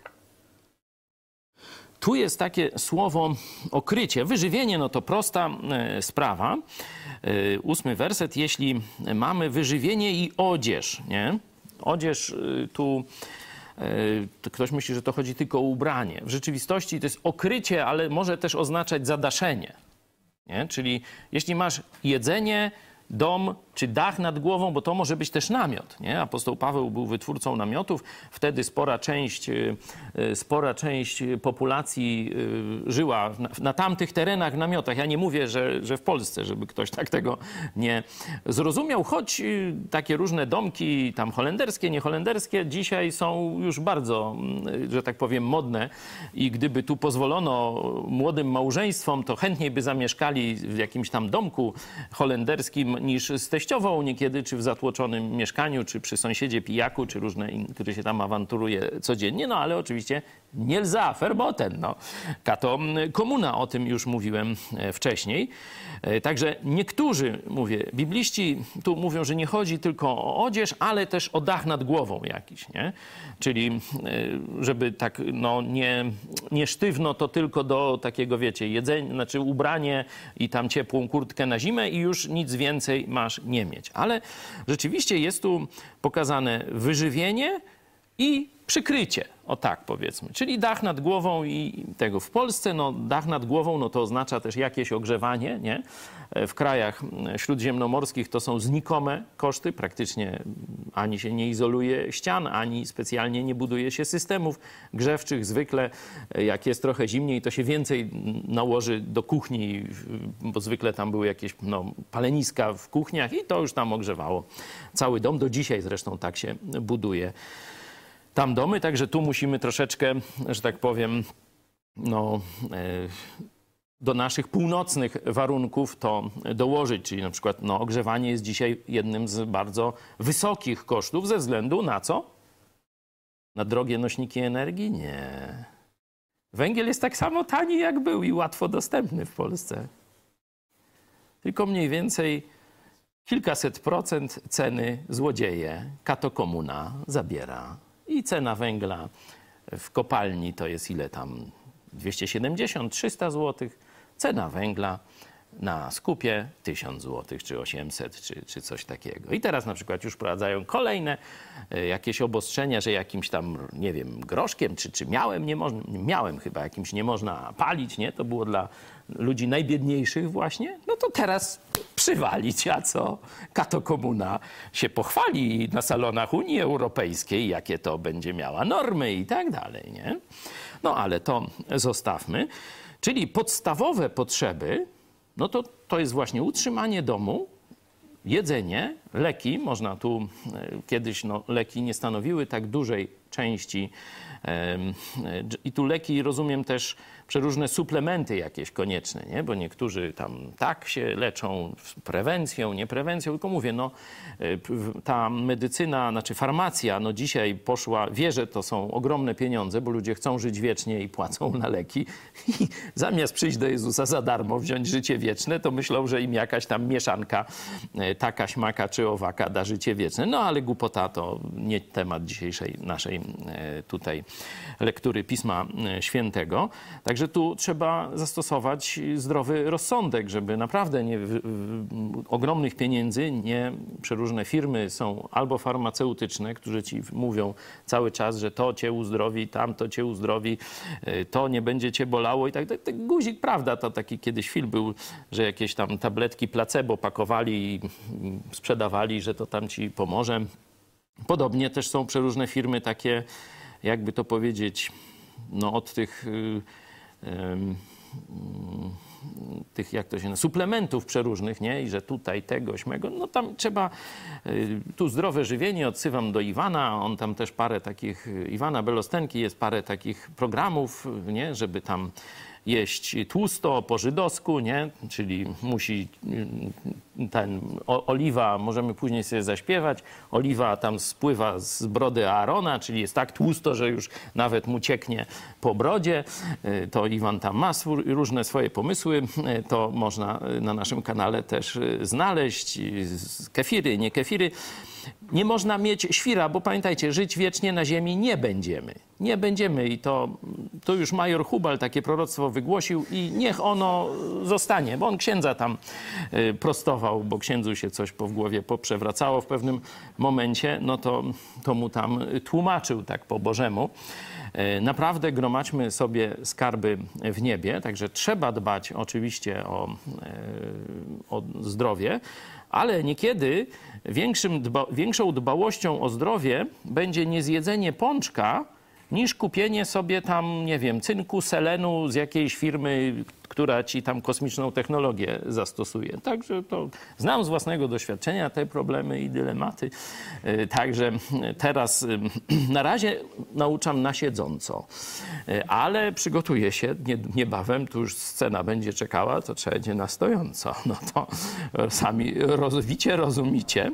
tu jest takie słowo okrycie. Wyżywienie, no to prosta e, sprawa. E, ósmy werset. Jeśli mamy wyżywienie i odzież, nie? Odzież e, tu... Ktoś myśli, że to chodzi tylko o ubranie. W rzeczywistości to jest okrycie, ale może też oznaczać zadaszenie. Nie? Czyli jeśli masz jedzenie, dom czy dach nad głową, bo to może być też namiot. Nie? Apostoł Paweł był wytwórcą namiotów. Wtedy spora część, spora część populacji żyła na, na tamtych terenach w namiotach. Ja nie mówię, że, że w Polsce, żeby ktoś tak tego nie zrozumiał, choć takie różne domki tam holenderskie, nieholenderskie dzisiaj są już bardzo, że tak powiem, modne i gdyby tu pozwolono młodym małżeństwom, to chętniej by zamieszkali w jakimś tam domku holenderskim niż z teściową teściową niekiedy, czy w zatłoczonym mieszkaniu, czy przy sąsiedzie pijaku, czy różne, in, który się tam awanturuje codziennie, no ale oczywiście nie lza, verboten, no. Kato komuna, o tym już mówiłem wcześniej. Także niektórzy, mówię, bibliści tu mówią, że nie chodzi tylko o odzież, ale też o dach nad głową jakiś, nie? Czyli żeby tak, no nie, nie sztywno to tylko do takiego, wiecie, jedzenia, znaczy ubranie i tam ciepłą kurtkę na zimę i już nic więcej masz nie mieć. Ale rzeczywiście jest tu pokazane wyżywienie i przykrycie, o tak powiedzmy, czyli dach nad głową i tego. W Polsce no, dach nad głową no, to oznacza też jakieś ogrzewanie, nie? W krajach śródziemnomorskich to są znikome koszty, praktycznie ani się nie izoluje ścian, ani specjalnie nie buduje się systemów grzewczych. Zwykle jak jest trochę zimniej, to się więcej nałoży do kuchni, bo zwykle tam były jakieś no, paleniska w kuchniach i to już tam ogrzewało cały dom. Do dzisiaj zresztą tak się buduje tam domy, także tu musimy troszeczkę, że tak powiem, no, do naszych północnych warunków to dołożyć. Czyli na przykład no, ogrzewanie jest dzisiaj jednym z bardzo wysokich kosztów ze względu na co? Na drogie nośniki energii? Nie. Węgiel jest tak samo tani jak był i łatwo dostępny w Polsce. Tylko mniej więcej kilkaset procent ceny złodzieje Kato komuna zabiera. I cena węgla w kopalni to jest ile tam? dwieście siedemdziesiąt do trzystu złotych. Cena węgla na skupie tysiąc złotych, czy osiemset, czy, czy coś takiego. I teraz na przykład już wprowadzają kolejne jakieś obostrzenia, że jakimś tam, nie wiem, groszkiem, czy, czy miałem, nie można, miałem chyba jakimś nie można palić, nie? To było dla ludzi najbiedniejszych właśnie. No to teraz przywalić, a co? Kato komuna się pochwali na salonach Unii Europejskiej, jakie to będzie miała normy i tak dalej, nie? No ale to zostawmy. Czyli podstawowe potrzeby, no to, to jest właśnie utrzymanie domu, jedzenie, leki. Można tu, kiedyś no, leki nie stanowiły tak dużej części. I tu leki, rozumiem też przeróżne suplementy jakieś konieczne, nie? Bo niektórzy tam tak się leczą prewencją, nie prewencją, tylko mówię, no ta medycyna, znaczy farmacja, no dzisiaj poszła, wie, że to są ogromne pieniądze, bo ludzie chcą żyć wiecznie i płacą na leki i zamiast przyjść do Jezusa za darmo, wziąć życie wieczne, to myślą, że im jakaś tam mieszanka, taka, śmaka czy owaka da życie wieczne. No ale głupota to nie temat dzisiejszej naszej tutaj lektury Pisma Świętego. Także tu trzeba zastosować zdrowy rozsądek, żeby naprawdę nie w, w, ogromnych pieniędzy, nie przeróżne firmy są albo farmaceutyczne, którzy ci mówią cały czas, że to cię uzdrowi, tamto cię uzdrowi, to nie będzie cię bolało i tak dalej. Guzik, prawda, to taki kiedyś film był, że jakieś tam tabletki placebo pakowali i sprzedawali, że to tam ci pomoże. Podobnie też są przeróżne firmy takie, jakby to powiedzieć, no od tych, yy, yy, tych jak to się nazywa, suplementów przeróżnych, nie? I że tutaj tego, śmego, no tam trzeba, yy, tu zdrowe żywienie, odsywam do Iwana, on tam też parę takich, Iwana Belostenki jest parę takich programów, nie? Żeby tam jeść tłusto, po żydowsku, nie? Czyli musi ten o, oliwa, możemy później sobie zaśpiewać, oliwa tam spływa z brody Aarona, czyli jest tak tłusto, że już nawet mu cieknie po brodzie. To Iwan tam ma swój, różne swoje pomysły, to można na naszym kanale też znaleźć. Kefiry, nie kefiry. Nie można mieć świra, bo pamiętajcie, żyć wiecznie na ziemi nie będziemy. Nie będziemy i to, to już major Hubal takie proroctwo wygłosił i niech ono zostanie, bo on księdza tam prostował, bo księdzu się coś po w głowie poprzewracało w pewnym momencie, no to, to mu tam tłumaczył tak po Bożemu. Naprawdę gromadźmy sobie skarby w niebie, także trzeba dbać oczywiście o, o zdrowie, ale niekiedy większym dba, większą dbałością o zdrowie będzie nie zjedzenie pączka, niż kupienie sobie tam, nie wiem, cynku, selenu z jakiejś firmy, która ci tam kosmiczną technologię zastosuje. Także to znam z własnego doświadczenia te problemy i dylematy. Także teraz na razie nauczam na siedząco, ale przygotuję się niebawem, tu już scena będzie czekała, to trzeba będzie na stojąco. No to sami rozwicie rozumicie.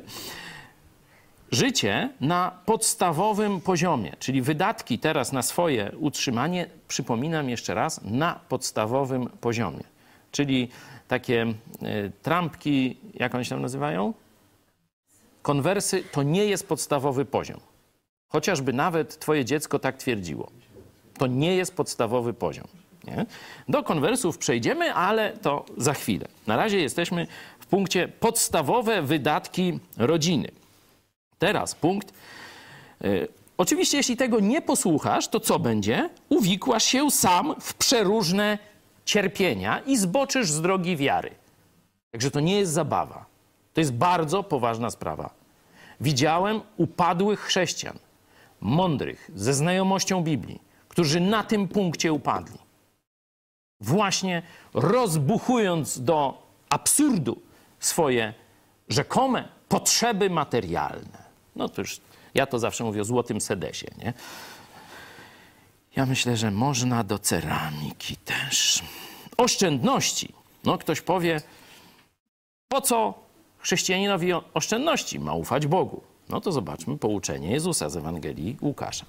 Życie na podstawowym poziomie, czyli wydatki teraz na swoje utrzymanie, przypominam jeszcze raz, na podstawowym poziomie. Czyli takie y, trampki, jak one się tam nazywają? Konwersy to nie jest podstawowy poziom. Chociażby nawet twoje dziecko tak twierdziło. To nie jest podstawowy poziom. Nie? Do konwersów przejdziemy, ale to za chwilę. Na razie jesteśmy w punkcie podstawowe wydatki rodziny. Teraz punkt. Y, oczywiście, jeśli tego nie posłuchasz, to co będzie? Uwikłasz się sam w przeróżne cierpienia i zboczysz z drogi wiary. Także to nie jest zabawa. To jest bardzo poważna sprawa. Widziałem upadłych chrześcijan, mądrych, ze znajomością Biblii, którzy na tym punkcie upadli. Właśnie rozbuchując do absurdu swoje rzekome potrzeby materialne. No to już, ja to zawsze mówię o złotym sedesie, nie? Ja myślę, że można do ceramiki też. Oszczędności. No ktoś powie, po co chrześcijaninowi oszczędności? Ma ufać Bogu. No to zobaczmy pouczenie Jezusa z Ewangelii Łukasza.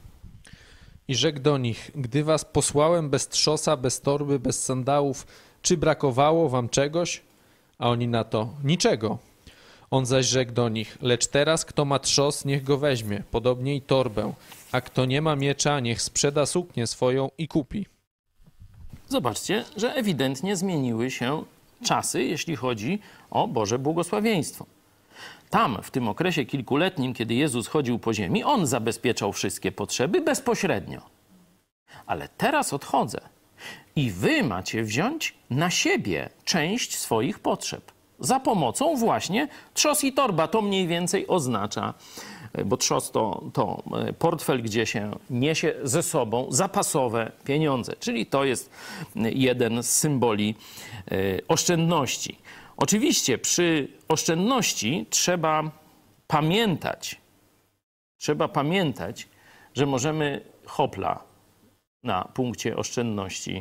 I rzekł do nich, gdy was posłałem bez trzosa, bez torby, bez sandałów, czy brakowało wam czegoś? A oni na to, niczego. On zaś rzekł do nich, lecz teraz kto ma trzos, niech go weźmie, podobnie i torbę, a kto nie ma miecza, niech sprzeda suknię swoją i kupi. Zobaczcie, że ewidentnie zmieniły się czasy, jeśli chodzi o Boże błogosławieństwo. Tam, w tym okresie kilkuletnim, kiedy Jezus chodził po ziemi, On zabezpieczał wszystkie potrzeby bezpośrednio. Ale teraz odchodzę i wy macie wziąć na siebie część swoich potrzeb. Za pomocą właśnie trzos i torba. To mniej więcej oznacza, bo trzos to, to portfel, gdzie się niesie ze sobą zapasowe pieniądze. Czyli to jest jeden z symboli oszczędności. Oczywiście przy oszczędności trzeba pamiętać, trzeba pamiętać, że możemy hopla na punkcie oszczędności,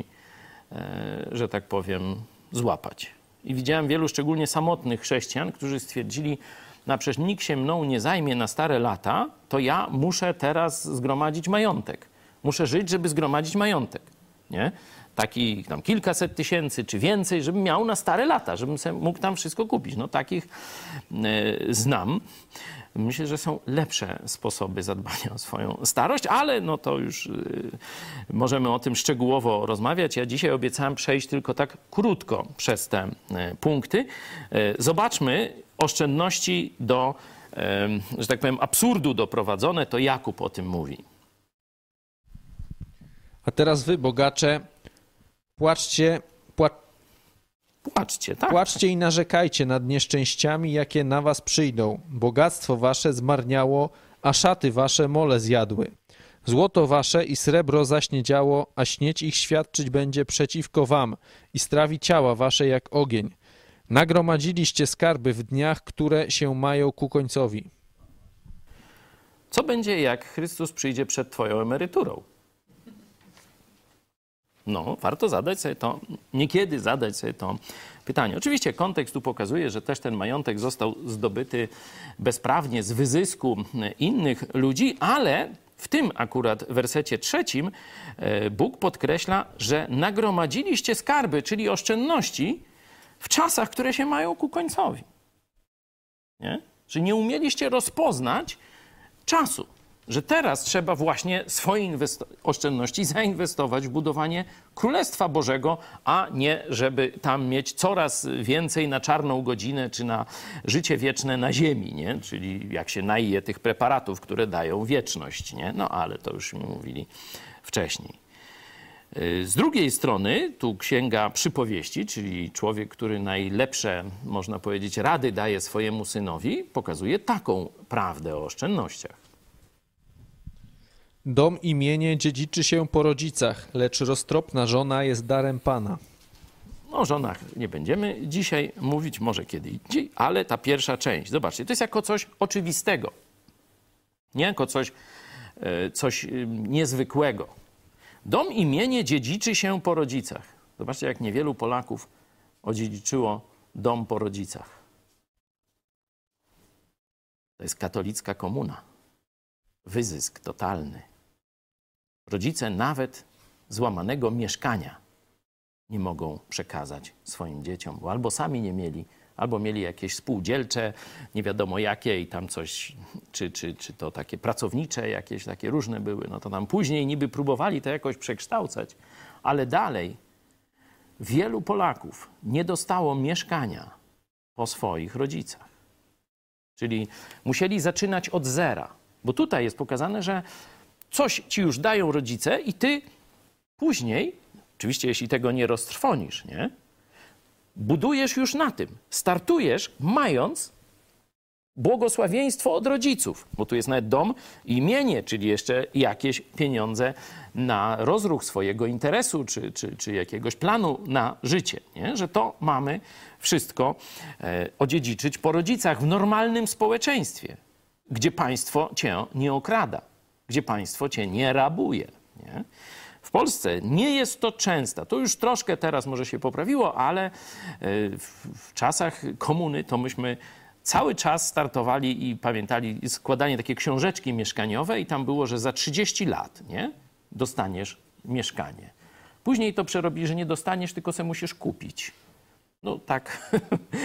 że tak powiem, złapać. I widziałem wielu, szczególnie samotnych chrześcijan, którzy stwierdzili, no przecież nikt się mną nie zajmie na stare lata, to ja muszę teraz zgromadzić majątek. Muszę żyć, żeby zgromadzić majątek, nie? Taki tam kilkaset tysięcy czy więcej, żebym miał na stare lata, żebym sobie mógł tam wszystko kupić. No takich y, znam. Myślę, że są lepsze sposoby zadbania o swoją starość, ale no to już y, możemy o tym szczegółowo rozmawiać. Ja dzisiaj obiecałem przejść tylko tak krótko przez te y, punkty. Y, zobaczmy oszczędności do, y, że tak powiem, absurdu doprowadzone. To Jakub o tym mówi. A teraz wy, bogacze, płaczcie, pła... płaczcie, tak. płaczcie i narzekajcie nad nieszczęściami, jakie na was przyjdą. Bogactwo wasze zmarniało, a szaty wasze mole zjadły. Złoto wasze i srebro zaśniedziało, a śnieć ich świadczyć będzie przeciwko wam i strawi ciała wasze jak ogień. Nagromadziliście skarby w dniach, które się mają ku końcowi. Co będzie, jak Chrystus przyjdzie przed twoją emeryturą? No, warto zadać sobie to, niekiedy zadać sobie to pytanie. Oczywiście kontekst tu pokazuje, że też ten majątek został zdobyty bezprawnie z wyzysku innych ludzi, ale w tym akurat wersecie trzecim Bóg podkreśla, że nagromadziliście skarby, czyli oszczędności w czasach, które się mają ku końcowi. Nie? Że nie umieliście rozpoznać czasu. Że teraz trzeba właśnie swoje oszczędności zainwestować w budowanie Królestwa Bożego, a nie żeby tam mieć coraz więcej na czarną godzinę czy na życie wieczne na ziemi, nie? Czyli jak się naje tych preparatów, które dają wieczność, nie? No ale to już mi mówili wcześniej. Z drugiej strony tu Księga Przypowieści, czyli człowiek, który najlepsze, można powiedzieć, rady daje swojemu synowi, pokazuje taką prawdę o oszczędnościach. Dom i mienie dziedziczy się po rodzicach, lecz roztropna żona jest darem Pana. No, o żonach nie będziemy dzisiaj mówić, może kiedy indziej, ale ta pierwsza część, zobaczcie, to jest jako coś oczywistego. Nie jako coś, coś niezwykłego. Dom i mienie dziedziczy się po rodzicach. Zobaczcie, jak niewielu Polaków odziedziczyło dom po rodzicach. To jest katolicka komuna. Wyzysk totalny. Rodzice nawet złamanego mieszkania nie mogą przekazać swoim dzieciom, bo albo sami nie mieli, albo mieli jakieś spółdzielcze, nie wiadomo jakie i tam coś, czy, czy, czy to takie pracownicze, jakieś takie różne były, no to tam później niby próbowali to jakoś przekształcać, ale dalej wielu Polaków nie dostało mieszkania po swoich rodzicach. Czyli musieli zaczynać od zera, bo tutaj jest pokazane, że coś ci już dają rodzice i ty później, oczywiście jeśli tego nie roztrwonisz, nie? Budujesz już na tym. Startujesz mając błogosławieństwo od rodziców, bo tu jest nawet dom i mienie, czyli jeszcze jakieś pieniądze na rozruch swojego interesu, czy, czy, czy jakiegoś planu na życie, nie? Że to mamy wszystko e, odziedziczyć po rodzicach w normalnym społeczeństwie, gdzie państwo cię nie okrada, gdzie państwo cię nie rabuje, nie? W Polsce nie jest to częste. To już troszkę teraz może się poprawiło, ale w, w czasach komuny to myśmy cały czas startowali i pamiętali składanie takie książeczki mieszkaniowe i tam było, że za trzydzieści lat, nie, dostaniesz mieszkanie. Później to przerobi, że nie dostaniesz, tylko se musisz kupić. No tak,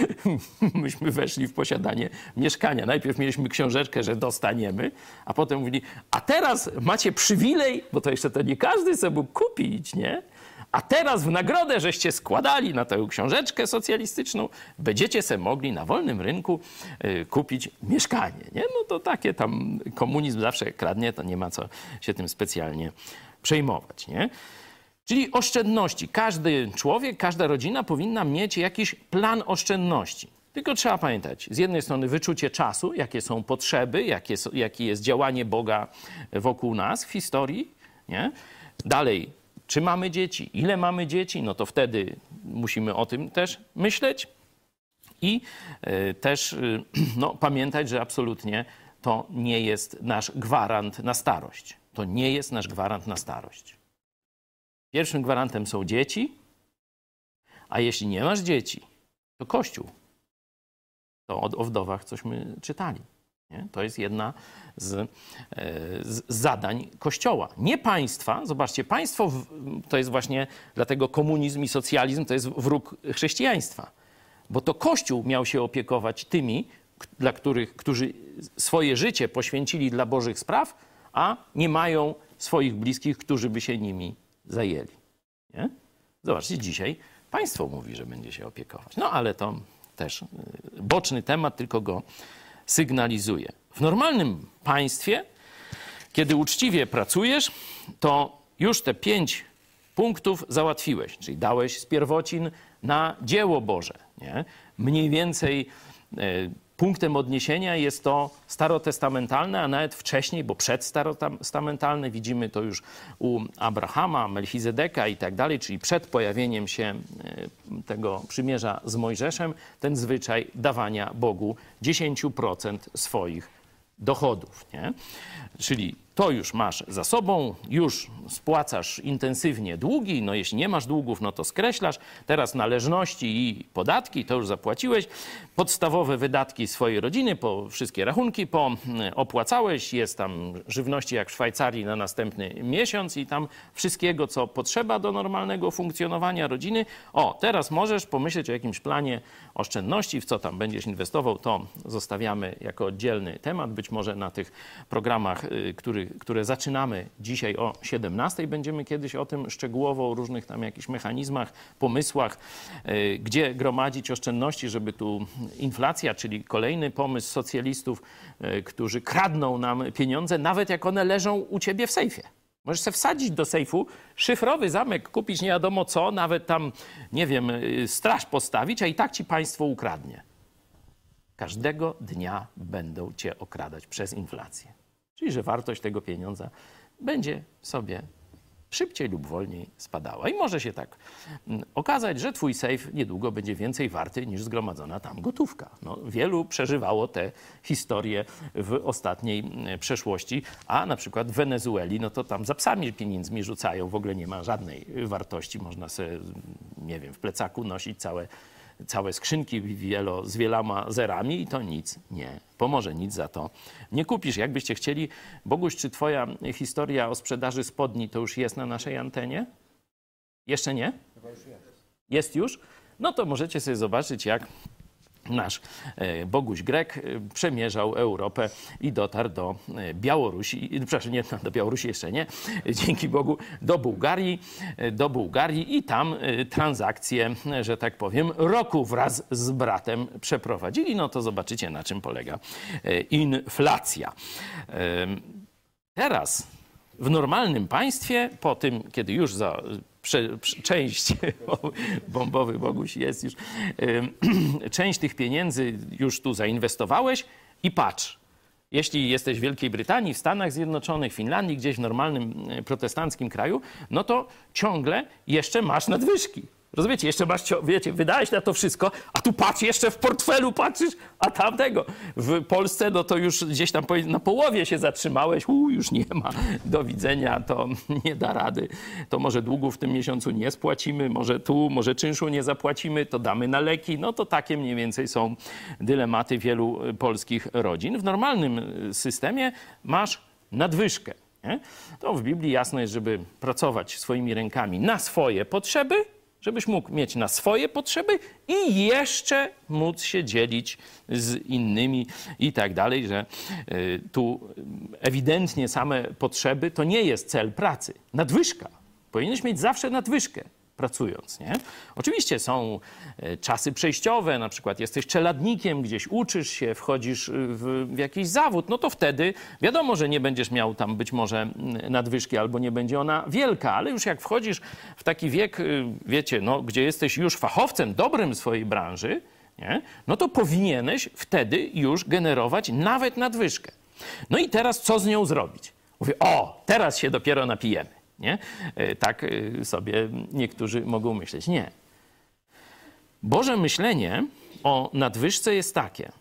myśmy weszli w posiadanie mieszkania. Najpierw mieliśmy książeczkę, że dostaniemy, a potem mówili, a teraz macie przywilej, bo to jeszcze to nie każdy sobie mógł kupić, nie? A teraz w nagrodę, żeście składali na tę książeczkę socjalistyczną, będziecie sobie mogli na wolnym rynku y, kupić mieszkanie, nie? No to takie tam komunizm zawsze kradnie, to nie ma co się tym specjalnie przejmować, nie? Czyli oszczędności. Każdy człowiek, każda rodzina powinna mieć jakiś plan oszczędności. Tylko trzeba pamiętać, z jednej strony wyczucie czasu, jakie są potrzeby, jakie, jakie jest działanie Boga wokół nas w historii, nie? Dalej, czy mamy dzieci, ile mamy dzieci, no to wtedy musimy o tym też myśleć i y, też y, no, pamiętać, że absolutnie to nie jest nasz gwarant na starość. To nie jest nasz gwarant na starość. Pierwszym gwarantem są dzieci, a jeśli nie masz dzieci, to Kościół. To o, o wdowach cośmy czytali. Nie? To jest jedna z, e, z zadań Kościoła. Nie państwa. Zobaczcie, państwo w, to jest właśnie, dlatego komunizm i socjalizm to jest wróg chrześcijaństwa. Bo to Kościół miał się opiekować tymi, dla których, którzy swoje życie poświęcili dla Bożych spraw, a nie mają swoich bliskich, którzy by się nimi zajęli. Nie? Zobaczcie, dzisiaj państwo mówi, że będzie się opiekować. No ale to też boczny temat, tylko go sygnalizuje. W normalnym państwie, kiedy uczciwie pracujesz, to już te pięć punktów załatwiłeś, czyli dałeś z pierwocin na dzieło Boże. Nie? Mniej więcej y, punktem odniesienia jest to starotestamentalne, a nawet wcześniej, bo przedstarotestamentalne, widzimy to już u Abrahama, Melchizedeka i tak dalej, czyli przed pojawieniem się tego przymierza z Mojżeszem, ten zwyczaj dawania Bogu dziesięć procent swoich dochodów. Nie? Czyli to już masz za sobą, już spłacasz intensywnie długi, no jeśli nie masz długów, no to skreślasz. Teraz należności i podatki, to już zapłaciłeś. Podstawowe wydatki swojej rodziny, po wszystkie rachunki po opłacałeś, jest tam żywności jak w Szwajcarii na następny miesiąc i tam wszystkiego, co potrzeba do normalnego funkcjonowania rodziny. O, teraz możesz pomyśleć o jakimś planie oszczędności, w co tam będziesz inwestował, to zostawiamy jako oddzielny temat. Być może na tych programach, który, które zaczynamy dzisiaj o siedemnastej, będziemy kiedyś o tym szczegółowo, o różnych tam jakichś mechanizmach, pomysłach, gdzie gromadzić oszczędności, żeby tu inflacja, czyli kolejny pomysł socjalistów, którzy kradną nam pieniądze, nawet jak one leżą u ciebie w sejfie. Możesz sobie wsadzić do sejfu szyfrowy zamek, kupić nie wiadomo co, nawet tam, nie wiem, straż postawić, a i tak ci państwo ukradnie. Każdego dnia będą cię okradać przez inflację. Czyli, że wartość tego pieniądza będzie sobie szybciej lub wolniej spadała. I może się tak okazać, że twój sejf niedługo będzie więcej warty niż zgromadzona tam gotówka. No, wielu przeżywało te historie w ostatniej przeszłości, a na przykład w Wenezueli, no to tam za psami pieniędzmi rzucają, w ogóle nie ma żadnej wartości. Można sobie, nie wiem, w plecaku nosić całe całe skrzynki wielo, z wieloma zerami i to nic nie pomoże, nic za to nie kupisz. Jakbyście chcieli, Boguś, czy twoja historia o sprzedaży spodni to już jest na naszej antenie? Jeszcze nie? Chyba już jest. Jest już? No to możecie sobie zobaczyć, jak nasz Boguś Grek przemierzał Europę i dotarł do Białorusi, przepraszam, nie, do Białorusi jeszcze nie, dzięki Bogu, do Bułgarii, do Bułgarii i tam transakcje, że tak powiem, roku wraz z bratem przeprowadzili. No to zobaczycie, na czym polega inflacja. Teraz w normalnym państwie, po tym, kiedy już za Prze, prze, część, bombowy Boguś jest już, y, część tych pieniędzy już tu zainwestowałeś i patrz, jeśli jesteś w Wielkiej Brytanii, w Stanach Zjednoczonych, Finlandii, gdzieś w normalnym protestanckim kraju, no to ciągle jeszcze masz nadwyżki. Rozumiecie, jeszcze masz, wiecie, wydałeś na to wszystko, a tu patrz, jeszcze w portfelu patrzysz, a tamtego. W Polsce, no to już gdzieś tam na połowie się zatrzymałeś, u, już nie ma, do widzenia, to nie da rady. To może długów w tym miesiącu nie spłacimy, może tu, może czynszu nie zapłacimy, to damy na leki. No to takie mniej więcej są dylematy wielu polskich rodzin. W normalnym systemie masz nadwyżkę. Nie? To w Biblii jasno jest, żeby pracować swoimi rękami na swoje potrzeby, żebyś mógł mieć na swoje potrzeby i jeszcze móc się dzielić z innymi i tak dalej, że y, tu ewidentnie same potrzeby to nie jest cel pracy. Nadwyżka. Powinieneś mieć zawsze nadwyżkę pracując, nie? Oczywiście są czasy przejściowe, na przykład jesteś czeladnikiem, gdzieś uczysz się, wchodzisz w, w jakiś zawód, no to wtedy wiadomo, że nie będziesz miał tam być może nadwyżki albo nie będzie ona wielka, ale już jak wchodzisz w taki wiek, wiecie, no, gdzie jesteś już fachowcem dobrym w swojej branży, nie? No to powinieneś wtedy już generować nawet nadwyżkę. No i teraz co z nią zrobić? Mówię, o, teraz się dopiero napijemy. Nie? Tak sobie niektórzy mogą myśleć. Nie. Boże myślenie o nadwyżce jest takie.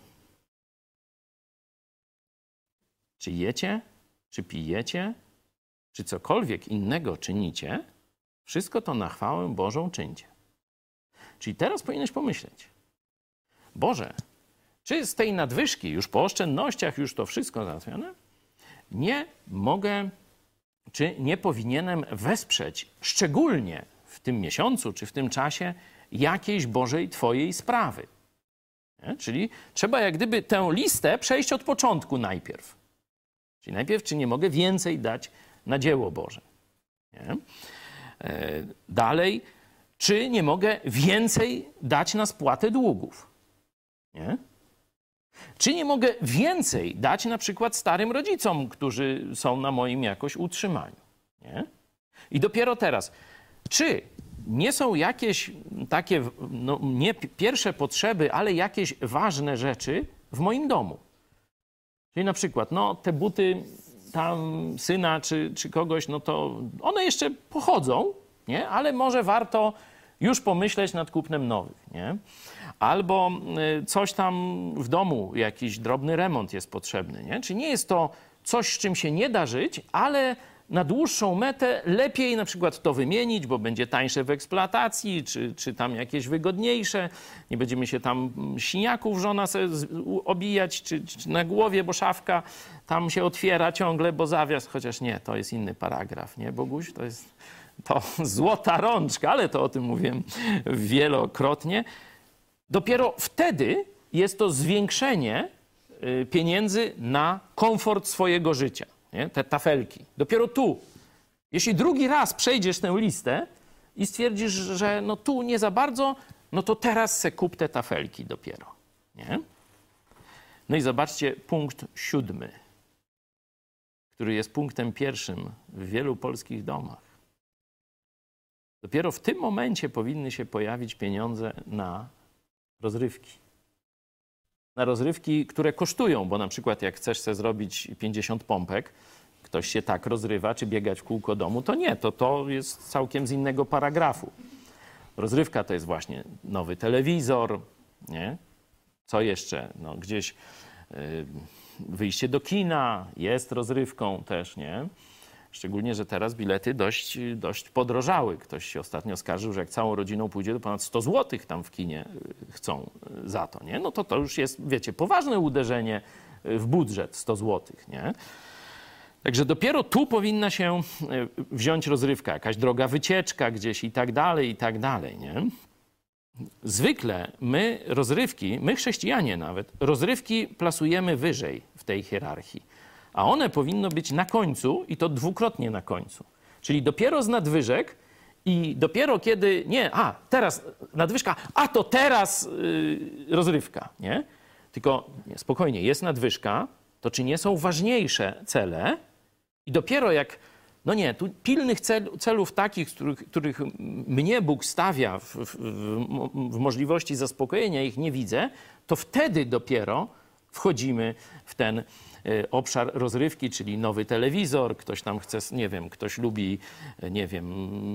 Czy jecie, czy pijecie, czy cokolwiek innego czynicie, wszystko to na chwałę Bożą czyńcie. Czyli teraz powinieneś pomyśleć. Boże, czy z tej nadwyżki, już po oszczędnościach, już to wszystko załatwione, nie mogę... Czy nie powinienem wesprzeć, szczególnie w tym miesiącu czy w tym czasie, jakiejś Bożej Twojej sprawy? Nie? Czyli trzeba jak gdyby tę listę przejść od początku najpierw. Czyli najpierw, czy nie mogę więcej dać na dzieło Boże? Nie? E, dalej, czy nie mogę więcej dać na spłatę długów? Nie? Czy nie mogę więcej dać na przykład starym rodzicom, którzy są na moim jakoś utrzymaniu? Nie? I dopiero teraz, czy nie są jakieś takie, no nie pierwsze potrzeby, ale jakieś ważne rzeczy w moim domu? Czyli na przykład, no te buty tam syna czy, czy kogoś, no to one jeszcze pochodzą, nie? Ale może warto już pomyśleć nad kupnem nowych, nie? Albo coś tam w domu, jakiś drobny remont jest potrzebny, nie? Czy nie jest to coś, z czym się nie da żyć, ale na dłuższą metę lepiej na przykład to wymienić, bo będzie tańsze w eksploatacji, czy, czy tam jakieś wygodniejsze. Nie będziemy się tam siniaków żona sobie obijać, czy, czy na głowie, bo szafka tam się otwiera ciągle, bo zawias, chociaż nie, to jest inny paragraf, nie, Boguś? To jest to złota rączka, ale to o tym mówiłem wielokrotnie. Dopiero wtedy jest to zwiększenie pieniędzy na komfort swojego życia. Nie? Te tafelki. Dopiero tu. Jeśli drugi raz przejdziesz tę listę i stwierdzisz, że no tu nie za bardzo, no to teraz se kup te tafelki dopiero. Nie? No i zobaczcie punkt siódmy, który jest punktem pierwszym w wielu polskich domach. Dopiero w tym momencie powinny się pojawić pieniądze na rozrywki. Na rozrywki, które kosztują, bo na przykład jak chcesz sobie zrobić pięćdziesiąt pompek, ktoś się tak rozrywa, czy biegać w kółko domu, to nie, to to jest całkiem z innego paragrafu. Rozrywka to jest właśnie nowy telewizor, nie? Co jeszcze? No, gdzieś y, wyjście do kina jest rozrywką też, nie? Szczególnie, że teraz bilety dość, dość podrożały. Ktoś się ostatnio skarżył, że jak całą rodziną pójdzie, to ponad sto złotych tam w kinie chcą za to, nie? No to to już jest, wiecie, poważne uderzenie w budżet, sto złotych, nie? Także dopiero tu powinna się wziąć rozrywka, jakaś droga wycieczka gdzieś i tak dalej, i tak dalej, nie? Zwykle my rozrywki, my chrześcijanie nawet, rozrywki plasujemy wyżej w tej hierarchii, a one powinno być na końcu i to dwukrotnie na końcu. Czyli dopiero z nadwyżek i dopiero kiedy, nie, a teraz nadwyżka, a to teraz yy, rozrywka, nie? Tylko nie, spokojnie, jest nadwyżka, to czy nie są ważniejsze cele i dopiero jak, no nie, tu pilnych cel, celów takich, których, których mnie Bóg stawia w, w, w możliwości zaspokojenia ich nie widzę, to wtedy dopiero wchodzimy w ten obszar rozrywki, czyli nowy telewizor, ktoś tam chce, nie wiem, ktoś lubi, nie wiem,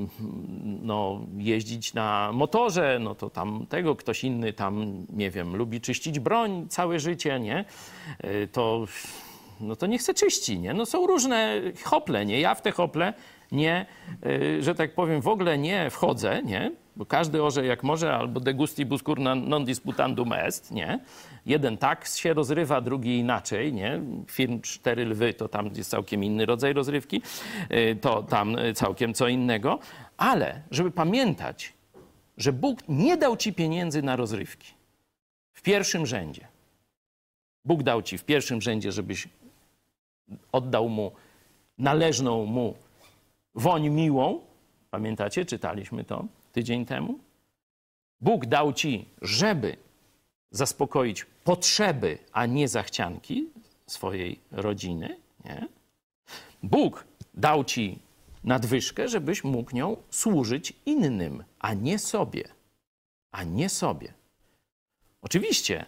no jeździć na motorze, no to tam tego, ktoś inny tam, nie wiem, lubi czyścić broń całe życie, nie? To, no to niech se czyści, nie? No są różne hople, nie? Ja w te hople nie, że tak powiem, w ogóle nie wchodzę, nie? Bo każdy orze jak może, albo de gustibus curna non disputandum est, nie? Jeden tak się rozrywa, drugi inaczej, nie? Film Cztery Lwy to tam jest całkiem inny rodzaj rozrywki, to tam całkiem co innego. Ale żeby pamiętać, że Bóg nie dał ci pieniędzy na rozrywki w pierwszym rzędzie. Bóg dał ci w pierwszym rzędzie, żebyś oddał Mu należną Mu woń miłą. Pamiętacie? Czytaliśmy to tydzień temu. Bóg dał ci, żeby zaspokoić potrzeby, a nie zachcianki swojej rodziny. Nie? Bóg dał ci nadwyżkę, żebyś mógł nią służyć innym, a nie sobie. A nie sobie. Oczywiście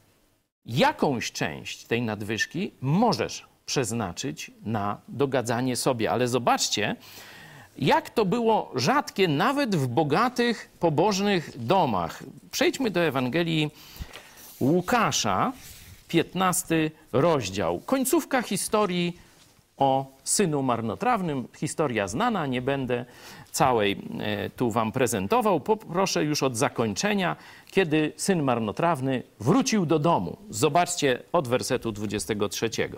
jakąś część tej nadwyżki możesz przeznaczyć na dogadzanie sobie, ale zobaczcie, jak to było rzadkie nawet w bogatych, pobożnych domach. Przejdźmy do Ewangelii Łukasza, piętnasty rozdział. Końcówka historii o synu marnotrawnym. Historia znana, nie będę całej tu wam prezentował. Poproszę już od zakończenia, kiedy syn marnotrawny wrócił do domu. Zobaczcie od wersetu dwudziestego trzeciego.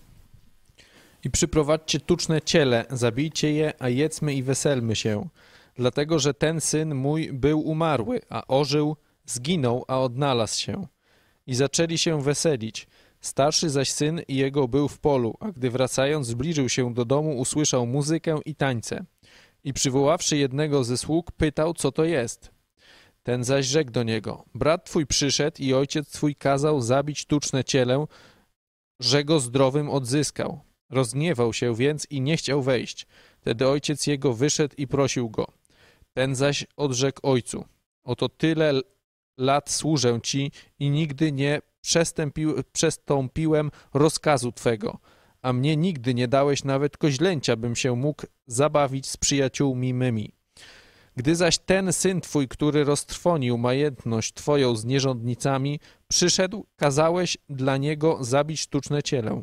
I przyprowadźcie tuczne ciele, zabijcie je, a jedzmy i weselmy się. Dlatego, że ten syn mój był umarły, a ożył, zginął, a odnalazł się. I zaczęli się weselić. Starszy zaś syn jego był w polu, a gdy wracając zbliżył się do domu, usłyszał muzykę i tańce. I przywoławszy jednego ze sług, pytał, co to jest. Ten zaś rzekł do niego, brat twój przyszedł i ojciec twój kazał zabić tuczne cielę, że go zdrowym odzyskał. Rozgniewał się więc i nie chciał wejść. Wtedy ojciec jego wyszedł i prosił go. Ten zaś odrzekł ojcu, oto tyle lat służę ci i nigdy nie przestąpił, przestąpiłem rozkazu twego, a mnie nigdy nie dałeś nawet koźlęcia, bym się mógł zabawić z przyjaciółmi mymi. Gdy zaś ten syn twój, który roztrwonił majętność twoją z nierządnicami, przyszedł, kazałeś dla niego zabić sztuczne cielę.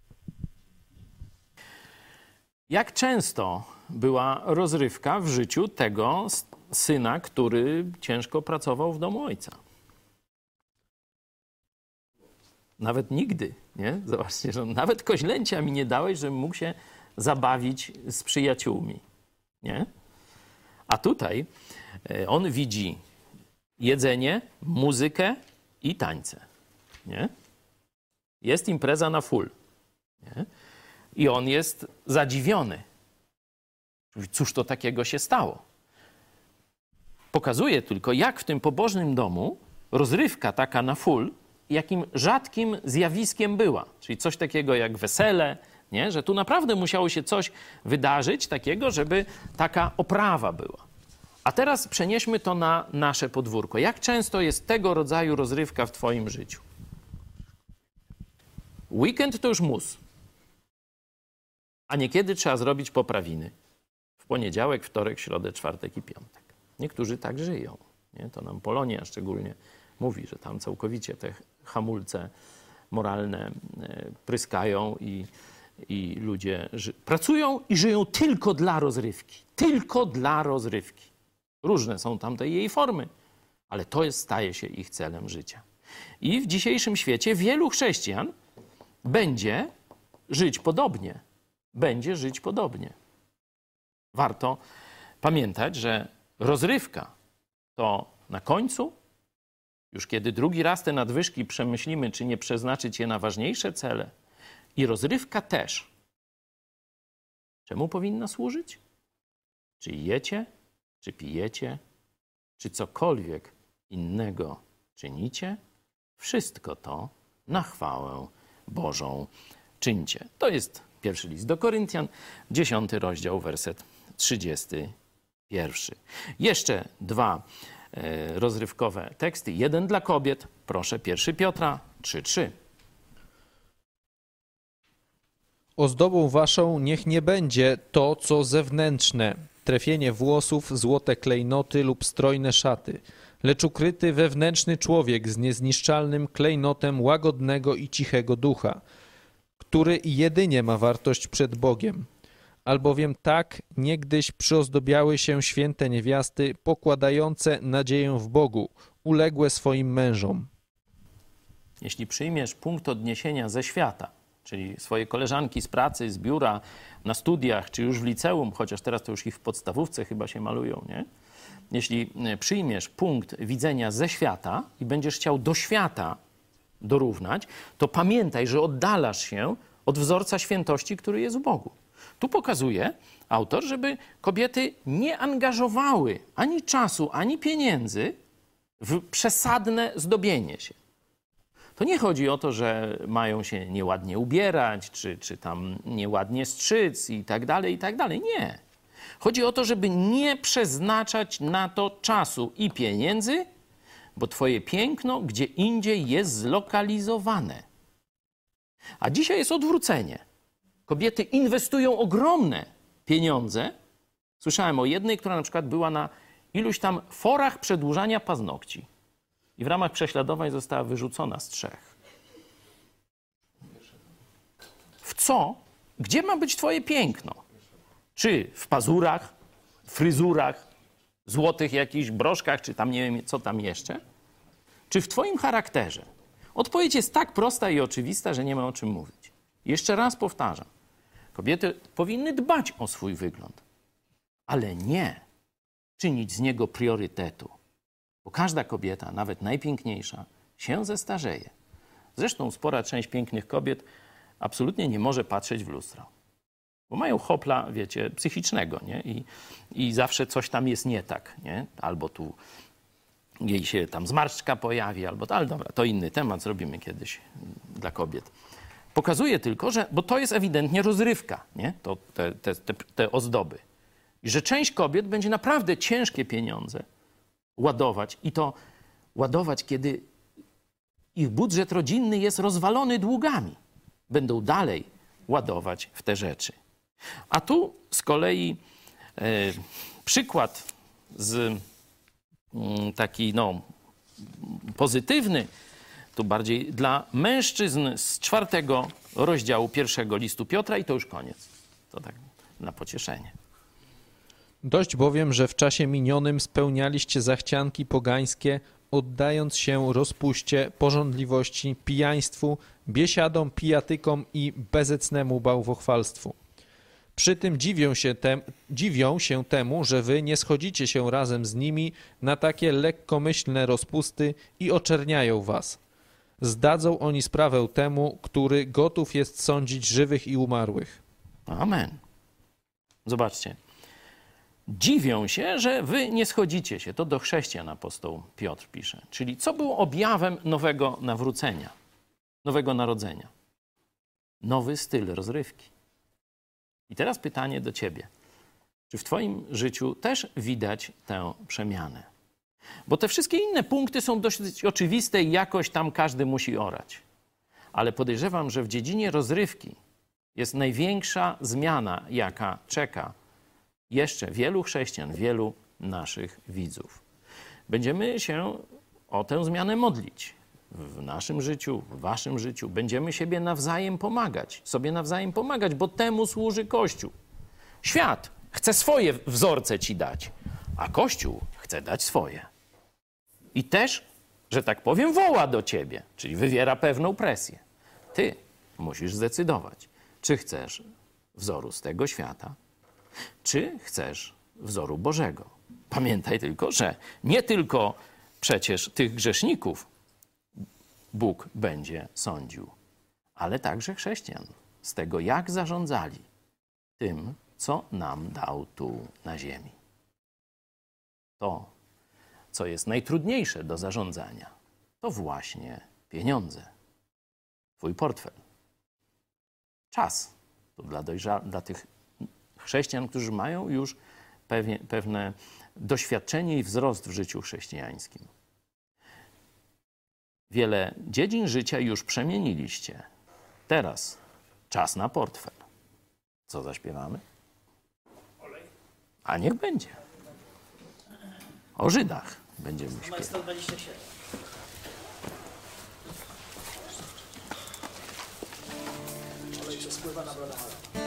Jak często była rozrywka w życiu tego syna, który ciężko pracował w domu ojca? Nawet nigdy, nie? Zobaczcie, że nawet koźlęcia mi nie dałeś, żebym mógł się zabawić z przyjaciółmi, nie? A tutaj on widzi jedzenie, muzykę i tańce, nie? Jest impreza na full, nie? I on jest zadziwiony. Cóż to takiego się stało? Pokazuje tylko, jak w tym pobożnym domu rozrywka taka na full, jakim rzadkim zjawiskiem była. Czyli coś takiego jak wesele, nie? Że tu naprawdę musiało się coś wydarzyć takiego, żeby taka oprawa była. A teraz przenieśmy to na nasze podwórko. Jak często jest tego rodzaju rozrywka w twoim życiu? Weekend to już mus. A niekiedy trzeba zrobić poprawiny. W poniedziałek, wtorek, środę, czwartek i piątek. Niektórzy tak żyją. Nie? To nam Polonia szczególnie mówi, że tam całkowicie te hamulce moralne pryskają i, i ludzie ży- pracują i żyją tylko dla rozrywki. Tylko dla rozrywki. Różne są tam te jej formy, ale to jest, staje się ich celem życia. I w dzisiejszym świecie wielu chrześcijan będzie żyć podobnie. Będzie żyć podobnie. Warto pamiętać, że rozrywka to na końcu, już kiedy drugi raz te nadwyżki przemyślimy, czy nie przeznaczyć je na ważniejsze cele, i rozrywka też. Czemu powinna służyć? Czy jecie, czy pijecie, czy cokolwiek innego czynicie? Wszystko to na chwałę Bożą czyńcie. To jest pierwszy list do Koryntian, dziesiąty rozdział, werset trzydziesty pierwszy. Jeszcze dwa e, rozrywkowe teksty. Jeden dla kobiet. Proszę, pierwszy Piotra trzy trzy. Ozdobą waszą niech nie będzie to, co zewnętrzne, trefienie włosów, złote klejnoty lub strojne szaty, lecz ukryty wewnętrzny człowiek z niezniszczalnym klejnotem łagodnego i cichego ducha, który jedynie ma wartość przed Bogiem. Albowiem tak niegdyś przyozdobiały się święte niewiasty, pokładające nadzieję w Bogu, uległe swoim mężom. Jeśli przyjmiesz punkt odniesienia ze świata, czyli swoje koleżanki z pracy, z biura, na studiach, czy już w liceum, chociaż teraz to już ich w podstawówce chyba się malują, nie? Jeśli przyjmiesz punkt widzenia ze świata i będziesz chciał do świata dorównać, to pamiętaj, że oddalasz się od wzorca świętości, który jest w Bogu. Tu pokazuje autor, żeby kobiety nie angażowały ani czasu, ani pieniędzy w przesadne zdobienie się. To nie chodzi o to, że mają się nieładnie ubierać, czy, czy tam nieładnie strzyc i tak dalej, i tak dalej. Nie. Chodzi o to, żeby nie przeznaczać na to czasu i pieniędzy, bo twoje piękno gdzie indziej jest zlokalizowane. A dzisiaj jest odwrócenie. Kobiety inwestują ogromne pieniądze. Słyszałem o jednej, która na przykład była na iluś tam forach przedłużania paznokci. I w ramach prześladowań została wyrzucona z trzech. W co? Gdzie ma być twoje piękno? Czy w pazurach, fryzurach, złotych jakichś broszkach, czy tam nie wiem, co tam jeszcze? Czy w twoim charakterze? Odpowiedź jest tak prosta i oczywista, że nie ma o czym mówić. Jeszcze raz powtarzam. Kobiety powinny dbać o swój wygląd, ale nie czynić z niego priorytetu. Bo każda kobieta, nawet najpiękniejsza, się zestarzeje. Zresztą spora część pięknych kobiet absolutnie nie może patrzeć w lustro. Bo mają hopla, wiecie, psychicznego, nie? I, i zawsze coś tam jest nie tak, nie? Albo tu jej się tam zmarszczka pojawi, albo... Ale dobra, to inny temat, zrobimy kiedyś dla kobiet. Pokazuje tylko, że... Bo to jest ewidentnie rozrywka, nie? To, te, te, te, te ozdoby. I że część kobiet będzie naprawdę ciężkie pieniądze ładować. I to ładować, kiedy ich budżet rodzinny jest rozwalony długami. Będą dalej ładować w te rzeczy. A tu z kolei e, przykład z m, taki no, pozytywny, tu bardziej dla mężczyzn z czwartego rozdziału pierwszego listu Piotra i to już koniec. To tak na pocieszenie. Dość bowiem, że w czasie minionym spełnialiście zachcianki pogańskie, oddając się rozpuście, pożądliwości, pijaństwu, biesiadom, pijatykom i bezecnemu bałwochwalstwu. Przy tym dziwią się, tem, dziwią się temu, że wy nie schodzicie się razem z nimi na takie lekkomyślne rozpusty i oczerniają was. Zdadzą oni sprawę temu, który gotów jest sądzić żywych i umarłych. Amen. Zobaczcie. Dziwią się, że wy nie schodzicie się. To do chrześcijan apostoł Piotr pisze. Czyli co było objawem nowego nawrócenia, nowego narodzenia? Nowy styl rozrywki. I teraz pytanie do ciebie. Czy w twoim życiu też widać tę przemianę? Bo te wszystkie inne punkty są dość oczywiste i jakoś tam każdy musi orać. Ale podejrzewam, że w dziedzinie rozrywki jest największa zmiana, jaka czeka jeszcze wielu chrześcijan, wielu naszych widzów. Będziemy się o tę zmianę modlić w naszym życiu, w waszym życiu. Będziemy siebie nawzajem pomagać, sobie nawzajem pomagać, bo temu służy Kościół. Świat chce swoje wzorce ci dać, a Kościół chce dać swoje. I też, że tak powiem, woła do ciebie, czyli wywiera pewną presję. Ty musisz zdecydować, czy chcesz wzoru z tego świata, czy chcesz wzoru Bożego. Pamiętaj tylko, że nie tylko przecież tych grzeszników Bóg będzie sądził, ale także chrześcijan z tego, jak zarządzali tym, co nam dał tu na ziemi. To, co jest najtrudniejsze do zarządzania, to właśnie pieniądze, twój portfel, czas. To dla, dojrza- dla tych chrześcijan, którzy mają już pewnie, pewne doświadczenie i wzrost w życiu chrześcijańskim. Wiele dziedzin życia już przemieniliście. Teraz czas na portfel. Co zaśpiewamy? A niech będzie. O Żydach będziemy śpiewać. sto dwadzieścia siedem. Olej, co spływa na brodę.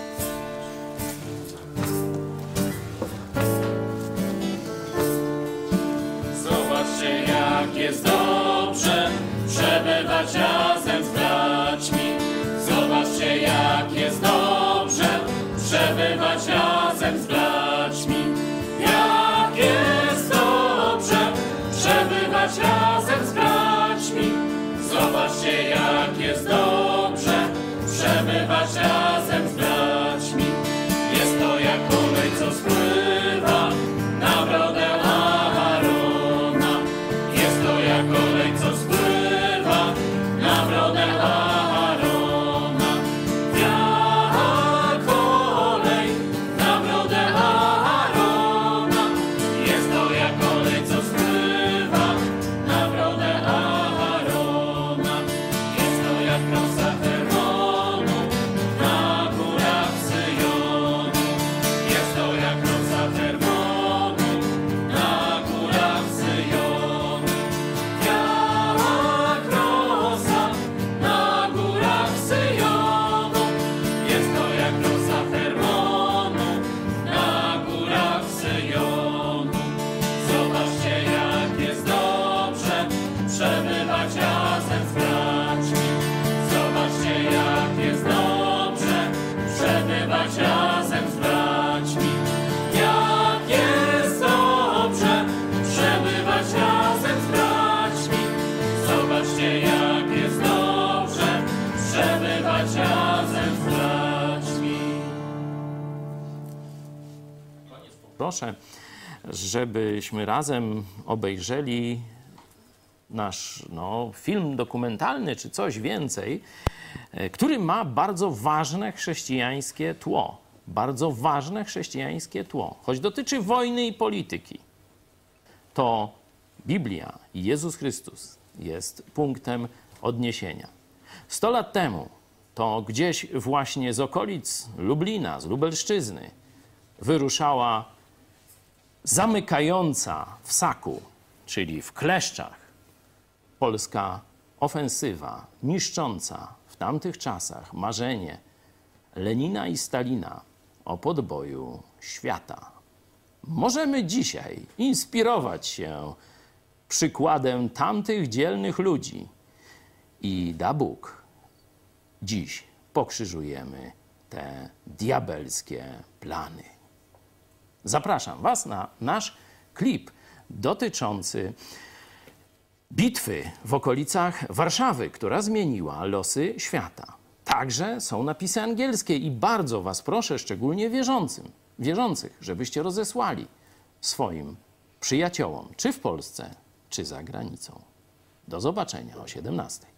Zobaczcie, jak jest dobrze przebywać razem z braćmi. Zobaczcie, jak jest dobrze przebywać razem z braćmi. Jak jest dobrze przebywać razem z braćmi. Zobaczcie, jak jest dobrze przebywać razem z braćmi. Jest to jak olej, co spływa na brodę Aarona. Jest to jak olej, co spływa na brodę Aarona. Jak olej na brodę Aarona. Jest to jak olej, co spływa na brodę Aarona. Jest to jak rosa Hermonu na górach Syjonu. Jest to jak rosa Hermonu na górach Syjonu. Jak rosa na górach Syjonu. Jest to jak rosa Hermonu na górach Syjonu. Zobaczcie, jak jest dobrze przebywać razem z braćmi. Zobaczcie, jak jest dobrze przebywać razem z braćmi. Jak jest dobrze przebywać razem z braćmi. Zobaczcie, jak jest dobrze przebywać razem z braćmi. Proszę, żebyśmy razem obejrzeli nasz no, film dokumentalny czy coś więcej, e, który ma bardzo ważne chrześcijańskie tło. Bardzo ważne chrześcijańskie tło. Choć dotyczy wojny i polityki, to Biblia i Jezus Chrystus jest punktem odniesienia. Sto lat temu to gdzieś właśnie z okolic Lublina, z Lubelszczyzny wyruszała zamykająca w Saku, czyli w kleszczach, polska ofensywa niszcząca w tamtych czasach marzenie Lenina i Stalina o podboju świata. Możemy dzisiaj inspirować się przykładem tamtych dzielnych ludzi i da Bóg, dziś pokrzyżujemy te diabelskie plany. Zapraszam Was na nasz klip dotyczący bitwy w okolicach Warszawy, która zmieniła losy świata. Także są napisy angielskie i bardzo Was proszę, szczególnie wierzącym, wierzących, żebyście rozesłali swoim przyjaciołom, czy w Polsce, czy za granicą. Do zobaczenia o siedemnastej.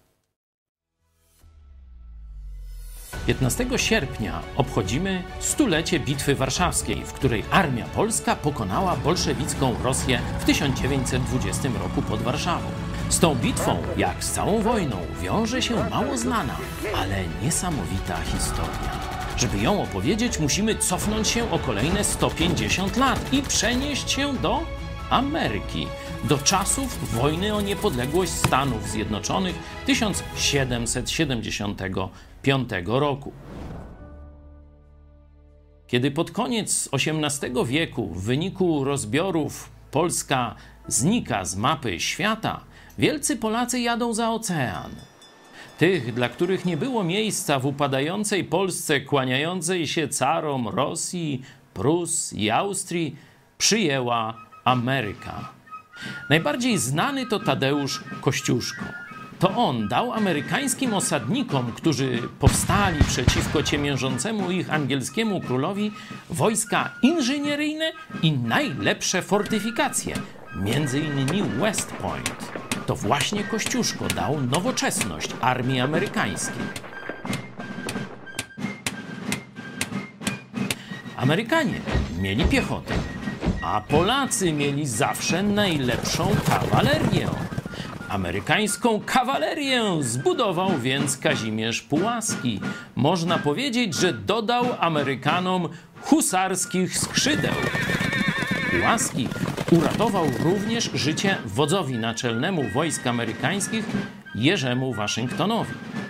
piętnastego sierpnia obchodzimy stulecie Bitwy Warszawskiej, w której armia polska pokonała bolszewicką Rosję w tysiąc dziewięćset dwudziestym roku pod Warszawą. Z tą bitwą, jak z całą wojną, wiąże się mało znana, ale niesamowita historia. Żeby ją opowiedzieć, musimy cofnąć się o kolejne sto pięćdziesiąt lat i przenieść się do Ameryki, do czasów wojny o niepodległość Stanów Zjednoczonych tysiąc siedemset siedemdziesiątego piątego roku. Kiedy pod koniec osiemnastego wieku w wyniku rozbiorów Polska znika z mapy świata, wielcy Polacy jadą za ocean. Tych, dla których nie było miejsca w upadającej Polsce kłaniającej się carom Rosji, Prus i Austrii, przyjęła Ameryka. Najbardziej znany to Tadeusz Kościuszko. To on dał amerykańskim osadnikom, którzy powstali przeciwko ciemiężącemu ich angielskiemu królowi, wojska inżynieryjne i najlepsze fortyfikacje, między innymi West Point. To właśnie Kościuszko dał nowoczesność armii amerykańskiej. Amerykanie mieli piechotę, a Polacy mieli zawsze najlepszą kawalerię. Amerykańską kawalerię zbudował więc Kazimierz Pułaski. Można powiedzieć, że dodał Amerykanom husarskich skrzydeł. Pułaski uratował również życie wodzowi naczelnemu wojsk amerykańskich Jerzemu Waszyngtonowi.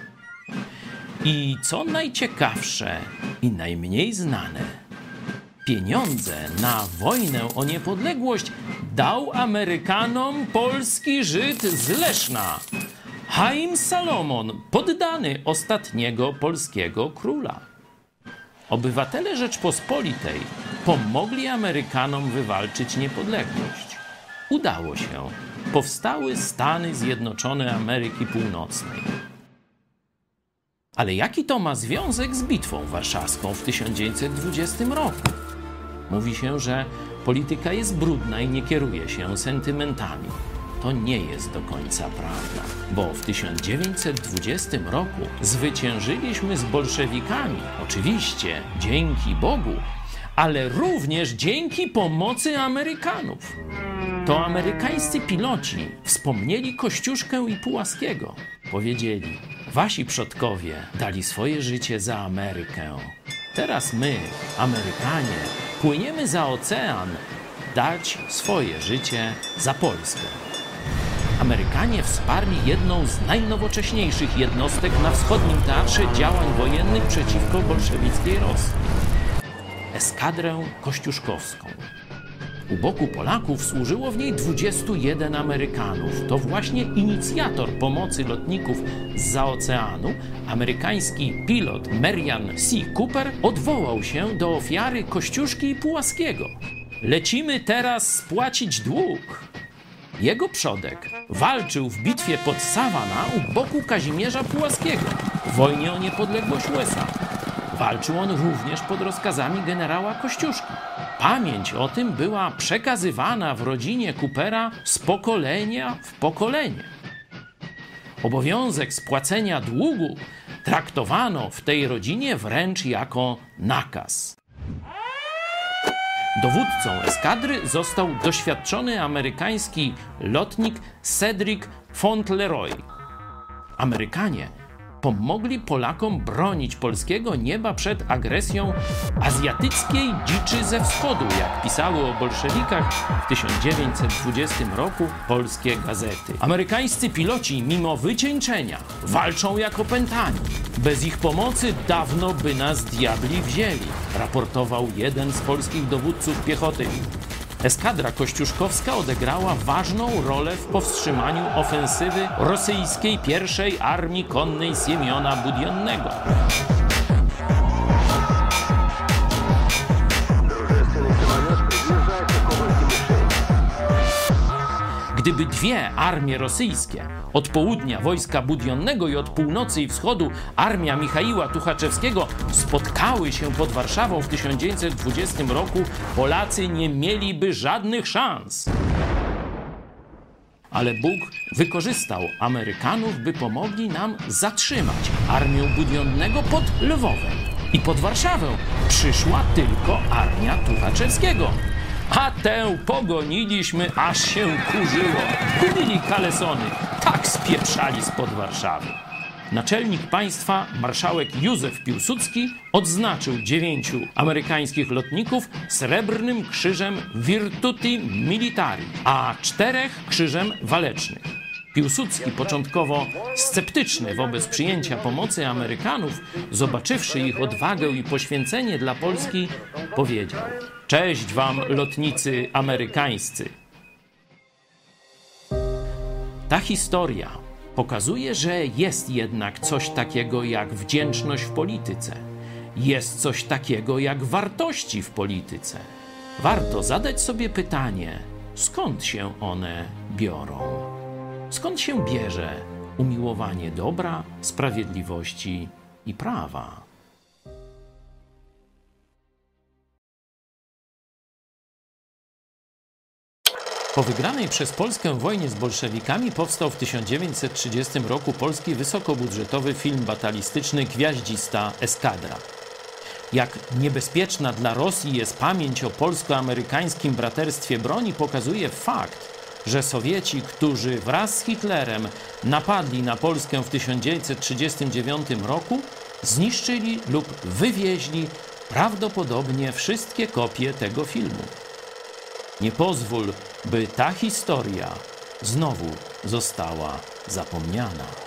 I co najciekawsze i najmniej znane, pieniądze na wojnę o niepodległość dał Amerykanom polski Żyd z Leszna, Chaim Salomon, poddany ostatniego polskiego króla. Obywatele Rzeczpospolitej pomogli Amerykanom wywalczyć niepodległość. Udało się. Powstały Stany Zjednoczone Ameryki Północnej. Ale jaki to ma związek z Bitwą Warszawską w tysiąc dziewięćset dwudziestym roku? Mówi się, że polityka jest brudna i nie kieruje się sentymentami. To nie jest do końca prawda, bo w tysiąc dziewięćset dwudziestym roku zwyciężyliśmy z bolszewikami, oczywiście dzięki Bogu, ale również dzięki pomocy Amerykanów. To amerykańscy piloci wspomnieli Kościuszkę i Pułaskiego. Powiedzieli: wasi przodkowie dali swoje życie za Amerykę. Teraz my, Amerykanie, płyniemy za ocean dać swoje życie za Polskę. Amerykanie wsparli jedną z najnowocześniejszych jednostek na wschodnim teatrze działań wojennych przeciwko bolszewickiej Rosji. Eskadrę kościuszkowską. U boku Polaków służyło w niej dwudziestu jeden Amerykanów. To właśnie inicjator pomocy lotników zza oceanu, amerykański pilot Merian C. Cooper, odwołał się do ofiary Kościuszki i Pułaskiego. Lecimy teraz spłacić dług. Jego przodek walczył w bitwie pod Savannah u boku Kazimierza Pułaskiego w wojnie o niepodległość U S A. Walczył on również pod rozkazami generała Kościuszki. Pamięć o tym była przekazywana w rodzinie Coopera z pokolenia w pokolenie. Obowiązek spłacenia długu traktowano w tej rodzinie wręcz jako nakaz. Dowódcą eskadry został doświadczony amerykański lotnik Cedric Fauntleroy. Amerykanie pomogli Polakom bronić polskiego nieba przed agresją azjatyckiej dziczy ze wschodu, jak pisały o bolszewikach w tysiąc dziewięćset dwudziestym roku polskie gazety. Amerykańscy piloci, mimo wycieńczenia, walczą jak opętani. Bez ich pomocy dawno by nas diabli wzięli, raportował jeden z polskich dowódców piechoty. Eskadra kościuszkowska odegrała ważną rolę w powstrzymaniu ofensywy rosyjskiej pierwszej Armii Konnej Siemiona Budionnego. Gdyby dwie armie rosyjskie, od południa wojska Budionnego i od północy i wschodu armia Michaiła Tuchaczewskiego, spotkały się pod Warszawą w tysiąc dziewięćset dwudziestym roku, Polacy nie mieliby żadnych szans. Ale Bóg wykorzystał Amerykanów, by pomogli nam zatrzymać armię Budionnego pod Lwowem. I pod Warszawę przyszła tylko armia Tuchaczewskiego. a tę pogoniliśmy, aż się kurzyło. Gubili kalesony, tak spieprzali spod Warszawy. Naczelnik państwa, marszałek Józef Piłsudski, odznaczył dziewięciu amerykańskich lotników srebrnym krzyżem Virtuti Militari, a czterech krzyżem walecznych. Piłsudski, początkowo sceptyczny wobec przyjęcia pomocy Amerykanów, zobaczywszy ich odwagę i poświęcenie dla Polski, powiedział: cześć wam, lotnicy amerykańscy. Ta historia pokazuje, że jest jednak coś takiego jak wdzięczność w polityce. Jest coś takiego jak wartości w polityce. Warto zadać sobie pytanie, skąd się one biorą? Skąd się bierze umiłowanie dobra, sprawiedliwości i prawa? Po wygranej przez Polskę wojnie z bolszewikami powstał w tysiąc dziewięćset trzydziestym roku polski wysokobudżetowy film batalistyczny Gwiaździsta Eskadra. Jak niebezpieczna dla Rosji jest pamięć o polsko-amerykańskim braterstwie broni, pokazuje fakt, że Sowieci, którzy wraz z Hitlerem napadli na Polskę w tysiąc dziewięćset trzydziestym dziewiątym roku, zniszczyli lub wywieźli prawdopodobnie wszystkie kopie tego filmu. Nie pozwól, by ta historia znowu została zapomniana.